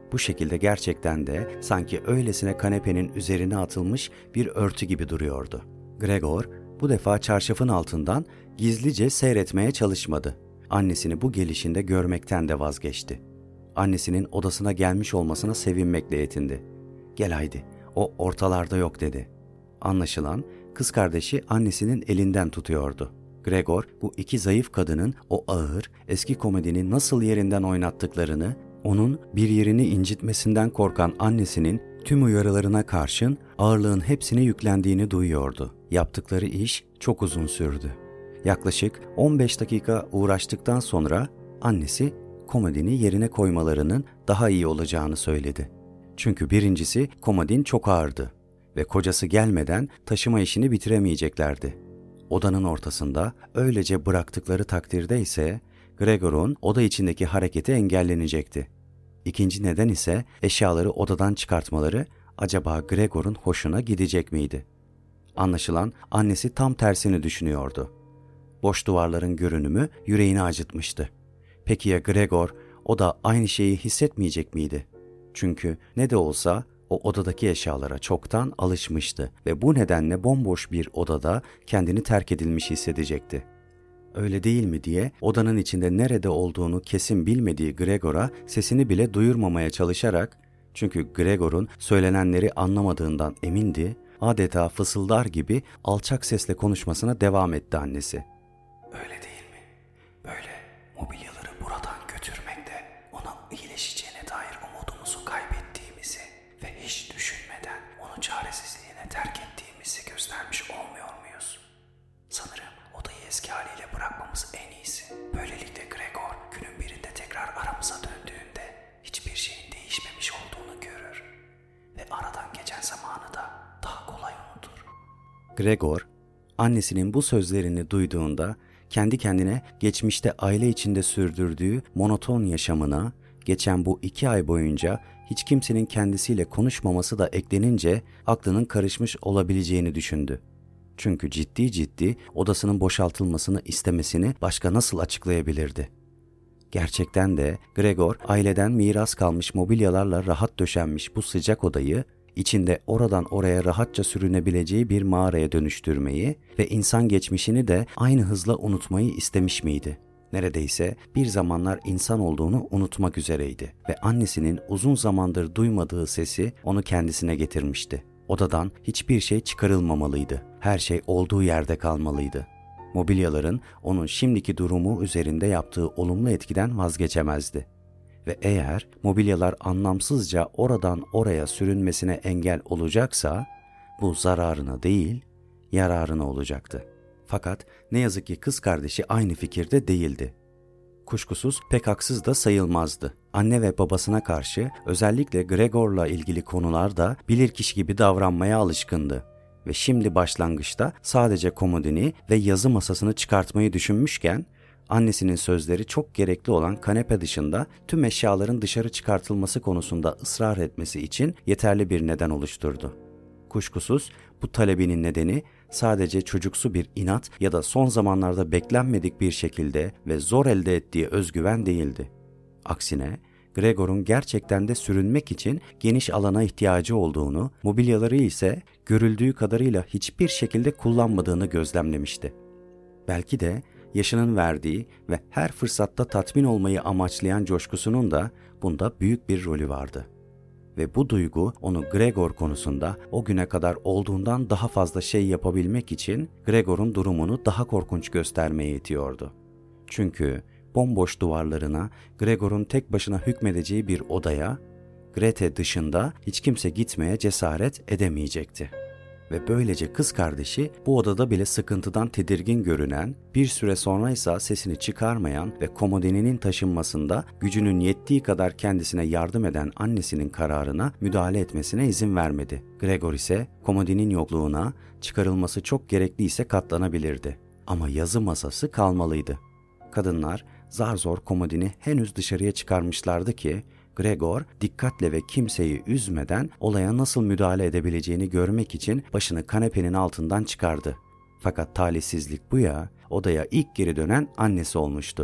Bu şekilde gerçekten de sanki öylesine kanepenin üzerine atılmış bir örtü gibi duruyordu. Gregor bu defa çarşafın altından gizlice seyretmeye çalışmadı. Annesini bu gelişinde görmekten de vazgeçti. Annesinin odasına gelmiş olmasına sevinmekle yetindi. "Gel haydi, o ortalarda yok," dedi. Anlaşılan kız kardeşi annesinin elinden tutuyordu. Gregor bu iki zayıf kadının o ağır, eski komedini nasıl yerinden oynattıklarını, onun bir yerini incitmesinden korkan annesinin tüm uyarılarına karşın ağırlığın hepsine yüklendiğini duyuyordu. Yaptıkları iş çok uzun sürdü. Yaklaşık on beş dakika uğraştıktan sonra annesi komodini yerine koymalarının daha iyi olacağını söyledi. Çünkü birincisi komodin çok ağırdı ve kocası gelmeden taşıma işini bitiremeyeceklerdi. Odanın ortasında öylece bıraktıkları takdirde ise Gregor'un oda içindeki hareketi engellenecekti. İkinci neden ise eşyaları odadan çıkartmaları acaba Gregor'un hoşuna gidecek miydi? Anlaşılan annesi tam tersini düşünüyordu. Boş duvarların görünümü yüreğini acıtmıştı. Peki ya Gregor, o da aynı şeyi hissetmeyecek miydi? Çünkü ne de olsa o odadaki eşyalara çoktan alışmıştı ve bu nedenle bomboş bir odada kendini terk edilmiş hissedecekti. Öyle değil mi diye odanın içinde nerede olduğunu kesin bilmediği Gregor'a sesini bile duyurmamaya çalışarak, çünkü Gregor'un söylenenleri anlamadığından emindi, adeta fısıldar gibi alçak sesle konuşmasına devam etti annesi. "Öyle değil mi? Böyle mobilyaları buradan götürmekle ona iyileşeceğine dair umudumuzu kaybettiğimizi ve hiç düşünmeden onu çaresizliğine terk ettiğimizi göstermiş olmuyor muyuz? Sanırım odayı eski haliyle bırakmamız en iyisi. Böylelikle Gregor günün birinde tekrar aramıza döndüğünde hiçbir şeyin değişmemiş olduğunu görür ve aradan geçen zamanı da daha kolay unutur." Gregor, annesinin bu sözlerini duyduğunda kendi kendine geçmişte aile içinde sürdürdüğü monoton yaşamına, geçen bu iki ay boyunca hiç kimsenin kendisiyle konuşmaması da eklenince aklının karışmış olabileceğini düşündü. Çünkü ciddi ciddi odasının boşaltılmasını istemesini başka nasıl açıklayabilirdi? Gerçekten de Gregor aileden miras kalmış mobilyalarla rahat döşenmiş bu sıcak odayı içinde oradan oraya rahatça sürünebileceği bir mağaraya dönüştürmeyi ve insan geçmişini de aynı hızla unutmayı istemiş miydi? Neredeyse bir zamanlar insan olduğunu unutmak üzereydi ve annesinin uzun zamandır duymadığı sesi onu kendisine getirmişti. Odadan hiçbir şey çıkarılmamalıydı. Her şey olduğu yerde kalmalıydı. Mobilyaların onun şimdiki durumu üzerinde yaptığı olumlu etkiden vazgeçemezdi. Ve eğer mobilyalar anlamsızca oradan oraya sürünmesine engel olacaksa, bu zararına değil, yararına olacaktı. Fakat ne yazık ki kız kardeşi aynı fikirde değildi. Kuşkusuz pek haksız da sayılmazdı. Anne ve babasına karşı özellikle Gregor'la ilgili konularda bilirkişi gibi davranmaya alışkındı. Ve şimdi başlangıçta sadece komodini ve yazı masasını çıkartmayı düşünmüşken, annesinin sözleri çok gerekli olan kanepe dışında tüm eşyaların dışarı çıkartılması konusunda ısrar etmesi için yeterli bir neden oluşturdu. Kuşkusuz bu talebinin nedeni sadece çocuksu bir inat ya da son zamanlarda beklenmedik bir şekilde ve zor elde ettiği özgüven değildi. Aksine Gregor'un gerçekten de sürünmek için geniş alana ihtiyacı olduğunu, mobilyaları ise görüldüğü kadarıyla hiçbir şekilde kullanmadığını gözlemlemişti. Belki de yaşının verdiği ve her fırsatta tatmin olmayı amaçlayan coşkusunun da bunda büyük bir rolü vardı. Ve bu duygu onu Gregor konusunda o güne kadar olduğundan daha fazla şey yapabilmek için Gregor'un durumunu daha korkunç göstermeye itiyordu. Çünkü bomboş duvarlarına, Gregor'un tek başına hükmedeceği bir odaya, Grete dışında hiç kimse gitmeye cesaret edemeyecekti. Ve böylece kız kardeşi bu odada bile sıkıntıdan tedirgin görünen, bir süre sonra ise sesini çıkarmayan ve komodininin taşınmasında gücünün yettiği kadar kendisine yardım eden annesinin kararına müdahale etmesine izin vermedi. Gregor ise komodinin yokluğuna, çıkarılması çok gerekliyse katlanabilirdi. Ama yazı masası kalmalıydı. Kadınlar zar zor komodini henüz dışarıya çıkarmışlardı ki, Gregor dikkatle ve kimseyi üzmeden olaya nasıl müdahale edebileceğini görmek için başını kanepenin altından çıkardı. Fakat talihsizlik bu ya, odaya ilk geri dönen annesi olmuştu.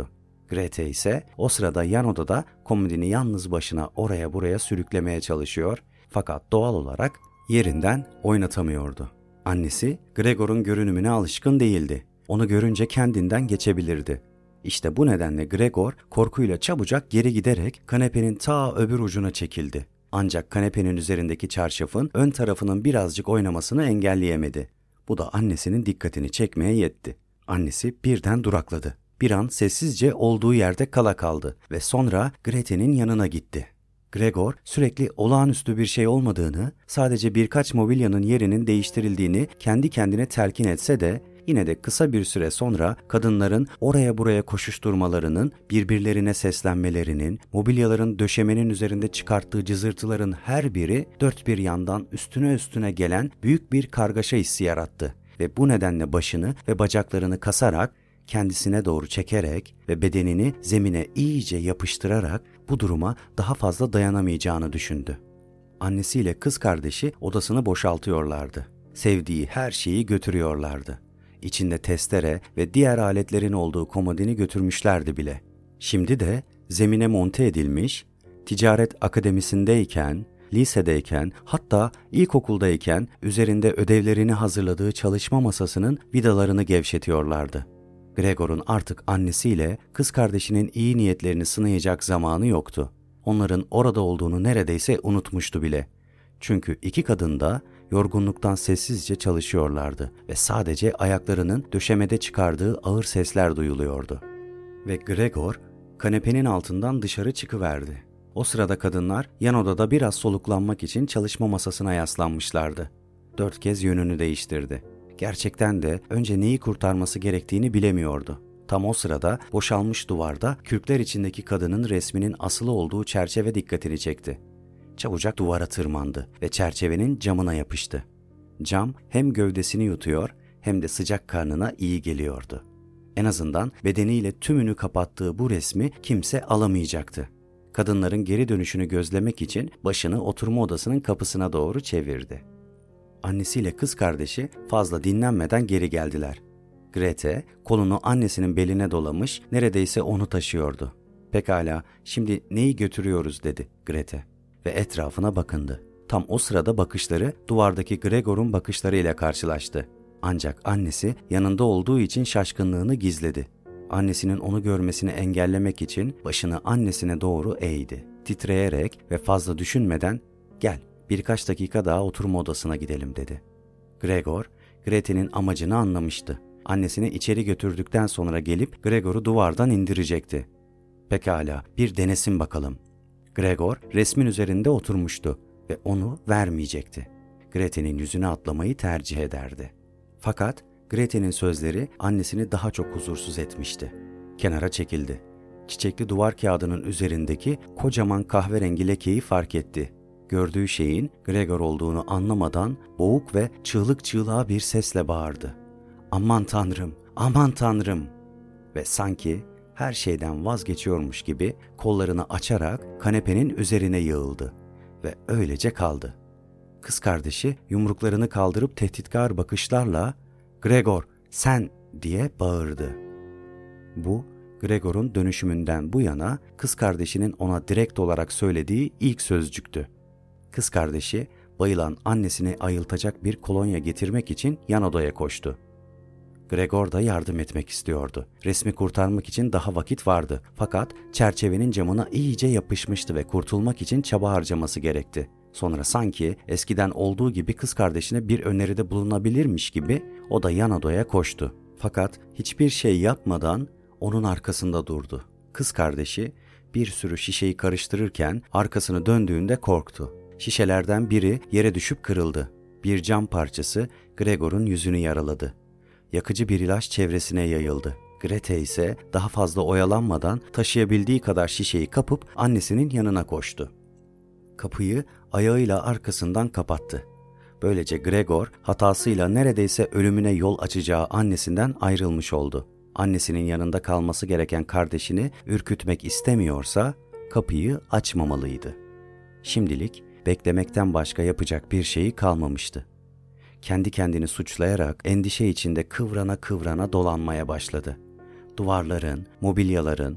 Grete ise o sırada yan odada komodini yalnız başına oraya buraya sürüklemeye çalışıyor fakat doğal olarak yerinden oynatamıyordu. Annesi Gregor'un görünümüne alışkın değildi. Onu görünce kendinden geçebilirdi. İşte bu nedenle Gregor korkuyla çabucak geri giderek kanepenin ta öbür ucuna çekildi. Ancak kanepenin üzerindeki çarşafın ön tarafının birazcık oynamasını engelleyemedi. Bu da annesinin dikkatini çekmeye yetti. Annesi birden durakladı. Bir an sessizce olduğu yerde kala kaldı ve sonra Grete'nin yanına gitti. Gregor sürekli olağanüstü bir şey olmadığını, sadece birkaç mobilyanın yerinin değiştirildiğini kendi kendine telkin etse de yine de kısa bir süre sonra kadınların oraya buraya koşuşturmalarının, birbirlerine seslenmelerinin, mobilyaların döşemenin üzerinde çıkarttığı cızırtıların her biri dört bir yandan üstüne üstüne gelen büyük bir kargaşa hissi yarattı ve bu nedenle başını ve bacaklarını kasarak, kendisine doğru çekerek ve bedenini zemine iyice yapıştırarak bu duruma daha fazla dayanamayacağını düşündü. Annesiyle kız kardeşi odasını boşaltıyorlardı. Sevdiği her şeyi götürüyorlardı. İçinde testere ve diğer aletlerin olduğu komodini götürmüşlerdi bile. Şimdi de zemine monte edilmiş, ticaret akademisindeyken, lisedeyken, hatta ilkokuldayken üzerinde ödevlerini hazırladığı çalışma masasının vidalarını gevşetiyorlardı. Gregor'un artık annesiyle kız kardeşinin iyi niyetlerini sınayacak zamanı yoktu. Onların orada olduğunu neredeyse unutmuştu bile. Çünkü iki kadın da yorgunluktan sessizce çalışıyorlardı ve sadece ayaklarının döşemede çıkardığı ağır sesler duyuluyordu. Ve Gregor kanepenin altından dışarı çıkıverdi. O sırada kadınlar yan odada biraz soluklanmak için çalışma masasına yaslanmışlardı. Dört kez yönünü değiştirdi. Gerçekten de önce neyi kurtarması gerektiğini bilemiyordu. Tam o sırada boşalmış duvarda kürkler içindeki kadının resminin asılı olduğu çerçeve dikkatini çekti. Çabucak duvara tırmandı ve çerçevenin camına yapıştı. Cam hem gövdesini yutuyor hem de sıcak karnına iyi geliyordu. En azından bedeniyle tümünü kapattığı bu resmi kimse alamayacaktı. Kadınların geri dönüşünü gözlemek için başını oturma odasının kapısına doğru çevirdi. Annesiyle kız kardeşi fazla dinlenmeden geri geldiler. Grete kolunu annesinin beline dolamış, neredeyse onu taşıyordu. "Pekala, şimdi neyi götürüyoruz?" dedi Grete ve etrafına bakındı. Tam o sırada bakışları duvardaki Gregor'un bakışlarıyla karşılaştı. Ancak annesi yanında olduğu için şaşkınlığını gizledi. Annesinin onu görmesini engellemek için başını annesine doğru eğdi. Titreyerek ve fazla düşünmeden "Gel, birkaç dakika daha oturma odasına gidelim." dedi. Gregor, Grete'nin amacını anlamıştı. Annesini içeri götürdükten sonra gelip Gregor'u duvardan indirecekti. "Pekala, bir denesin bakalım." Gregor resmin üzerinde oturmuştu ve onu vermeyecekti. Grete'nin yüzüne atlamayı tercih ederdi. Fakat Grete'nin sözleri annesini daha çok huzursuz etmişti. Kenara çekildi. Çiçekli duvar kağıdının üzerindeki kocaman kahverengi lekeyi fark etti. Gördüğü şeyin Gregor olduğunu anlamadan boğuk ve çığlık çığlığa bir sesle bağırdı. "Aman Tanrım, aman Tanrım!" Ve sanki her şeyden vazgeçiyormuş gibi kollarını açarak kanepenin üzerine yığıldı ve öylece kaldı. Kız kardeşi yumruklarını kaldırıp tehditkar bakışlarla "Gregor, sen!" diye bağırdı. Bu, Gregor'un dönüşümünden bu yana kız kardeşinin ona direkt olarak söylediği ilk sözcüktü. Kız kardeşi bayılan annesini ayıltacak bir kolonya getirmek için yan odaya koştu. Gregor da yardım etmek istiyordu. Resmi kurtarmak için daha vakit vardı. Fakat çerçevenin camına iyice yapışmıştı ve kurtulmak için çaba harcaması gerekti. Sonra sanki eskiden olduğu gibi kız kardeşine bir öneride bulunabilirmiş gibi o da yan odaya koştu. Fakat hiçbir şey yapmadan onun arkasında durdu. Kız kardeşi bir sürü şişeyi karıştırırken arkasını döndüğünde korktu. Şişelerden biri yere düşüp kırıldı. Bir cam parçası Gregor'un yüzünü yaraladı. Yakıcı bir ilaç çevresine yayıldı. Grete ise daha fazla oyalanmadan taşıyabildiği kadar şişeyi kapıp annesinin yanına koştu. Kapıyı ayağıyla arkasından kapattı. Böylece Gregor hatasıyla neredeyse ölümüne yol açacağı annesinden ayrılmış oldu. Annesinin yanında kalması gereken kardeşini ürkütmek istemiyorsa kapıyı açmamalıydı. Şimdilik beklemekten başka yapacak bir şeyi kalmamıştı. Kendi kendini suçlayarak endişe içinde kıvrana kıvrana dolanmaya başladı. Duvarların, mobilyaların,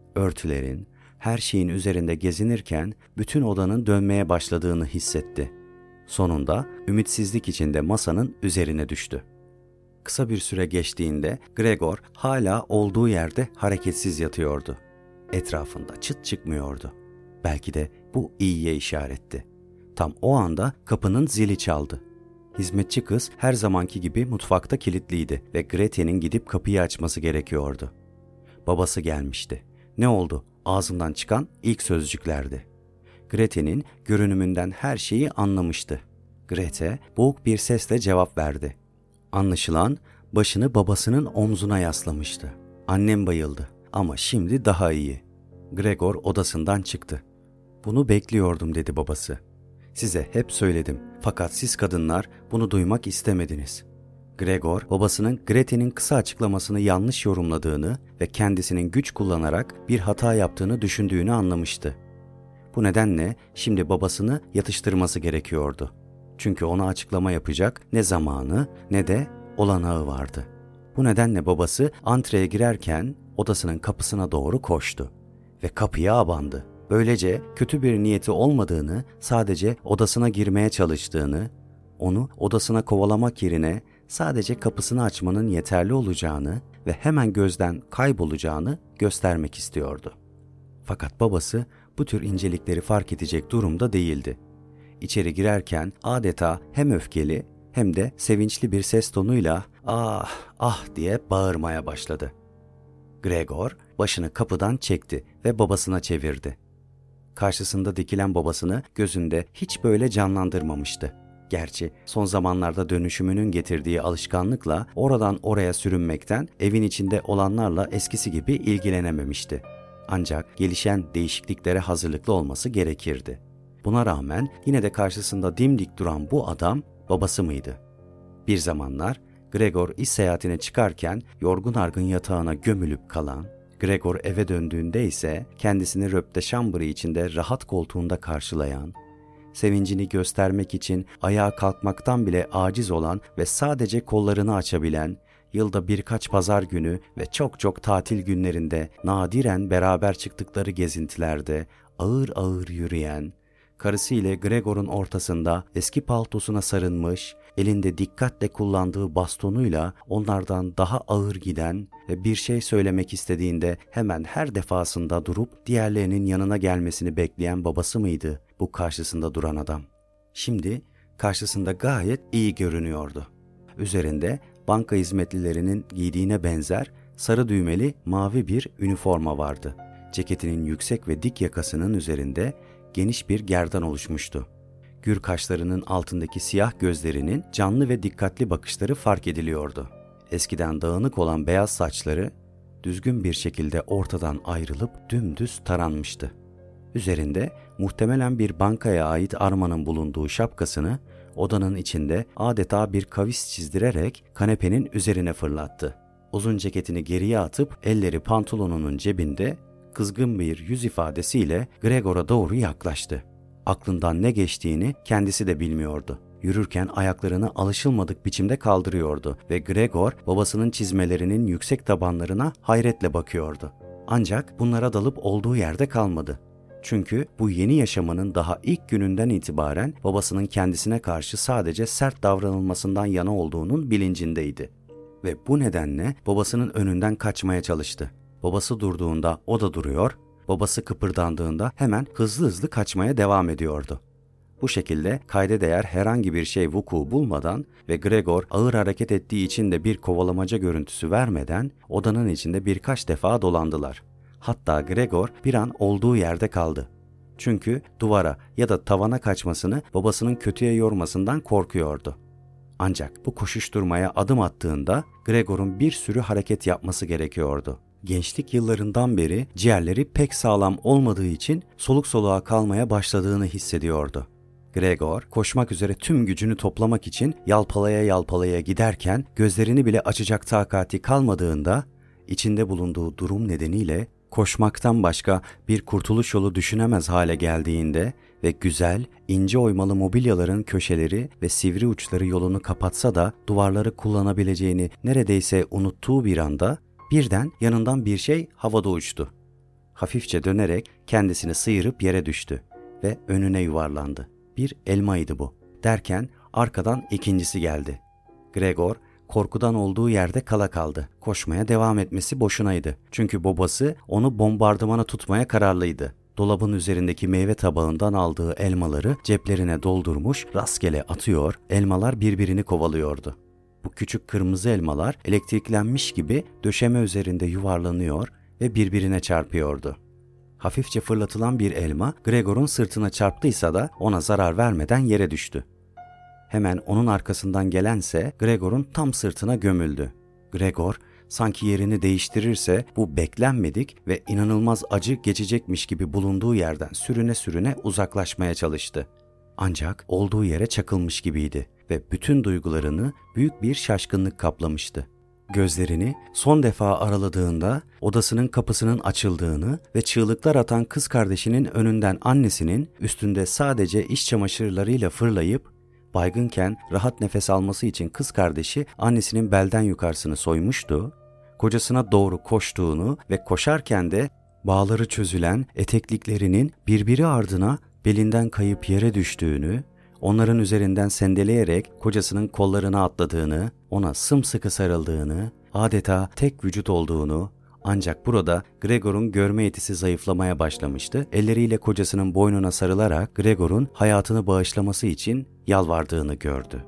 Örtülerin, her şeyin üzerinde gezinirken bütün odanın dönmeye başladığını hissetti. Sonunda ümitsizlik içinde masanın üzerine düştü. Kısa bir süre geçtiğinde Gregor hala olduğu yerde hareketsiz yatıyordu. Etrafında çıt çıkmıyordu. Belki de bu iyiye işaretti. Tam o anda kapının zili çaldı. Hizmetçi kız her zamanki gibi mutfakta kilitliydi ve Grete'nin gidip kapıyı açması gerekiyordu. Babası gelmişti. Ne oldu? Ağzından çıkan ilk sözcüklerdi. Grete'nin görünümünden her şeyi anlamıştı. Grete boğuk bir sesle cevap verdi. Anlaşılan başını babasının omzuna yaslamıştı. Annem bayıldı ama şimdi daha iyi. Gregor odasından çıktı. Bunu bekliyordum dedi babası. Size hep söyledim fakat siz kadınlar bunu duymak istemediniz. Gregor babasının Grete'nin kısa açıklamasını yanlış yorumladığını ve kendisinin güç kullanarak bir hata yaptığını düşündüğünü anlamıştı. Bu nedenle şimdi babasını yatıştırması gerekiyordu. Çünkü ona açıklama yapacak ne zamanı ne de olanağı vardı. Bu nedenle babası antreye girerken odasının kapısına doğru koştu ve kapıya abandı. Böylece kötü bir niyeti olmadığını, sadece odasına girmeye çalıştığını, onu odasına kovalamak yerine sadece kapısını açmanın yeterli olacağını ve hemen gözden kaybolacağını göstermek istiyordu. Fakat babası bu tür incelikleri fark edecek durumda değildi. İçeri girerken adeta hem öfkeli hem de sevinçli bir ses tonuyla "Ah, ah" diye bağırmaya başladı. Gregor başını kapıdan çekti ve babasına çevirdi. Karşısında dikilen babasını gözünde hiç böyle canlandırmamıştı. Gerçi son zamanlarda dönüşümünün getirdiği alışkanlıkla oradan oraya sürünmekten evin içinde olanlarla eskisi gibi ilgilenememişti. Ancak gelişen değişikliklere hazırlıklı olması gerekirdi. Buna rağmen yine de karşısında dimdik duran bu adam babası mıydı? Bir zamanlar Gregor iş seyahatine çıkarken yorgun argın yatağına gömülüp kalan, Gregor eve döndüğünde ise kendisini röpte şambırı içinde rahat koltuğunda karşılayan, sevincini göstermek için ayağa kalkmaktan bile aciz olan ve sadece kollarını açabilen, yılda birkaç pazar günü ve çok çok tatil günlerinde nadiren beraber çıktıkları gezintilerde ağır ağır yürüyen, karısı ile Gregor'un ortasında eski paltosuna sarılmış, elinde dikkatle kullandığı bastonuyla onlardan daha ağır giden ve bir şey söylemek istediğinde hemen her defasında durup diğerlerinin yanına gelmesini bekleyen babası mıydı bu karşısında duran adam? Şimdi karşısında gayet iyi görünüyordu. Üzerinde banka hizmetlilerinin giydiğine benzer sarı düğmeli mavi bir üniforma vardı. Ceketinin yüksek ve dik yakasının üzerinde geniş bir gerdan oluşmuştu. Gür kaşlarının altındaki siyah gözlerinin canlı ve dikkatli bakışları fark ediliyordu. Eskiden dağınık olan beyaz saçları düzgün bir şekilde ortadan ayrılıp dümdüz taranmıştı. Üzerinde muhtemelen bir bankaya ait armanın bulunduğu şapkasını odanın içinde adeta bir kavis çizdirerek kanepenin üzerine fırlattı. Uzun ceketini geriye atıp elleri pantolonunun cebinde kızgın bir yüz ifadesiyle Gregor'a doğru yaklaştı. Aklından ne geçtiğini kendisi de bilmiyordu. Yürürken ayaklarını alışılmadık biçimde kaldırıyordu ve Gregor babasının çizmelerinin yüksek tabanlarına hayretle bakıyordu. Ancak bunlara dalıp olduğu yerde kalmadı. Çünkü bu yeni yaşamının daha ilk gününden itibaren babasının kendisine karşı sadece sert davranılmasından yana olduğunun bilincindeydi. Ve bu nedenle babasının önünden kaçmaya çalıştı. Babası durduğunda o da duruyor, babası kıpırdandığında hemen hızlı hızlı kaçmaya devam ediyordu. Bu şekilde kayda değer herhangi bir şey vuku bulmadan ve Gregor ağır hareket ettiği için de bir kovalamaca görüntüsü vermeden odanın içinde birkaç defa dolandılar. Hatta Gregor bir an olduğu yerde kaldı. Çünkü duvara ya da tavana kaçmasını babasının kötüye yormasından korkuyordu. Ancak bu koşuşturmaya adım attığında Gregor'un bir sürü hareket yapması gerekiyordu. Gençlik yıllarından beri ciğerleri pek sağlam olmadığı için soluk soluğa kalmaya başladığını hissediyordu. Gregor koşmak üzere tüm gücünü toplamak için yalpalaya yalpalaya giderken gözlerini bile açacak takati kalmadığında içinde bulunduğu durum nedeniyle koşmaktan başka bir kurtuluş yolu düşünemez hale geldiğinde ve güzel, ince oymalı mobilyaların köşeleri ve sivri uçları yolunu kapatsa da duvarları kullanabileceğini neredeyse unuttuğu bir anda birden yanından bir şey havada uçtu. hafifçe dönerek kendisini sıyırıp yere düştü ve önüne yuvarlandı. Bir elmaydı bu. Derken arkadan ikincisi geldi. Gregor korkudan olduğu yerde kala kaldı. Koşmaya devam etmesi boşunaydı. Çünkü babası onu bombardımana tutmaya kararlıydı. Dolabın üzerindeki meyve tabağından aldığı elmaları ceplerine doldurmuş, rastgele atıyor, elmalar birbirini kovalıyordu. Bu küçük kırmızı elmalar elektriklenmiş gibi döşeme üzerinde yuvarlanıyor ve birbirine çarpıyordu. Hafifçe fırlatılan bir elma Gregor'un sırtına çarptıysa da ona zarar vermeden yere düştü. Hemen onun arkasından gelense Gregor'un tam sırtına gömüldü. Gregor sanki yerini değiştirirse bu beklenmedik ve inanılmaz acı geçecekmiş gibi bulunduğu yerden sürüne sürüne uzaklaşmaya çalıştı. Ancak olduğu yere çakılmış gibiydi ve bütün duygularını büyük bir şaşkınlık kaplamıştı. Gözlerini son defa araladığında odasının kapısının açıldığını ve çığlıklar atan kız kardeşinin önünden annesinin üstünde sadece iç çamaşırlarıyla fırlayıp baygınken rahat nefes alması için kız kardeşi annesinin belden yukarısını soymuştu, kocasına doğru koştuğunu ve koşarken de bağları çözülen etekliklerinin birbiri ardına belinden kayıp yere düştüğünü, onların üzerinden sendeleyerek kocasının kollarına atladığını, ona sımsıkı sarıldığını, adeta tek vücut olduğunu, ancak burada Gregor'un görme yetisi zayıflamaya başlamıştı. Elleriyle kocasının boynuna sarılarak Gregor'un hayatını bağışlaması için yalvardığını gördü.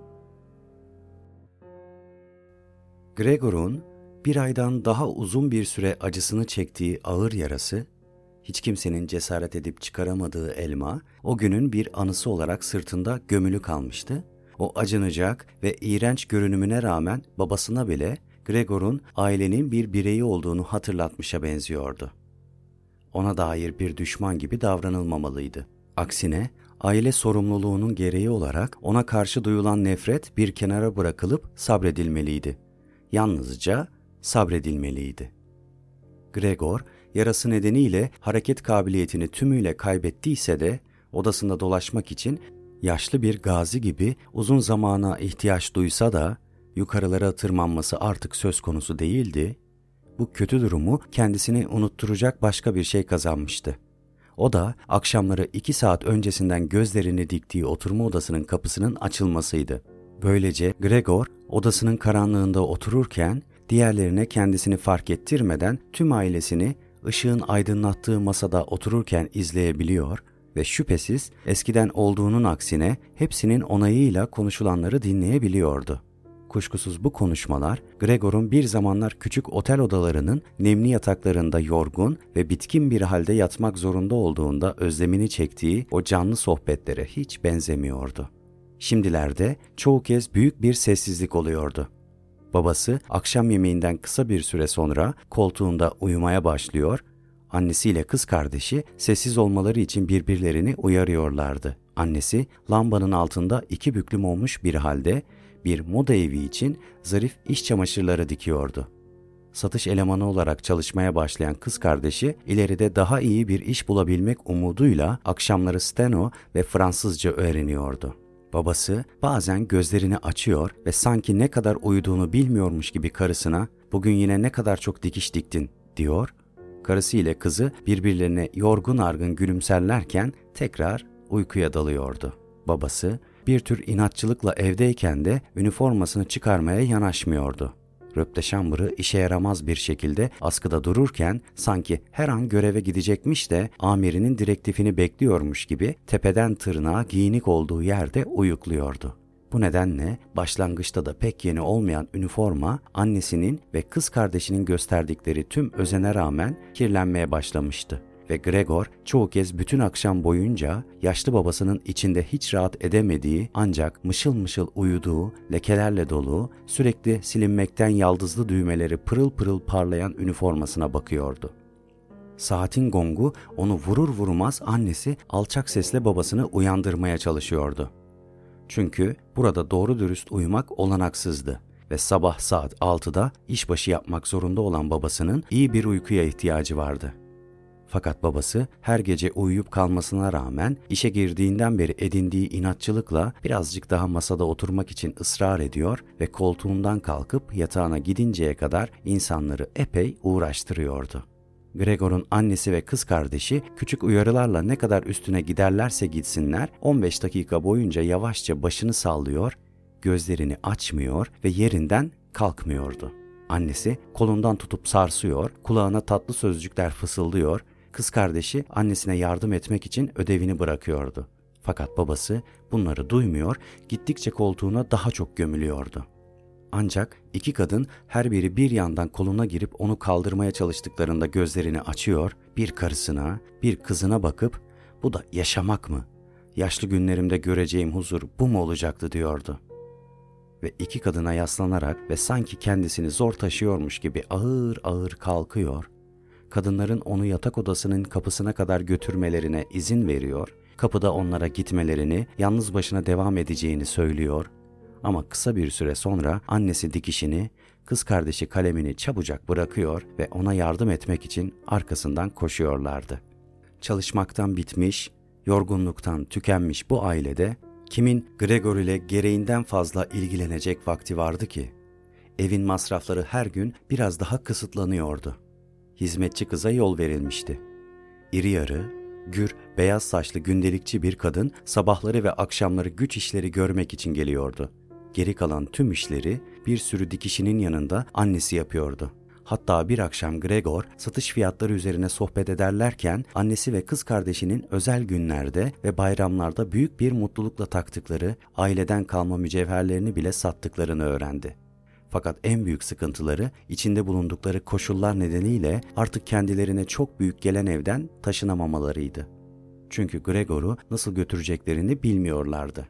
Gregor'un bir aydan daha uzun bir süre acısını çektiği ağır yarası, hiç kimsenin cesaret edip çıkaramadığı elma, o günün bir anısı olarak sırtında gömülü kalmıştı. O acınacak ve iğrenç görünümüne rağmen babasına bile Gregor'un ailenin bir bireyi olduğunu hatırlatmışa benziyordu. Ona dair bir düşman gibi davranılmamalıydı. Aksine aile sorumluluğunun gereği olarak ona karşı duyulan nefret bir kenara bırakılıp sabredilmeliydi. Yalnızca sabredilmeliydi. Gregor, yarası nedeniyle hareket kabiliyetini tümüyle kaybettiyse de odasında dolaşmak için yaşlı bir gazi gibi uzun zamana ihtiyaç duysa da yukarılara tırmanması artık söz konusu değildi. Bu kötü durumu kendisini unutturacak başka bir şey kazanmıştı. O da akşamları iki saat öncesinden gözlerini diktiği oturma odasının kapısının açılmasıydı. Böylece Gregor odasının karanlığında otururken diğerlerine kendisini fark ettirmeden tüm ailesini ışığın aydınlattığı masada otururken izleyebiliyor ve şüphesiz eskiden olduğunun aksine hepsinin onayıyla konuşulanları dinleyebiliyordu. Kuşkusuz bu konuşmalar Gregor'un bir zamanlar küçük otel odalarının nemli yataklarında yorgun ve bitkin bir halde yatmak zorunda olduğunda özlemini çektiği o canlı sohbetlere hiç benzemiyordu. Şimdilerde çoğu kez büyük bir sessizlik oluyordu. Babası akşam yemeğinden kısa bir süre sonra koltuğunda uyumaya başlıyor, annesiyle kız kardeşi sessiz olmaları için birbirlerini uyarıyorlardı. Annesi lambanın altında iki büklüm olmuş bir halde bir moda evi için zarif iş çamaşırları dikiyordu. Satış elemanı olarak çalışmaya başlayan kız kardeşi ileride daha iyi bir iş bulabilmek umuduyla akşamları steno ve Fransızca öğreniyordu. Babası bazen gözlerini açıyor ve sanki ne kadar uyuduğunu bilmiyormuş gibi karısına "Bugün yine ne kadar çok dikiş diktin" diyor. Karısı ile kızı birbirlerine yorgun argın gülümserlerken tekrar uykuya dalıyordu. Babası bir tür inatçılıkla evdeyken de üniformasını çıkarmaya yanaşmıyordu. Röpteşambırı işe yaramaz bir şekilde askıda dururken sanki her an göreve gidecekmiş de amirinin direktifini bekliyormuş gibi tepeden tırnağa giyinik olduğu yerde uyukluyordu. Bu nedenle başlangıçta da pek yeni olmayan üniforma annesinin ve kız kardeşinin gösterdikleri tüm özene rağmen kirlenmeye başlamıştı. Ve Gregor çoğu kez bütün akşam boyunca yaşlı babasının içinde hiç rahat edemediği ancak mışıl mışıl uyuduğu, lekelerle dolu, sürekli silinmekten yaldızlı düğmeleri pırıl pırıl parlayan üniformasına bakıyordu. Saatin gongu onu vurur vurmaz annesi alçak sesle babasını uyandırmaya çalışıyordu. Çünkü burada doğru dürüst uyumak olanaksızdı ve sabah saat altıda işbaşı yapmak zorunda olan babasının iyi bir uykuya ihtiyacı vardı. Fakat babası her gece uyuyup kalmasına rağmen işe girdiğinden beri edindiği inatçılıkla birazcık daha masada oturmak için ısrar ediyor ve koltuğundan kalkıp yatağına gidinceye kadar insanları epey uğraştırıyordu. Gregor'un annesi ve kız kardeşi küçük uyarılarla ne kadar üstüne giderlerse gitsinler on beş dakika boyunca yavaşça başını sallıyor, gözlerini açmıyor ve yerinden kalkmıyordu. Annesi kolundan tutup sarsıyor, kulağına tatlı sözcükler fısıldıyor, kız kardeşi annesine yardım etmek için ödevini bırakıyordu. Fakat babası bunları duymuyor, gittikçe koltuğuna daha çok gömülüyordu. Ancak iki kadın her biri bir yandan koluna girip onu kaldırmaya çalıştıklarında gözlerini açıyor, bir karısına, bir kızına bakıp "Bu da yaşamak mı? Yaşlı günlerimde göreceğim huzur bu mu olacaktı?" diyordu. Ve iki kadına yaslanarak ve sanki kendisini zor taşıyormuş gibi ağır ağır kalkıyor, kadınların onu yatak odasının kapısına kadar götürmelerine izin veriyor, kapıda onlara gitmelerini, yalnız başına devam edeceğini söylüyor. Ama kısa bir süre sonra annesi dikişini, kız kardeşi kalemini çabucak bırakıyor ve ona yardım etmek için arkasından koşuyorlardı. Çalışmaktan bitmiş, yorgunluktan tükenmiş bu ailede kimin Gregor ile gereğinden fazla ilgilenecek vakti vardı ki? Evin masrafları her gün biraz daha kısıtlanıyordu. Hizmetçi kıza yol verilmişti. İri yarı, gür, beyaz saçlı gündelikçi bir kadın sabahları ve akşamları güç işleri görmek için geliyordu. Geri kalan tüm işleri bir sürü dikişinin yanında annesi yapıyordu. Hatta bir akşam Gregor satış fiyatları üzerine sohbet ederlerken annesi ve kız kardeşinin özel günlerde ve bayramlarda büyük bir mutlulukla taktıkları aileden kalma mücevherlerini bile sattıklarını öğrendi. Fakat en büyük sıkıntıları içinde bulundukları koşullar nedeniyle artık kendilerine çok büyük gelen evden taşınamamalarıydı. Çünkü Gregor'u nasıl götüreceklerini bilmiyorlardı.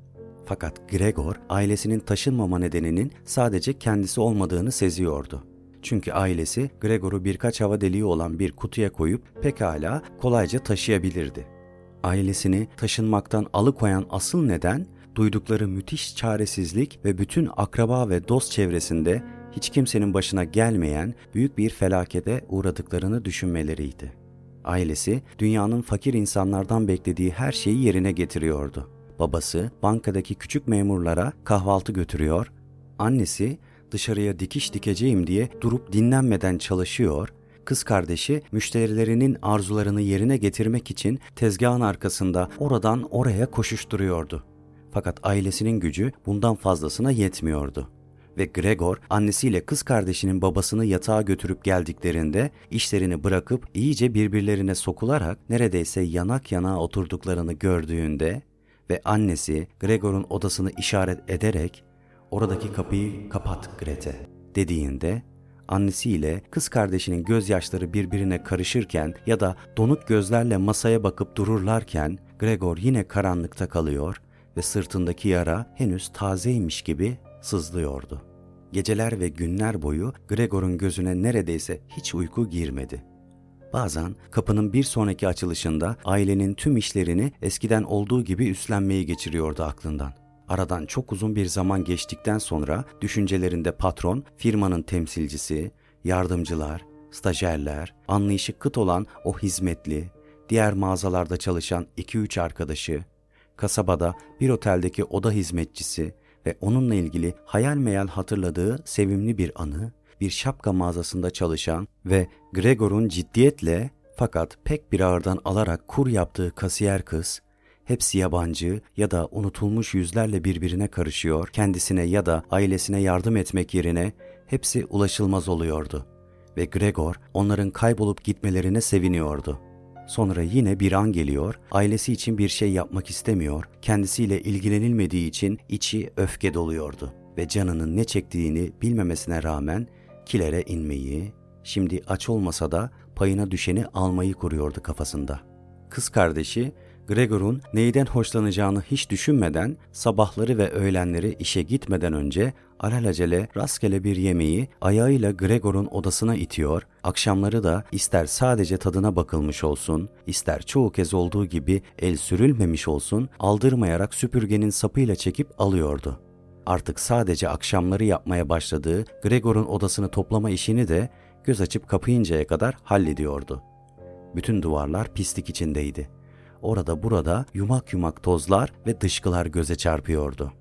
Fakat Gregor ailesinin taşınmama nedeninin sadece kendisi olmadığını seziyordu. Çünkü ailesi Gregor'u birkaç hava deliği olan bir kutuya koyup pekala kolayca taşıyabilirdi. Ailesini taşınmaktan alıkoyan asıl neden duydukları müthiş çaresizlik ve bütün akraba ve dost çevresinde hiç kimsenin başına gelmeyen büyük bir felakete uğradıklarını düşünmeleriydi. Ailesi dünyanın fakir insanlardan beklediği her şeyi yerine getiriyordu. Babası bankadaki küçük memurlara kahvaltı götürüyor, annesi dışarıya dikiş dikeceğim diye durup dinlenmeden çalışıyor, kız kardeşi müşterilerinin arzularını yerine getirmek için tezgahın arkasında oradan oraya koşuşturuyordu. Fakat ailesinin gücü bundan fazlasına yetmiyordu. Ve Gregor annesiyle kız kardeşinin babasını yatağa götürüp geldiklerinde işlerini bırakıp iyice birbirlerine sokularak neredeyse yanak yana oturduklarını gördüğünde ve annesi Gregor'un odasını işaret ederek "Oradaki kapıyı kapat Grete" dediğinde annesiyle kız kardeşinin gözyaşları birbirine karışırken ya da donuk gözlerle masaya bakıp dururlarken Gregor yine karanlıkta kalıyor ve sırtındaki yara henüz tazeymiş gibi sızlıyordu. Geceler ve günler boyu Gregor'un gözüne neredeyse hiç uyku girmedi. Bazen kapının bir sonraki açılışında ailenin tüm işlerini eskiden olduğu gibi üstlenmeyi geçiriyordu aklından. Aradan çok uzun bir zaman geçtikten sonra düşüncelerinde patron, firmanın temsilcisi, yardımcılar, stajyerler, anlayışı kıt olan o hizmetli, diğer mağazalarda çalışan iki üç arkadaşı, kasabada bir oteldeki oda hizmetçisi ve onunla ilgili hayal meyal hatırladığı sevimli bir anı, bir şapka mağazasında çalışan ve Gregor'un ciddiyetle fakat pek bir ağırdan alarak kur yaptığı kasiyer kız, hepsi yabancı ya da unutulmuş yüzlerle birbirine karışıyor, kendisine ya da ailesine yardım etmek yerine hepsi ulaşılmaz oluyordu. Ve Gregor onların kaybolup gitmelerine seviniyordu. Sonra yine bir an geliyor, ailesi için bir şey yapmak istemiyor, kendisiyle ilgilenilmediği için içi öfke doluyordu. Ve canının ne çektiğini bilmemesine rağmen kilere inmeyi, şimdi aç olmasa da payına düşeni almayı kuruyordu kafasında. Kız kardeşi, Gregor'un neyden hoşlanacağını hiç düşünmeden sabahları ve öğlenleri işe gitmeden önce alelacele rastgele bir yemeği ayağıyla Gregor'un odasına itiyor, akşamları da ister sadece tadına bakılmış olsun, ister çoğu kez olduğu gibi el sürülmemiş olsun, aldırmayarak süpürgenin sapıyla çekip alıyordu. Artık sadece akşamları yapmaya başladığı Gregor'un odasını toplama işini de göz açıp kapayıncaya kadar hallediyordu. Bütün duvarlar pislik içindeydi. Orada burada yumak yumak tozlar ve dışkılar göze çarpıyordu.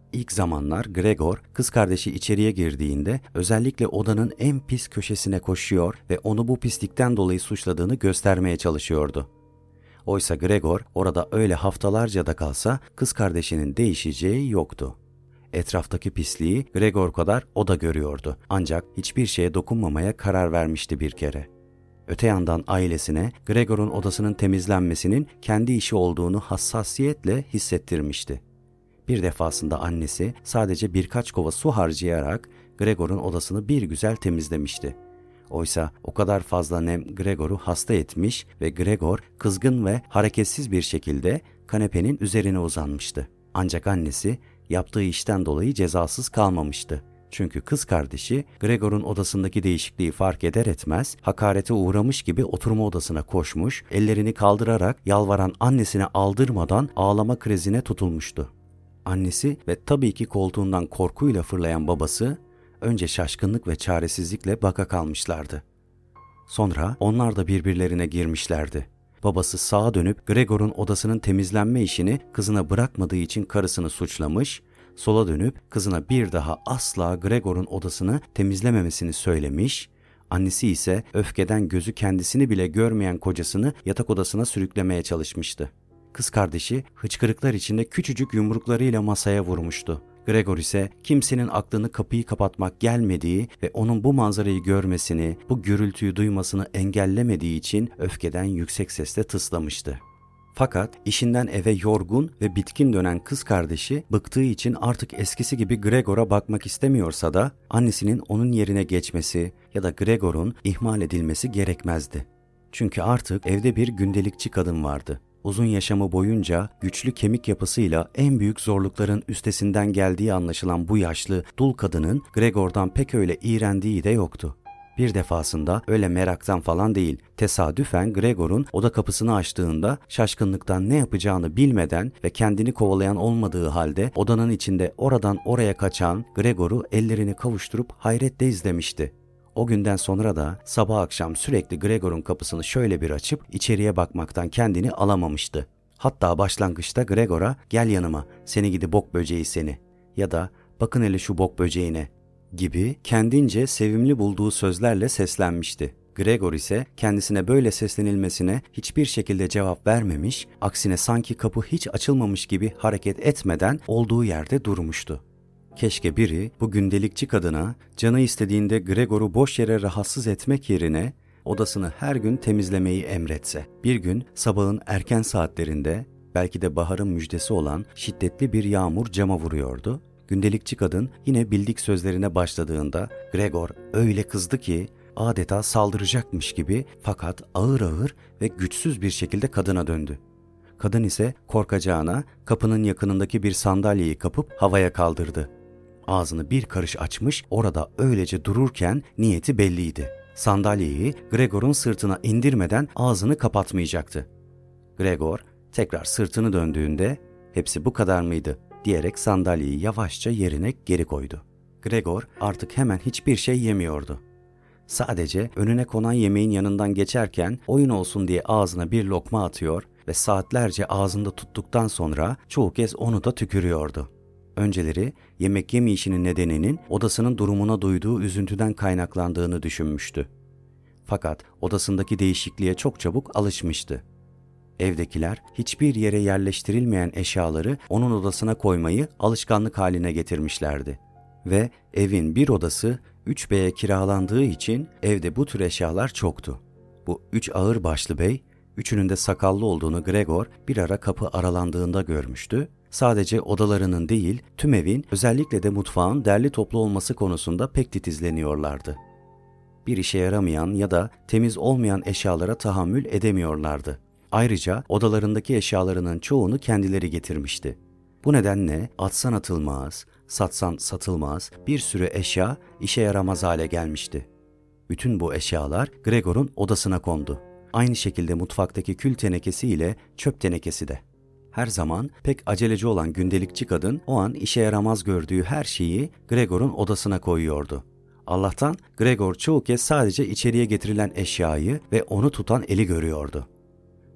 İlk zamanlar Gregor, kız kardeşi içeriye girdiğinde özellikle odanın en pis köşesine koşuyor ve onu bu pislikten dolayı suçladığını göstermeye çalışıyordu. Oysa Gregor orada öyle haftalarca da kalsa kız kardeşinin değişeceği yoktu. Etraftaki pisliği Gregor kadar o da görüyordu, ancak hiçbir şeye dokunmamaya karar vermişti bir kere. Öte yandan ailesine Gregor'un odasının temizlenmesinin kendi işi olduğunu hassasiyetle hissettirmişti. Bir defasında annesi sadece birkaç kova su harcayarak Gregor'un odasını bir güzel temizlemişti. Oysa o kadar fazla nem Gregor'u hasta etmiş ve Gregor kızgın ve hareketsiz bir şekilde kanepenin üzerine uzanmıştı. Ancak annesi yaptığı işten dolayı cezasız kalmamıştı. Çünkü kız kardeşi Gregor'un odasındaki değişikliği fark eder etmez hakarete uğramış gibi oturma odasına koşmuş, ellerini kaldırarak yalvaran annesine aldırmadan ağlama krizine tutulmuştu. Annesi ve tabii ki koltuğundan korkuyla fırlayan babası önce şaşkınlık ve çaresizlikle baka kalmışlardı. Sonra onlar da birbirlerine girmişlerdi. Babası sağa dönüp Gregor'un odasının temizlenme işini kızına bırakmadığı için karısını suçlamış, sola dönüp kızına bir daha asla Gregor'un odasını temizlememesini söylemiş, annesi ise öfkeden gözü kendisini bile görmeyen kocasını yatak odasına sürüklemeye çalışmıştı. Kız kardeşi hıçkırıklar içinde küçücük yumruklarıyla masaya vurmuştu. Gregor ise kimsenin aklını kapıyı kapatmak gelmediği ve onun bu manzarayı görmesini, bu gürültüyü duymasını engellemediği için öfkeden yüksek sesle tıslamıştı. Fakat işinden eve yorgun ve bitkin dönen kız kardeşi bıktığı için artık eskisi gibi Gregor'a bakmak istemiyorsa da annesinin onun yerine geçmesi ya da Gregor'un ihmal edilmesi gerekmezdi. Çünkü artık evde bir gündelikçi kadın vardı. Uzun yaşamı boyunca güçlü kemik yapısıyla en büyük zorlukların üstesinden geldiği anlaşılan bu yaşlı dul kadının Gregor'dan pek öyle iğrendiği de yoktu. Bir defasında öyle meraktan falan değil, tesadüfen Gregor'un oda kapısını açtığında şaşkınlıktan ne yapacağını bilmeden ve kendini kovalayan olmadığı halde odanın içinde oradan oraya kaçan Gregor'u ellerini kavuşturup hayretle izlemişti. O günden sonra da sabah akşam sürekli Gregor'un kapısını şöyle bir açıp içeriye bakmaktan kendini alamamıştı. Hatta başlangıçta Gregor'a "Gel yanıma, seni gidi bok böceği seni" ya da "Bakın hele şu bok böceğine" gibi kendince sevimli bulduğu sözlerle seslenmişti. Gregor ise kendisine böyle seslenilmesine hiçbir şekilde cevap vermemiş, aksine sanki kapı hiç açılmamış gibi hareket etmeden olduğu yerde durmuştu. Keşke biri bu gündelikçi kadına canı istediğinde Gregor'u boş yere rahatsız etmek yerine odasını her gün temizlemeyi emretse. Bir gün sabahın erken saatlerinde belki de baharın müjdesi olan şiddetli bir yağmur cama vuruyordu. Gündelikçi kadın yine bildik sözlerine başladığında Gregor öyle kızdı ki adeta saldıracakmış gibi, fakat ağır ağır ve güçsüz bir şekilde kadına döndü. Kadın ise korkacağına kapının yakınındaki bir sandalyeyi kapıp havaya kaldırdı. Ağzını bir karış açmış, orada öylece dururken niyeti belliydi. Sandalyeyi Gregor'un sırtına indirmeden ağzını kapatmayacaktı. Gregor tekrar sırtını döndüğünde "Hepsi bu kadar mıydı?" diyerek sandalyeyi yavaşça yerine geri koydu. Gregor artık hemen hiçbir şey yemiyordu. Sadece önüne konan yemeğin yanından geçerken oyun olsun diye ağzına bir lokma atıyor ve saatlerce ağzında tuttuktan sonra çoğu kez onu da tükürüyordu. Önceleri yemek yemeyişinin nedeninin odasının durumuna duyduğu üzüntüden kaynaklandığını düşünmüştü. Fakat odasındaki değişikliğe çok çabuk alışmıştı. Evdekiler hiçbir yere yerleştirilmeyen eşyaları onun odasına koymayı alışkanlık haline getirmişlerdi. Ve evin bir odası üç beye kiralandığı için evde bu tür eşyalar çoktu. Bu üç ağırbaşlı bey, üçünün de sakallı olduğunu Gregor bir ara kapı aralandığında görmüştü. Sadece odalarının değil, tüm evin, özellikle de mutfağın derli toplu olması konusunda pek titizleniyorlardı. Bir işe yaramayan ya da temiz olmayan eşyalara tahammül edemiyorlardı. Ayrıca odalarındaki eşyalarının çoğunu kendileri getirmişti. Bu nedenle atsan atılmaz, satsan satılmaz bir sürü eşya işe yaramaz hale gelmişti. Bütün bu eşyalar Gregor'un odasına kondu. Aynı şekilde mutfaktaki kül tenekesi ile çöp tenekesi de. Her zaman pek aceleci olan gündelikçi kadın o an işe yaramaz gördüğü her şeyi Gregor'un odasına koyuyordu. Allah'tan Gregor çoğu kez sadece içeriye getirilen eşyayı ve onu tutan eli görüyordu.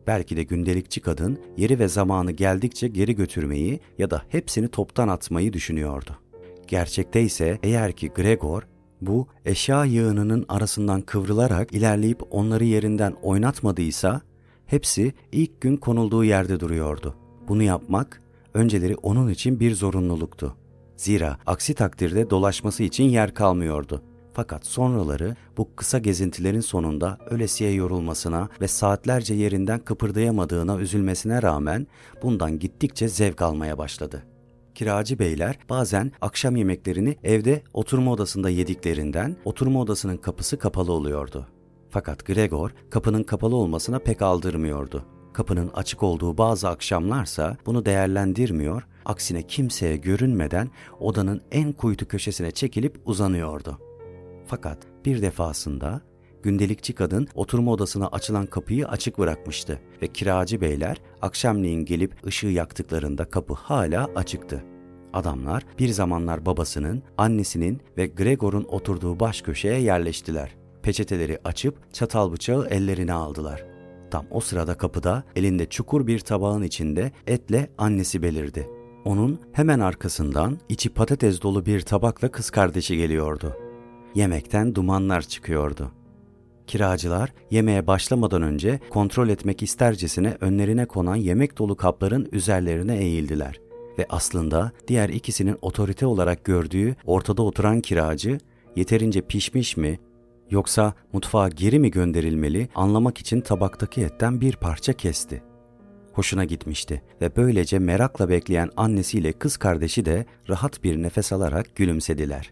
Belki de gündelikçi kadın yeri ve zamanı geldikçe geri götürmeyi ya da hepsini toptan atmayı düşünüyordu. Gerçekte ise eğer ki Gregor bu eşya yığınının arasından kıvrılarak ilerleyip onları yerinden oynatmadıysa hepsi ilk gün konulduğu yerde duruyordu. Bunu yapmak önceleri onun için bir zorunluluktu. Zira aksi takdirde dolaşması için yer kalmıyordu. Fakat sonraları bu kısa gezintilerin sonunda ölesiye yorulmasına ve saatlerce yerinden kıpırdayamadığına üzülmesine rağmen bundan gittikçe zevk almaya başladı. Kiracı beyler bazen akşam yemeklerini evde oturma odasında yediklerinden oturma odasının kapısı kapalı oluyordu. Fakat Gregor kapının kapalı olmasına pek aldırmıyordu. Kapının açık olduğu bazı akşamlarsa bunu değerlendirmiyor, aksine kimseye görünmeden odanın en kuytu köşesine çekilip uzanıyordu. Fakat bir defasında gündelikçi kadın oturma odasına açılan kapıyı açık bırakmıştı ve kiracı beyler akşamleyin gelip ışığı yaktıklarında kapı hala açıktı. Adamlar bir zamanlar babasının, annesinin ve Gregor'un oturduğu baş köşeye yerleştiler. Peçeteleri açıp çatal bıçağı ellerine aldılar. Tam o sırada kapıda elinde çukur bir tabağın içinde etle annesi belirdi. Onun hemen arkasından içi patates dolu bir tabakla kız kardeşi geliyordu. Yemekten dumanlar çıkıyordu. Kiracılar yemeğe başlamadan önce kontrol etmek istercesine önlerine konan yemek dolu kapların üzerlerine eğildiler. Ve aslında diğer ikisinin otorite olarak gördüğü ortada oturan kiracı yeterince pişmiş mi yoksa mutfağa geri mi gönderilmeli anlamak için tabaktaki etten bir parça kesti. Hoşuna gitmişti ve böylece merakla bekleyen annesiyle kız kardeşi de rahat bir nefes alarak gülümsediler.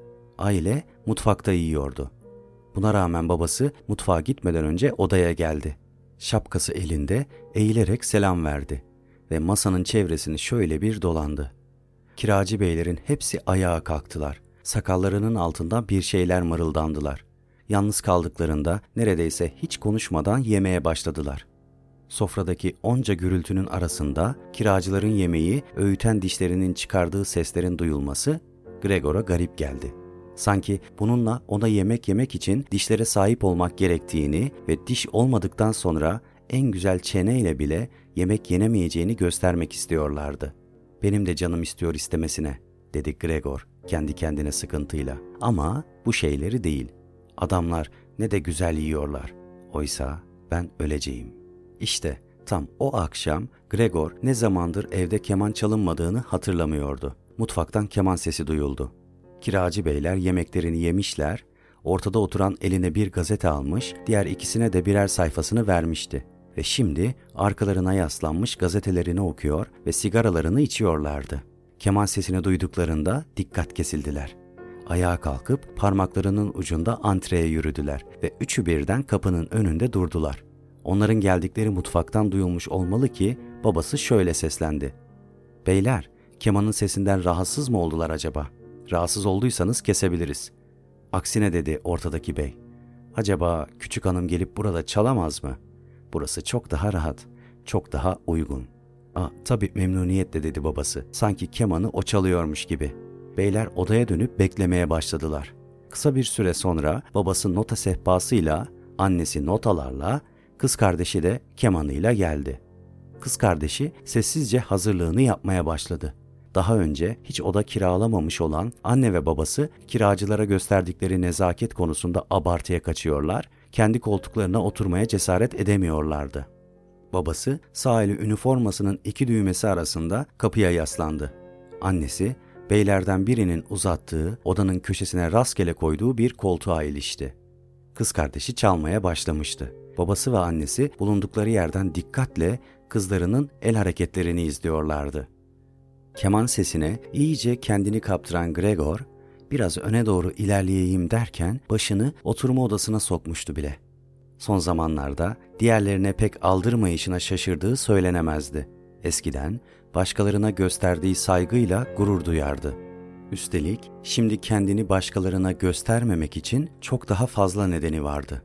Aile mutfakta yiyordu. Buna rağmen babası mutfağa gitmeden önce odaya geldi. Şapkası elinde eğilerek selam verdi ve masanın çevresini şöyle bir dolandı. Kiracı beylerin hepsi ayağa kalktılar. Sakallarının altından bir şeyler mırıldandılar. Yalnız kaldıklarında neredeyse hiç konuşmadan yemeye başladılar. Sofradaki onca gürültünün arasında kiracıların yemeği öğüten dişlerinin çıkardığı seslerin duyulması Gregor'a garip geldi. Sanki bununla ona yemek yemek için dişlere sahip olmak gerektiğini ve diş olmadıktan sonra en güzel çeneyle bile yemek yenemeyeceğini göstermek istiyorlardı. Benim de canım istiyor istemesine, dedi Gregor kendi kendine sıkıntıyla. Ama bu şeyleri değil. Adamlar ne de güzel yiyorlar. Oysa ben öleceğim. İşte tam o akşam Gregor ne zamandır evde keman çalınmadığını hatırlamıyordu. Mutfaktan keman sesi duyuldu. Kiracı beyler yemeklerini yemişler, ortada oturan eline bir gazete almış, diğer ikisine de birer sayfasını vermişti. Ve şimdi arkalarına yaslanmış gazetelerini okuyor ve sigaralarını içiyorlardı. Keman sesini duyduklarında dikkat kesildiler. Ayağa kalkıp parmaklarının ucunda antreye yürüdüler ve üçü birden kapının önünde durdular. Onların geldikleri mutfaktan duyulmuş olmalı ki babası şöyle seslendi. "Beyler, kemanın sesinden rahatsız mı oldular acaba? Rahatsız olduysanız kesebiliriz." "Aksine," dedi ortadaki bey. "Acaba küçük hanım gelip burada çalamaz mı? Burası çok daha rahat, çok daha uygun." "Aa, tabii memnuniyetle," dedi babası. Sanki kemanı o çalıyormuş gibi. Beyler odaya dönüp beklemeye başladılar. Kısa bir süre sonra babası nota sehpasıyla, annesi notalarla, kız kardeşi de kemanıyla geldi. Kız kardeşi sessizce hazırlığını yapmaya başladı. Daha önce hiç oda kiralamamış olan anne ve babası kiracılara gösterdikleri nezaket konusunda abartıya kaçıyorlar, kendi koltuklarına oturmaya cesaret edemiyorlardı. Babası sağ eli üniformasının iki düğmesi arasında kapıya yaslandı. Annesi beylerden birinin uzattığı, odanın köşesine rastgele koyduğu bir koltuğa ilişti. Kız kardeşi çalmaya başlamıştı. Babası ve annesi bulundukları yerden dikkatle kızlarının el hareketlerini izliyorlardı. Keman sesine iyice kendini kaptıran Gregor, biraz öne doğru ilerleyeyim derken başını oturma odasına sokmuştu bile. Son zamanlarda diğerlerine pek aldırmayışına şaşırdığı söylenemezdi. Eskiden başkalarına gösterdiği saygıyla gurur duyardı. Üstelik şimdi kendini başkalarına göstermemek için çok daha fazla nedeni vardı.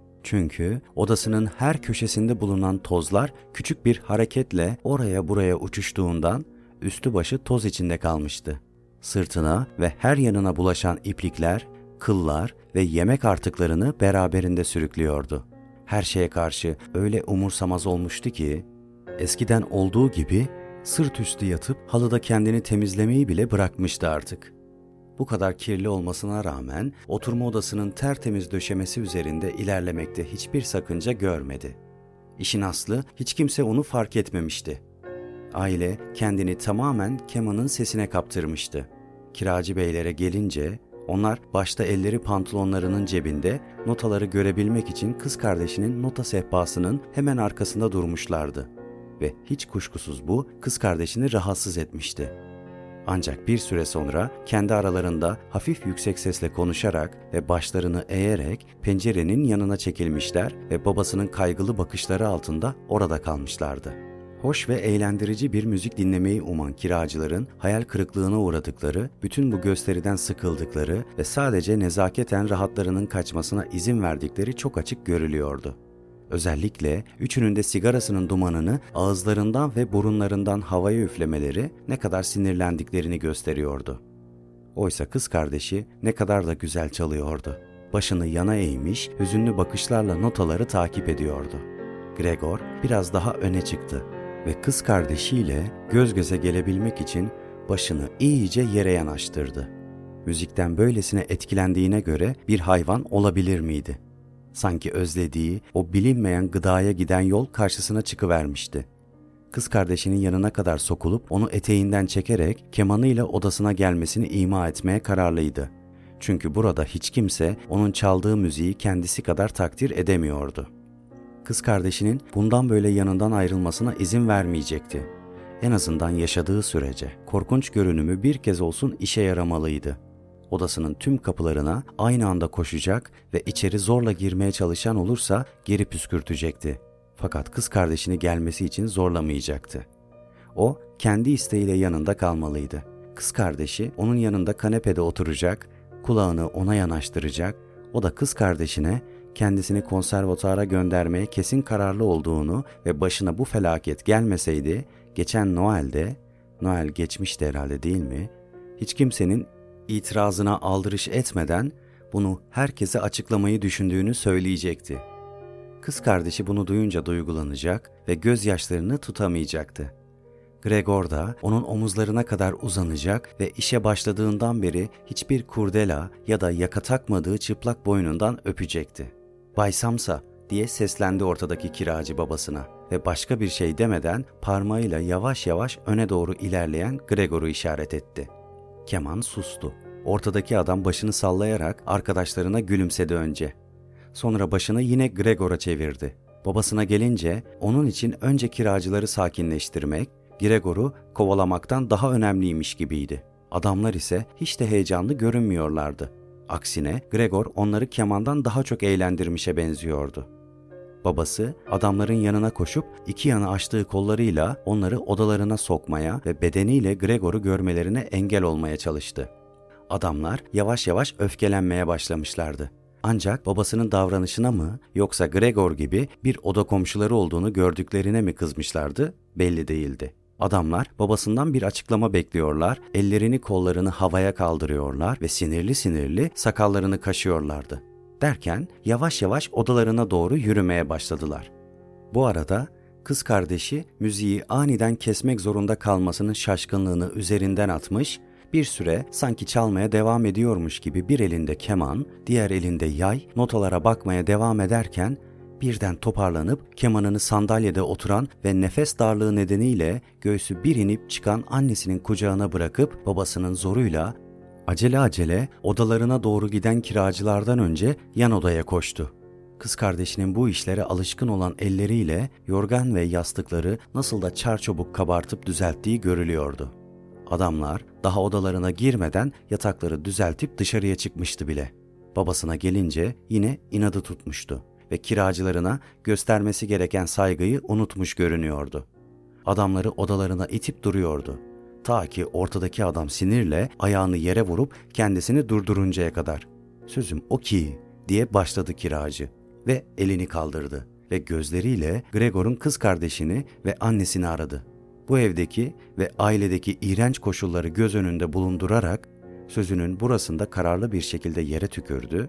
Çünkü odasının her köşesinde bulunan tozlar küçük bir hareketle oraya buraya uçuştuğundan üstü başı toz içinde kalmıştı. Sırtına ve her yanına bulaşan iplikler, kıllar ve yemek artıklarını beraberinde sürüklüyordu. Her şeye karşı öyle umursamaz olmuştu ki, eskiden olduğu gibi sırt üstü yatıp halıda kendini temizlemeyi bile bırakmıştı artık. Bu kadar kirli olmasına rağmen oturma odasının tertemiz döşemesi üzerinde ilerlemekte hiçbir sakınca görmedi. İşin aslı hiç kimse onu fark etmemişti. Aile kendini tamamen kemanın sesine kaptırmıştı. Kiracı beylere gelince onlar başta elleri pantolonlarının cebinde notaları görebilmek için kız kardeşinin nota sehpasının hemen arkasında durmuşlardı. Ve hiç kuşkusuz bu kız kardeşini rahatsız etmişti. Ancak bir süre sonra kendi aralarında hafif yüksek sesle konuşarak ve başlarını eğerek pencerenin yanına çekilmişler ve babasının kaygılı bakışları altında orada kalmışlardı. Hoş ve eğlendirici bir müzik dinlemeyi uman kiracıların hayal kırıklığına uğradıkları, bütün bu gösteriden sıkıldıkları ve sadece nezaketen rahatlarının kaçmasına izin verdikleri çok açık görülüyordu. Özellikle üçünün de sigarasının dumanını ağızlarından ve burunlarından havaya üflemeleri ne kadar sinirlendiklerini gösteriyordu. Oysa kız kardeşi ne kadar da güzel çalıyordu. Başını yana eğmiş, hüzünlü bakışlarla notaları takip ediyordu. Gregor biraz daha öne çıktı ve kız kardeşiyle göz göze gelebilmek için başını iyice yere yanaştırdı. Müzikten böylesine etkilendiğine göre bir hayvan olabilir miydi? Sanki özlediği o bilinmeyen gıdaya giden yol karşısına çıkıvermişti. Kız kardeşinin yanına kadar sokulup onu eteğinden çekerek kemanıyla odasına gelmesini ima etmeye kararlıydı. Çünkü burada hiç kimse onun çaldığı müziği kendisi kadar takdir edemiyordu. Kız kardeşinin bundan böyle yanından ayrılmasına izin vermeyecekti. En azından yaşadığı sürece korkunç görünümü bir kez olsun işe yaramalıydı. Odasının tüm kapılarına aynı anda koşacak ve içeri zorla girmeye çalışan olursa geri püskürtecekti. Fakat kız kardeşini gelmesi için zorlamayacaktı. O kendi isteğiyle yanında kalmalıydı. Kız kardeşi onun yanında kanepede oturacak, kulağını ona yanaştıracak, o da kız kardeşine kendisini konservatuara göndermeye kesin kararlı olduğunu ve başına bu felaket gelmeseydi, geçen Noel'de, Noel geçmişti herhalde değil mi, hiç kimsenin itirazına aldırış etmeden bunu herkese açıklamayı düşündüğünü söyleyecekti. Kız kardeşi bunu duyunca duygulanacak ve gözyaşlarını tutamayacaktı. Gregor da onun omuzlarına kadar uzanacak ve işe başladığından beri hiçbir kurdela ya da yaka takmadığı çıplak boynundan öpecekti. "Bay Samsa," diye seslendi ortadaki kiracı babasına ve başka bir şey demeden parmağıyla yavaş yavaş öne doğru ilerleyen Gregor'u işaret etti. Keman sustu. Ortadaki adam başını sallayarak arkadaşlarına gülümsedi önce. Sonra başını yine Gregor'a çevirdi. Babasına gelince onun için önce kiracıları sakinleştirmek, Gregor'u kovalamaktan daha önemliymiş gibiydi. Adamlar ise hiç de heyecanlı görünmüyorlardı. Aksine Gregor onları kemandan daha çok eğlendirmişe benziyordu. Babası adamların yanına koşup iki yana açtığı kollarıyla onları odalarına sokmaya ve bedeniyle Gregor'u görmelerine engel olmaya çalıştı. Adamlar yavaş yavaş öfkelenmeye başlamışlardı. Ancak babasının davranışına mı yoksa Gregor gibi bir oda komşuları olduğunu gördüklerine mi kızmışlardı belli değildi. Adamlar babasından bir açıklama bekliyorlar, ellerini kollarını havaya kaldırıyorlar ve sinirli sinirli sakallarını kaşıyorlardı. Derken yavaş yavaş odalarına doğru yürümeye başladılar. Bu arada kız kardeşi müziği aniden kesmek zorunda kalmasının şaşkınlığını üzerinden atmış, bir süre sanki çalmaya devam ediyormuş gibi bir elinde keman, diğer elinde yay, notalara bakmaya devam ederken birden toparlanıp kemanını sandalyede oturan ve nefes darlığı nedeniyle göğsü bir inip çıkan annesinin kucağına bırakıp babasının zoruyla acele acele odalarına doğru giden kiracılardan önce yan odaya koştu. Kız kardeşinin bu işlere alışkın olan elleriyle yorgan ve yastıkları nasıl da çarçabuk kabartıp düzelttiği görülüyordu. Adamlar daha odalarına girmeden yatakları düzeltip dışarıya çıkmıştı bile. Babasına gelince yine inadı tutmuştu ve kiracılarına göstermesi gereken saygıyı unutmuş görünüyordu. Adamları odalarına itip duruyordu. Ta ki ortadaki adam sinirle ayağını yere vurup kendisini durduruncaya kadar. "Sözüm o ki," diye başladı kiracı ve elini kaldırdı ve gözleriyle Gregor'un kız kardeşini ve annesini aradı. Bu evdeki ve ailedeki iğrenç koşulları göz önünde bulundurarak sözünün burasında kararlı bir şekilde yere tükürdü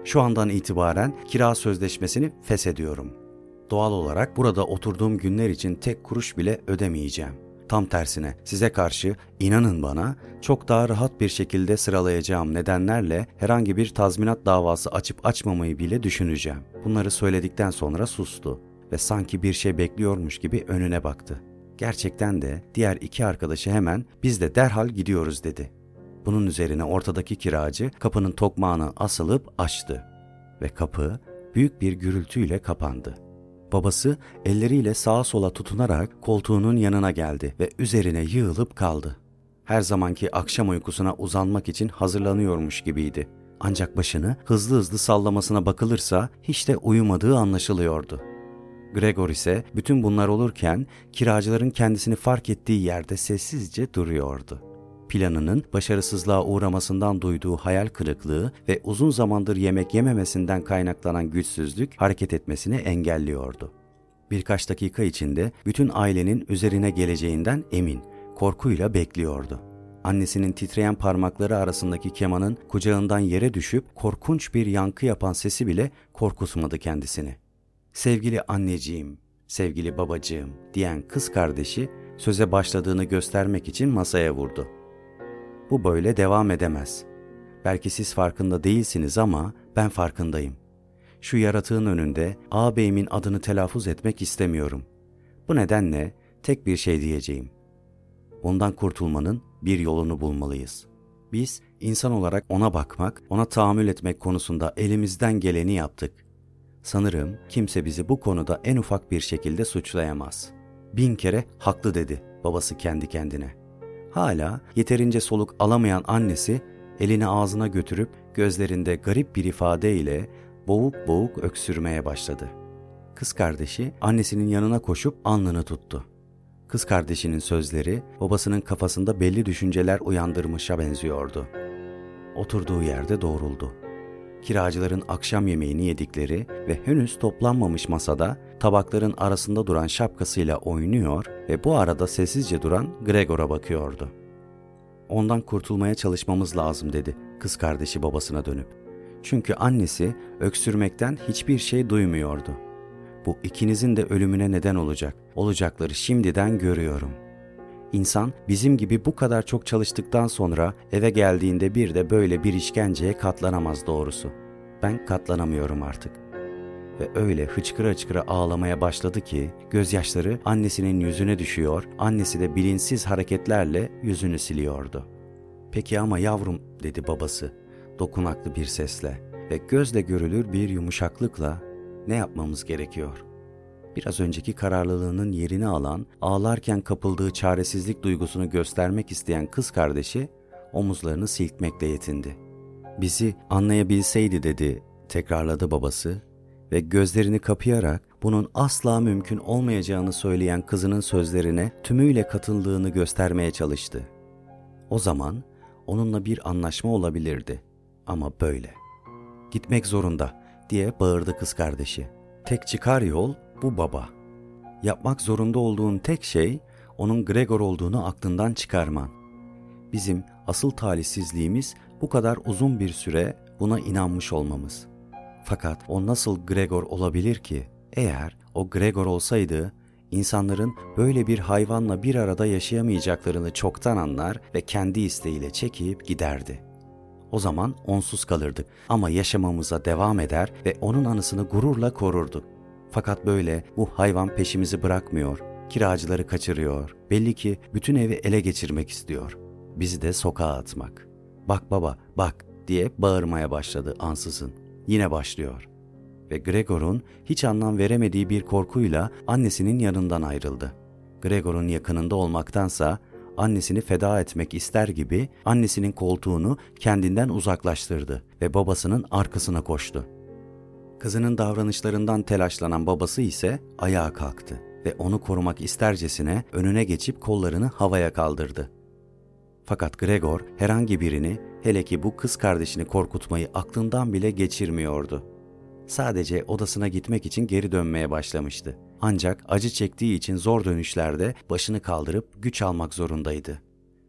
Şu andan itibaren kira sözleşmesini feshediyorum. Doğal olarak burada oturduğum günler için tek kuruş bile ödemeyeceğim. Tam tersine size karşı, inanın bana, çok daha rahat bir şekilde sıralayacağım nedenlerle herhangi bir tazminat davası açıp açmamayı bile düşüneceğim. Bunları söyledikten sonra sustu ve sanki bir şey bekliyormuş gibi önüne baktı. Gerçekten de diğer iki arkadaşı hemen "Biz de derhal gidiyoruz" dedi. Bunun üzerine ortadaki kiracı kapının tokmağını asılıp açtı ve kapı büyük bir gürültüyle kapandı. Babası elleriyle sağa sola tutunarak koltuğunun yanına geldi ve üzerine yığılıp kaldı. Her zamanki akşam uykusuna uzanmak için hazırlanıyormuş gibiydi. Ancak başını hızlı hızlı sallamasına bakılırsa hiç de uyumadığı anlaşılıyordu. Gregor ise bütün bunlar olurken kiracıların kendisini fark ettiği yerde sessizce duruyordu. Planının başarısızlığa uğramasından duyduğu hayal kırıklığı ve uzun zamandır yemek yememesinden kaynaklanan güçsüzlük hareket etmesini engelliyordu. Birkaç dakika içinde bütün ailenin üzerine geleceğinden emin, korkuyla bekliyordu. Annesinin titreyen parmakları arasındaki kemanın kucağından yere düşüp korkunç bir yankı yapan sesi bile korkutmadı kendisini. "Sevgili anneciğim, sevgili babacığım" diyen kız kardeşi söze başladığını göstermek için masaya vurdu. "Bu böyle devam edemez. Belki siz farkında değilsiniz ama ben farkındayım. Şu yaratığın önünde ağabeyimin adını telaffuz etmek istemiyorum. Bu nedenle tek bir şey diyeceğim. Ondan kurtulmanın bir yolunu bulmalıyız. Biz insan olarak ona bakmak, ona tahammül etmek konusunda elimizden geleni yaptık. Sanırım kimse bizi bu konuda en ufak bir şekilde suçlayamaz." Bin kere haklı dedi babası kendi kendine. Hala yeterince soluk alamayan annesi elini ağzına götürüp gözlerinde garip bir ifadeyle boğuk boğuk öksürmeye başladı. Kız kardeşi annesinin yanına koşup alnını tuttu. Kız kardeşinin sözleri babasının kafasında belli düşünceler uyandırmışa benziyordu. Oturduğu yerde doğruldu. Kiracıların akşam yemeğini yedikleri ve henüz toplanmamış masada tabakların arasında duran şapkasıyla oynuyor ve bu arada sessizce duran Gregor'a bakıyordu. "Ondan kurtulmaya çalışmamız lazım" dedi kız kardeşi babasına dönüp. Çünkü annesi öksürmekten hiçbir şey duymuyordu. "Bu ikinizin de ölümüne neden olacak. Olacakları şimdiden görüyorum. İnsan bizim gibi bu kadar çok çalıştıktan sonra eve geldiğinde bir de böyle bir işkenceye katlanamaz doğrusu. Ben katlanamıyorum artık." Ve öyle hıçkıra hıçkıra ağlamaya başladı ki gözyaşları annesinin yüzüne düşüyor, annesi de bilinçsiz hareketlerle yüzünü siliyordu. "Peki ama yavrum" dedi babası dokunaklı bir sesle ve gözle görülür bir yumuşaklıkla, "ne yapmamız gerekiyor?" Biraz önceki kararlılığının yerini alan, ağlarken kapıldığı çaresizlik duygusunu göstermek isteyen kız kardeşi omuzlarını silkmekle yetindi. "Bizi anlayabilseydi" dedi, tekrarladı babası ve gözlerini kapayarak bunun asla mümkün olmayacağını söyleyen kızının sözlerine tümüyle katıldığını göstermeye çalıştı. O zaman onunla bir anlaşma olabilirdi ama böyle. "Gitmek zorunda" diye bağırdı kız kardeşi. "Tek çıkar yol bu baba. Yapmak zorunda olduğun tek şey onun Gregor olduğunu aklından çıkarman. Bizim asıl talihsizliğimiz bu kadar uzun bir süre buna inanmış olmamız. Fakat o nasıl Gregor olabilir ki? Eğer o Gregor olsaydı insanların böyle bir hayvanla bir arada yaşayamayacaklarını çoktan anlar ve kendi isteğiyle çekip giderdi. O zaman onsuz kalırdık ama yaşamamıza devam eder ve onun anısını gururla korurduk. Fakat böyle bu hayvan peşimizi bırakmıyor, kiracıları kaçırıyor, belli ki bütün evi ele geçirmek istiyor. Bizi de sokağa atmak. Bak baba, bak diye bağırmaya başladı ansızın. Yine başlıyor. Ve Gregor'un hiç anlam veremediği bir korkuyla annesinin yanından ayrıldı. Gregor'un yakınında olmaktansa annesini feda etmek ister gibi annesinin koltuğunu kendinden uzaklaştırdı ve babasının arkasına koştu. Kızının davranışlarından telaşlanan babası ise ayağa kalktı ve onu korumak istercesine önüne geçip kollarını havaya kaldırdı. Fakat Gregor herhangi birini, hele ki bu kız kardeşini korkutmayı aklından bile geçirmiyordu. Sadece odasına gitmek için geri dönmeye başlamıştı. Ancak acı çektiği için zor dönüşlerde başını kaldırıp güç almak zorundaydı.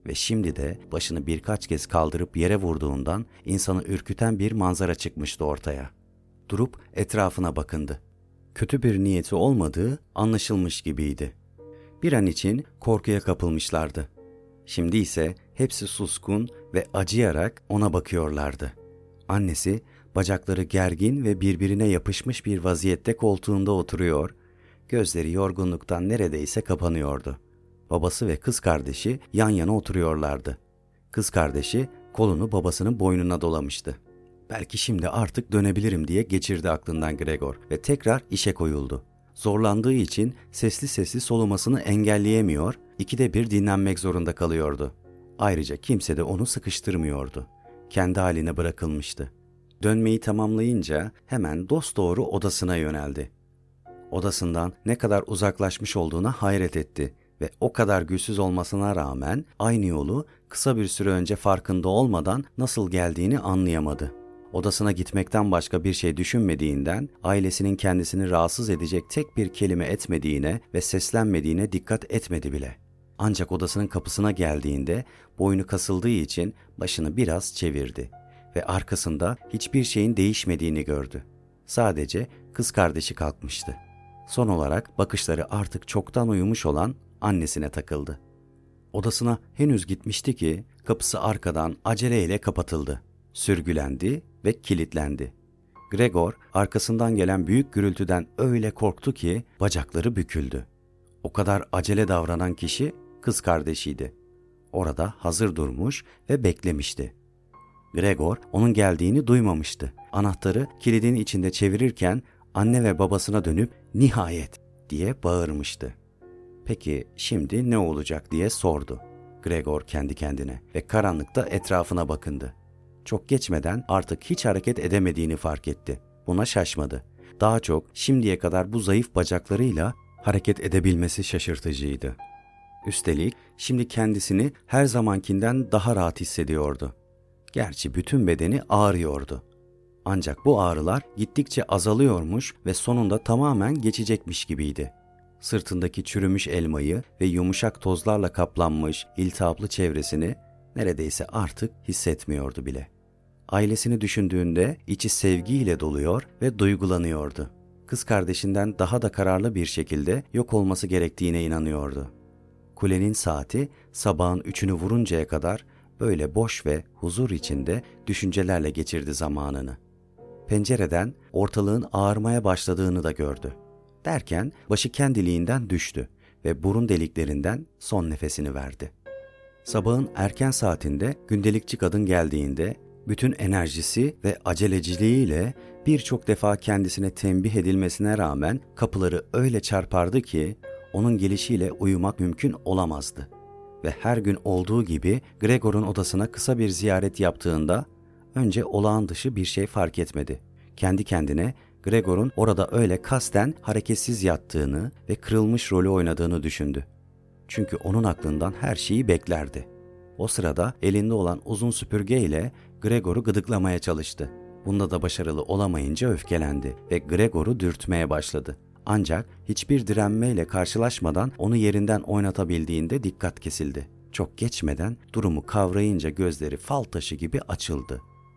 Ve şimdi de başını birkaç kez kaldırıp yere vurduğundan insanı ürküten bir manzara çıkmıştı ortaya. Durup etrafına bakındı. Kötü bir niyeti olmadığı anlaşılmış gibiydi. Bir an için korkuya kapılmışlardı. Şimdi ise hepsi suskun ve acıyarak ona bakıyorlardı. Annesi bacakları gergin ve birbirine yapışmış bir vaziyette koltuğunda oturuyor, gözleri yorgunluktan neredeyse kapanıyordu. Babası ve kız kardeşi yan yana oturuyorlardı. Kız kardeşi kolunu babasının boynuna dolamıştı. Belki şimdi artık dönebilirim diye geçirdi aklından Gregor ve tekrar işe koyuldu. Zorlandığı için sesli sesli solumasını engelleyemiyor, ikide bir dinlenmek zorunda kalıyordu. Ayrıca kimse de onu sıkıştırmıyordu. Kendi haline bırakılmıştı. Dönmeyi tamamlayınca hemen dosdoğru odasına yöneldi. Odasından ne kadar uzaklaşmış olduğuna hayret etti ve o kadar güçsüz olmasına rağmen aynı yolu kısa bir süre önce farkında olmadan nasıl geldiğini anlayamadı. Odasına gitmekten başka bir şey düşünmediğinden, ailesinin kendisini rahatsız edecek tek bir kelime etmediğine ve seslenmediğine dikkat etmedi bile. Ancak odasının kapısına geldiğinde boynu kasıldığı için başını biraz çevirdi ve arkasında hiçbir şeyin değişmediğini gördü. Sadece kız kardeşi kalkmıştı. Son olarak bakışları artık çoktan uyumuş olan annesine takıldı. Odasına henüz gitmişti ki kapısı arkadan aceleyle kapatıldı. Sürgülendi ve kilitlendi. Gregor arkasından gelen büyük gürültüden öyle korktu ki bacakları büküldü. O kadar acele davranan kişi kız kardeşiydi. Orada hazır durmuş ve beklemişti. Gregor onun geldiğini duymamıştı. Anahtarı kilidin içinde çevirirken anne ve babasına dönüp "Nihayet!" diye bağırmıştı. Peki şimdi ne olacak diye sordu Gregor kendi kendine ve karanlıkta etrafına bakındı. Çok geçmeden artık hiç hareket edemediğini fark etti. Buna şaşmadı. Daha çok şimdiye kadar bu zayıf bacaklarıyla hareket edebilmesi şaşırtıcıydı. Üstelik şimdi kendisini her zamankinden daha rahat hissediyordu. Gerçi bütün bedeni ağrıyordu. Ancak bu ağrılar gittikçe azalıyormuş ve sonunda tamamen geçecekmiş gibiydi. Sırtındaki çürümüş elmayı ve yumuşak tozlarla kaplanmış iltihaplı çevresini neredeyse artık hissetmiyordu bile. Ailesini düşündüğünde içi sevgiyle doluyor ve duygulanıyordu. Kız kardeşinden daha da kararlı bir şekilde yok olması gerektiğine inanıyordu. Kulenin saati sabahın üçünü vuruncaya kadar böyle boş ve huzur içinde düşüncelerle geçirdi zamanını. Pencereden ortalığın ağarmaya başladığını da gördü. Derken başı kendiliğinden düştü ve burun deliklerinden son nefesini verdi. Sabahın erken saatinde gündelikçi kadın geldiğinde bütün enerjisi ve aceleciliğiyle birçok defa kendisine tembih edilmesine rağmen kapıları öyle çarpardı ki onun gelişiyle uyumak mümkün olamazdı. Ve her gün olduğu gibi Gregor'un odasına kısa bir ziyaret yaptığında önce olağan dışı bir şey fark etmedi. Kendi kendine Gregor'un orada öyle kasten hareketsiz yattığını ve kırılmış rolü oynadığını düşündü. Çünkü onun aklından her şeyi beklerdi. O sırada elinde olan uzun süpürgeyle Gregor'u gıdıklamaya çalıştı. Bunda da başarılı olamayınca öfkelendi ve Gregor'u dürtmeye başladı. Ancak hiçbir direnmeyle karşılaşmadan onu yerinden oynatabildiğinde dikkat kesildi. Çok geçmeden durumu kavrayınca gözleri fal taşı gibi açıldı.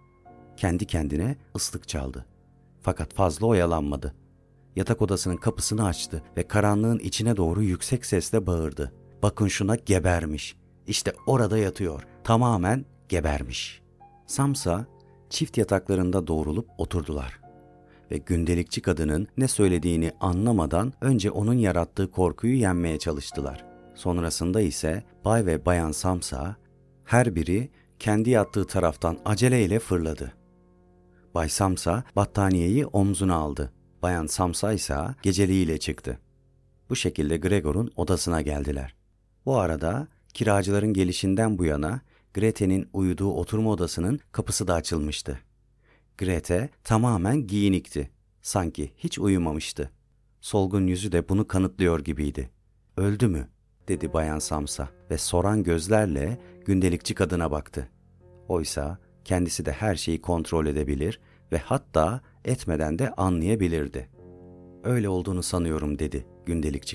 Kendi kendine ıslık çaldı. Fakat fazla oyalanmadı. Yatak odasının kapısını açtı ve karanlığın içine doğru yüksek sesle bağırdı. "Bakın şuna, gebermiş. İşte orada yatıyor. Tamamen gebermiş." Samsa çift yataklarında doğrulup oturdular. Ve gündelikçi kadının ne söylediğini anlamadan önce onun yarattığı korkuyu yenmeye çalıştılar. Sonrasında ise Bay ve Bayan Samsa her biri kendi yattığı taraftan aceleyle fırladı. Bay Samsa battaniyeyi omzuna aldı. Bayan Samsa ise geceliğiyle çıktı. Bu şekilde Gregor'un odasına geldiler. Bu arada kiracıların gelişinden bu yana Grete'nin uyuduğu oturma odasının kapısı da açılmıştı. Grete tamamen giyinikti. Sanki hiç uyumamıştı. Solgun yüzü de bunu kanıtlıyor gibiydi. "Öldü mü?" dedi Bayan Samsa ve soran gözlerle gündelikçi kadına baktı. Oysa kendisi de her şeyi kontrol edebilir ve hatta etmeden de anlayabilirdi. "Öyle olduğunu sanıyorum," dedi gündelikçi kadın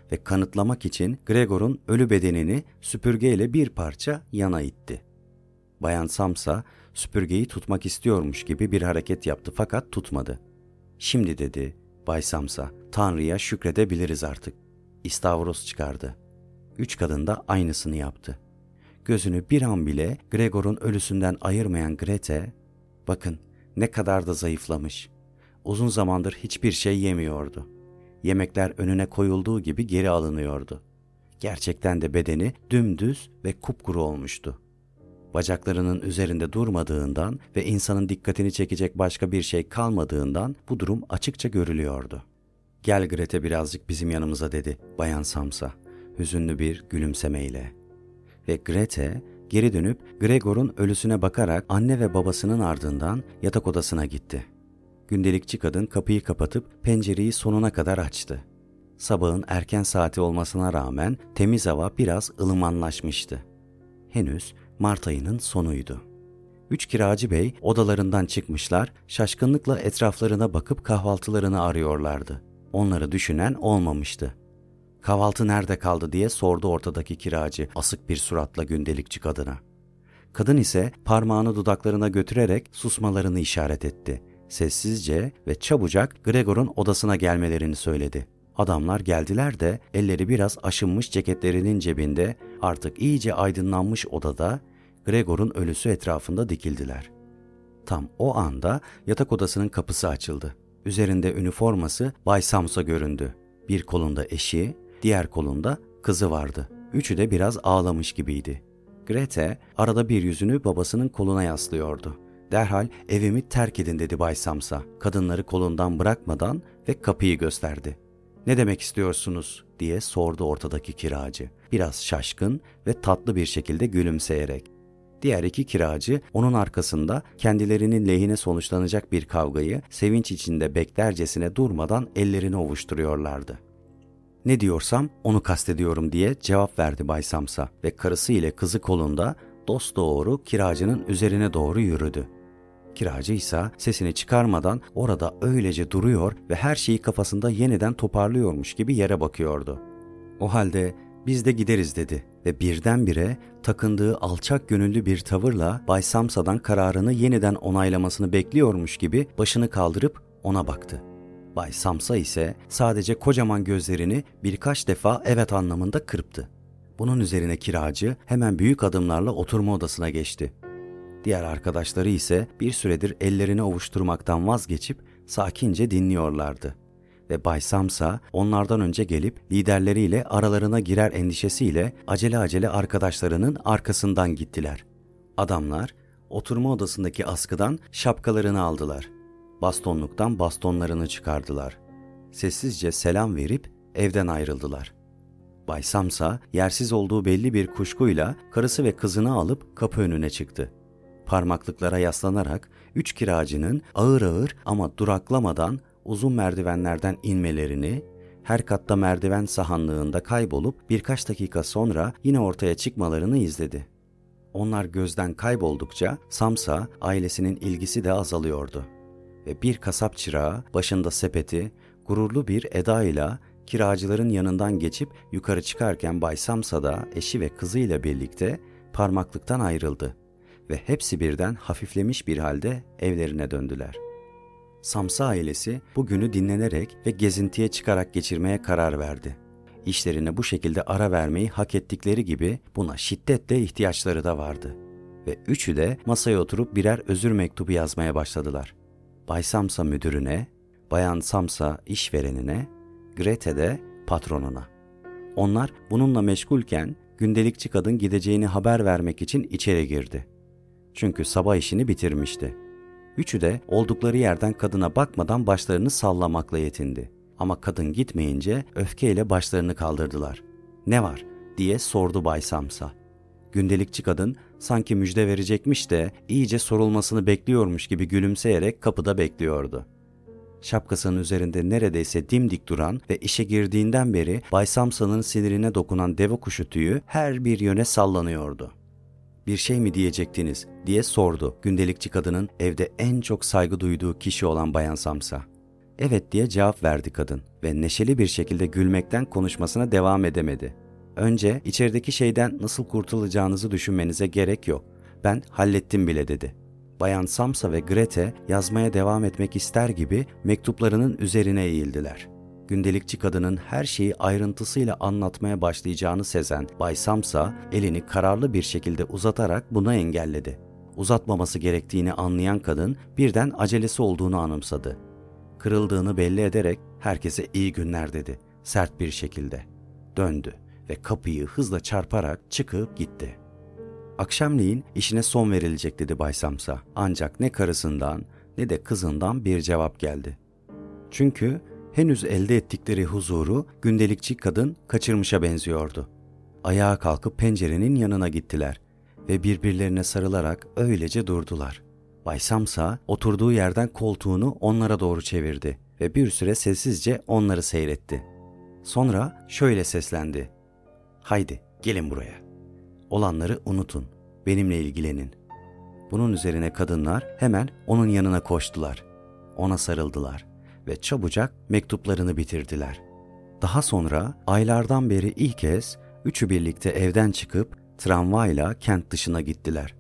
ve kanıtlamak için Gregor'un ölü bedenini süpürgeyle bir parça yana itti. Bayan Samsa süpürgeyi tutmak istiyormuş gibi bir hareket yaptı fakat tutmadı. "Şimdi," dedi Bay Samsa, "Tanrı'ya şükredebiliriz artık." İstavros çıkardı. Üç kadın da aynısını yaptı. Gözünü bir an bile Gregor'un ölüsünden ayırmayan Grete, "Bakın ne kadar da zayıflamış. Uzun zamandır hiçbir şey yemiyordu. Yemekler önüne koyulduğu gibi geri alınıyordu. Gerçekten de bedeni dümdüz ve kupkuru olmuştu. Bacaklarının üzerinde durmadığından ve insanın dikkatini çekecek başka bir şey kalmadığından bu durum açıkça görülüyordu." "Gel Grete, birazcık bizim yanımıza," dedi Bayan Samsa hüzünlü bir gülümsemeyle. Ve Grete geri dönüp Gregor'un ölüsüne bakarak anne ve babasının ardından yatak odasına gitti. Gündelikçi kadın kapıyı kapatıp pencereyi sonuna kadar açtı. Sabahın erken saati olmasına rağmen temiz hava biraz ılımanlaşmıştı. Henüz Mart ayının sonuydu. Üç kiracı bey odalarından çıkmışlar, şaşkınlıkla etraflarına bakıp kahvaltılarını arıyorlardı. Onları düşünen olmamıştı. "Kahvaltı nerede kaldı?" diye sordu ortadaki kiracı asık bir suratla gündelikçi kadına. Kadın ise parmağını dudaklarına götürerek susmalarını işaret etti. Sessizce ve çabucak Gregor'un odasına gelmelerini söyledi. Adamlar geldiler de elleri biraz aşınmış ceketlerinin cebinde artık iyice aydınlanmış odada Gregor'un ölüsü etrafında dikildiler. Tam o anda yatak odasının kapısı açıldı. Üzerinde üniforması Bay Samsa göründü. Bir kolunda eşi, diğer kolunda kızı vardı. Üçü de biraz ağlamış gibiydi. Grete arada bir yüzünü babasının koluna yaslıyordu. "Derhal evimi terk edin," dedi Bay Samsa, kadınları kolundan bırakmadan ve kapıyı gösterdi. "Ne demek istiyorsunuz?" diye sordu ortadaki kiracı, biraz şaşkın ve tatlı bir şekilde gülümseyerek. Diğer iki kiracı onun arkasında kendilerinin lehine sonuçlanacak bir kavgayı sevinç içinde beklercesine durmadan ellerini ovuşturuyorlardı. "Ne diyorsam onu kastediyorum," diye cevap verdi Bay Samsa ve karısı ile kızı kolunda dosdoğru kiracının üzerine doğru yürüdü. Kiracı ise sesini çıkarmadan orada öylece duruyor ve her şeyi kafasında yeniden toparlıyormuş gibi yere bakıyordu. "O halde biz de gideriz," dedi ve birdenbire takındığı alçak gönüllü bir tavırla Bay Samsa'dan kararını yeniden onaylamasını bekliyormuş gibi başını kaldırıp ona baktı. Bay Samsa ise sadece kocaman gözlerini birkaç defa evet anlamında kırptı. Bunun üzerine kiracı hemen büyük adımlarla oturma odasına geçti. Diğer arkadaşları ise bir süredir ellerini ovuşturmaktan vazgeçip sakince dinliyorlardı. Ve Bay Samsa onlardan önce gelip liderleriyle aralarına girer endişesiyle acele acele arkadaşlarının arkasından gittiler. Adamlar oturma odasındaki askıdan şapkalarını aldılar. Bastonluktan bastonlarını çıkardılar. Sessizce selam verip evden ayrıldılar. Bay Samsa yersiz olduğu belli bir kuşkuyla karısı ve kızını alıp kapı önüne çıktı. Parmaklıklara yaslanarak üç kiracının ağır ağır ama duraklamadan uzun merdivenlerden inmelerini, her katta merdiven sahanlığında kaybolup birkaç dakika sonra yine ortaya çıkmalarını izledi. Onlar gözden kayboldukça Samsa ailesinin ilgisi de azalıyordu. Ve bir kasap çırağı başında sepeti gururlu bir edayla kiracıların yanından geçip yukarı çıkarken Bay Samsa da eşi ve kızıyla birlikte parmaklıktan ayrıldı ve hepsi birden hafiflemiş bir halde evlerine döndüler. Samsa ailesi bugünü dinlenerek ve gezintiye çıkarak geçirmeye karar verdi. İşlerine bu şekilde ara vermeyi hak ettikleri gibi buna şiddetle ihtiyaçları da vardı. Ve üçü de masaya oturup birer özür mektubu yazmaya başladılar. Bay Samsa müdürüne, Bayan Samsa işverenine, Grete de patronuna. Onlar bununla meşgulken gündelikçi kadın gideceğini haber vermek için içeri girdi. Çünkü sabah işini bitirmişti. Üçü de oldukları yerden kadına bakmadan başlarını sallamakla yetindi. Ama kadın gitmeyince öfkeyle başlarını kaldırdılar. "Ne var?" diye sordu Bay Samsa. Gündelikçi kadın sanki müjde verecekmiş de iyice sorulmasını bekliyormuş gibi gülümseyerek kapıda bekliyordu. Şapkasının üzerinde neredeyse dimdik duran ve işe girdiğinden beri Bay Samsa'nın sinirine dokunan deve kuşu tüyü her bir yöne sallanıyordu. "Bir şey mi diyecektiniz?" diye sordu gündelikçi kadının evde en çok saygı duyduğu kişi olan Bayan Samsa. Evet diye cevap verdi kadın ve neşeli bir şekilde gülmekten konuşmasına devam edemedi. Önce içerideki şeyden nasıl kurtulacağınızı düşünmenize gerek yok. Ben hallettim bile dedi. Bayan Samsa ve Grete yazmaya devam etmek ister gibi mektuplarının üzerine eğildiler. Gündelikçi kadının her şeyi ayrıntısıyla anlatmaya başlayacağını sezen Bay Samsa elini kararlı bir şekilde uzatarak bunu engelledi. Uzatmaması gerektiğini anlayan kadın birden acelesi olduğunu anımsadı. Kırıldığını belli ederek herkese iyi günler dedi sert bir şekilde. Döndü ve kapıyı hızla çarparak çıkıp gitti. Akşamleyin işine son verilecek dedi Bay Samsa. Ancak ne karısından ne de kızından bir cevap geldi. Çünkü henüz elde ettikleri huzuru gündelikçi kadın kaçırmışa benziyordu. Ayağa kalkıp pencerenin yanına gittiler ve birbirlerine sarılarak öylece durdular. Bay Samsa oturduğu yerden koltuğunu onlara doğru çevirdi ve bir süre sessizce onları seyretti. Sonra şöyle seslendi. Haydi gelin buraya. Olanları unutun, benimle ilgilenin. Bunun üzerine kadınlar hemen onun yanına koştular. Ona sarıldılar ve çabucak mektuplarını bitirdiler. Daha sonra aylardan beri ilk kez üçü birlikte evden çıkıp tramvayla kent dışına gittiler.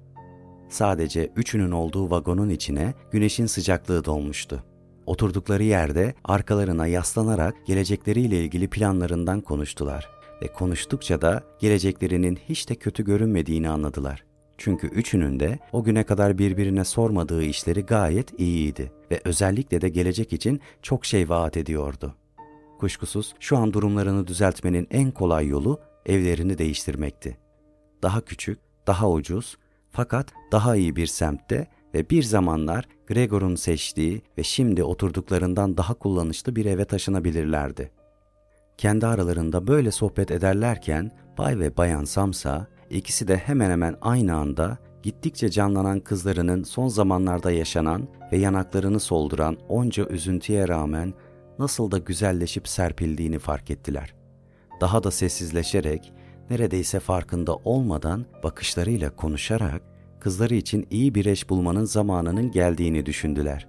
Sadece üçünün olduğu vagonun içine güneşin sıcaklığı dolmuştu. Oturdukları yerde arkalarına yaslanarak gelecekleriyle ilgili planlarından konuştular. Ve konuştukça da geleceklerinin hiç de kötü görünmediğini anladılar. Çünkü üçünün de o güne kadar birbirine sormadığı işleri gayet iyiydi ve özellikle de gelecek için çok şey vaat ediyordu. Kuşkusuz şu an durumlarını düzeltmenin en kolay yolu evlerini değiştirmekti. Daha küçük, daha ucuz fakat daha iyi bir semtte ve bir zamanlar Gregor'un seçtiği ve şimdi oturduklarından daha kullanışlı bir eve taşınabilirlerdi. Kendi aralarında böyle sohbet ederlerken Bay ve Bayan Samsa ikisi de hemen hemen aynı anda gittikçe canlanan kızlarının son zamanlarda yaşanan ve yanaklarını solduran onca üzüntüye rağmen nasıl da güzelleşip serpildiğini fark ettiler. Daha da sessizleşerek, neredeyse farkında olmadan bakışlarıyla konuşarak kızları için iyi bir eş bulmanın zamanının geldiğini düşündüler.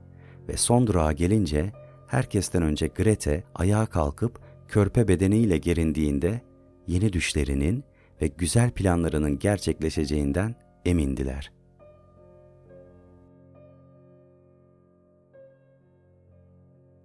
Ve son durağa gelince herkesten önce Grete ayağa kalkıp körpe bedeniyle gerindiğinde yeni düşlerinin ve güzel planlarının gerçekleşeceğinden emindiler.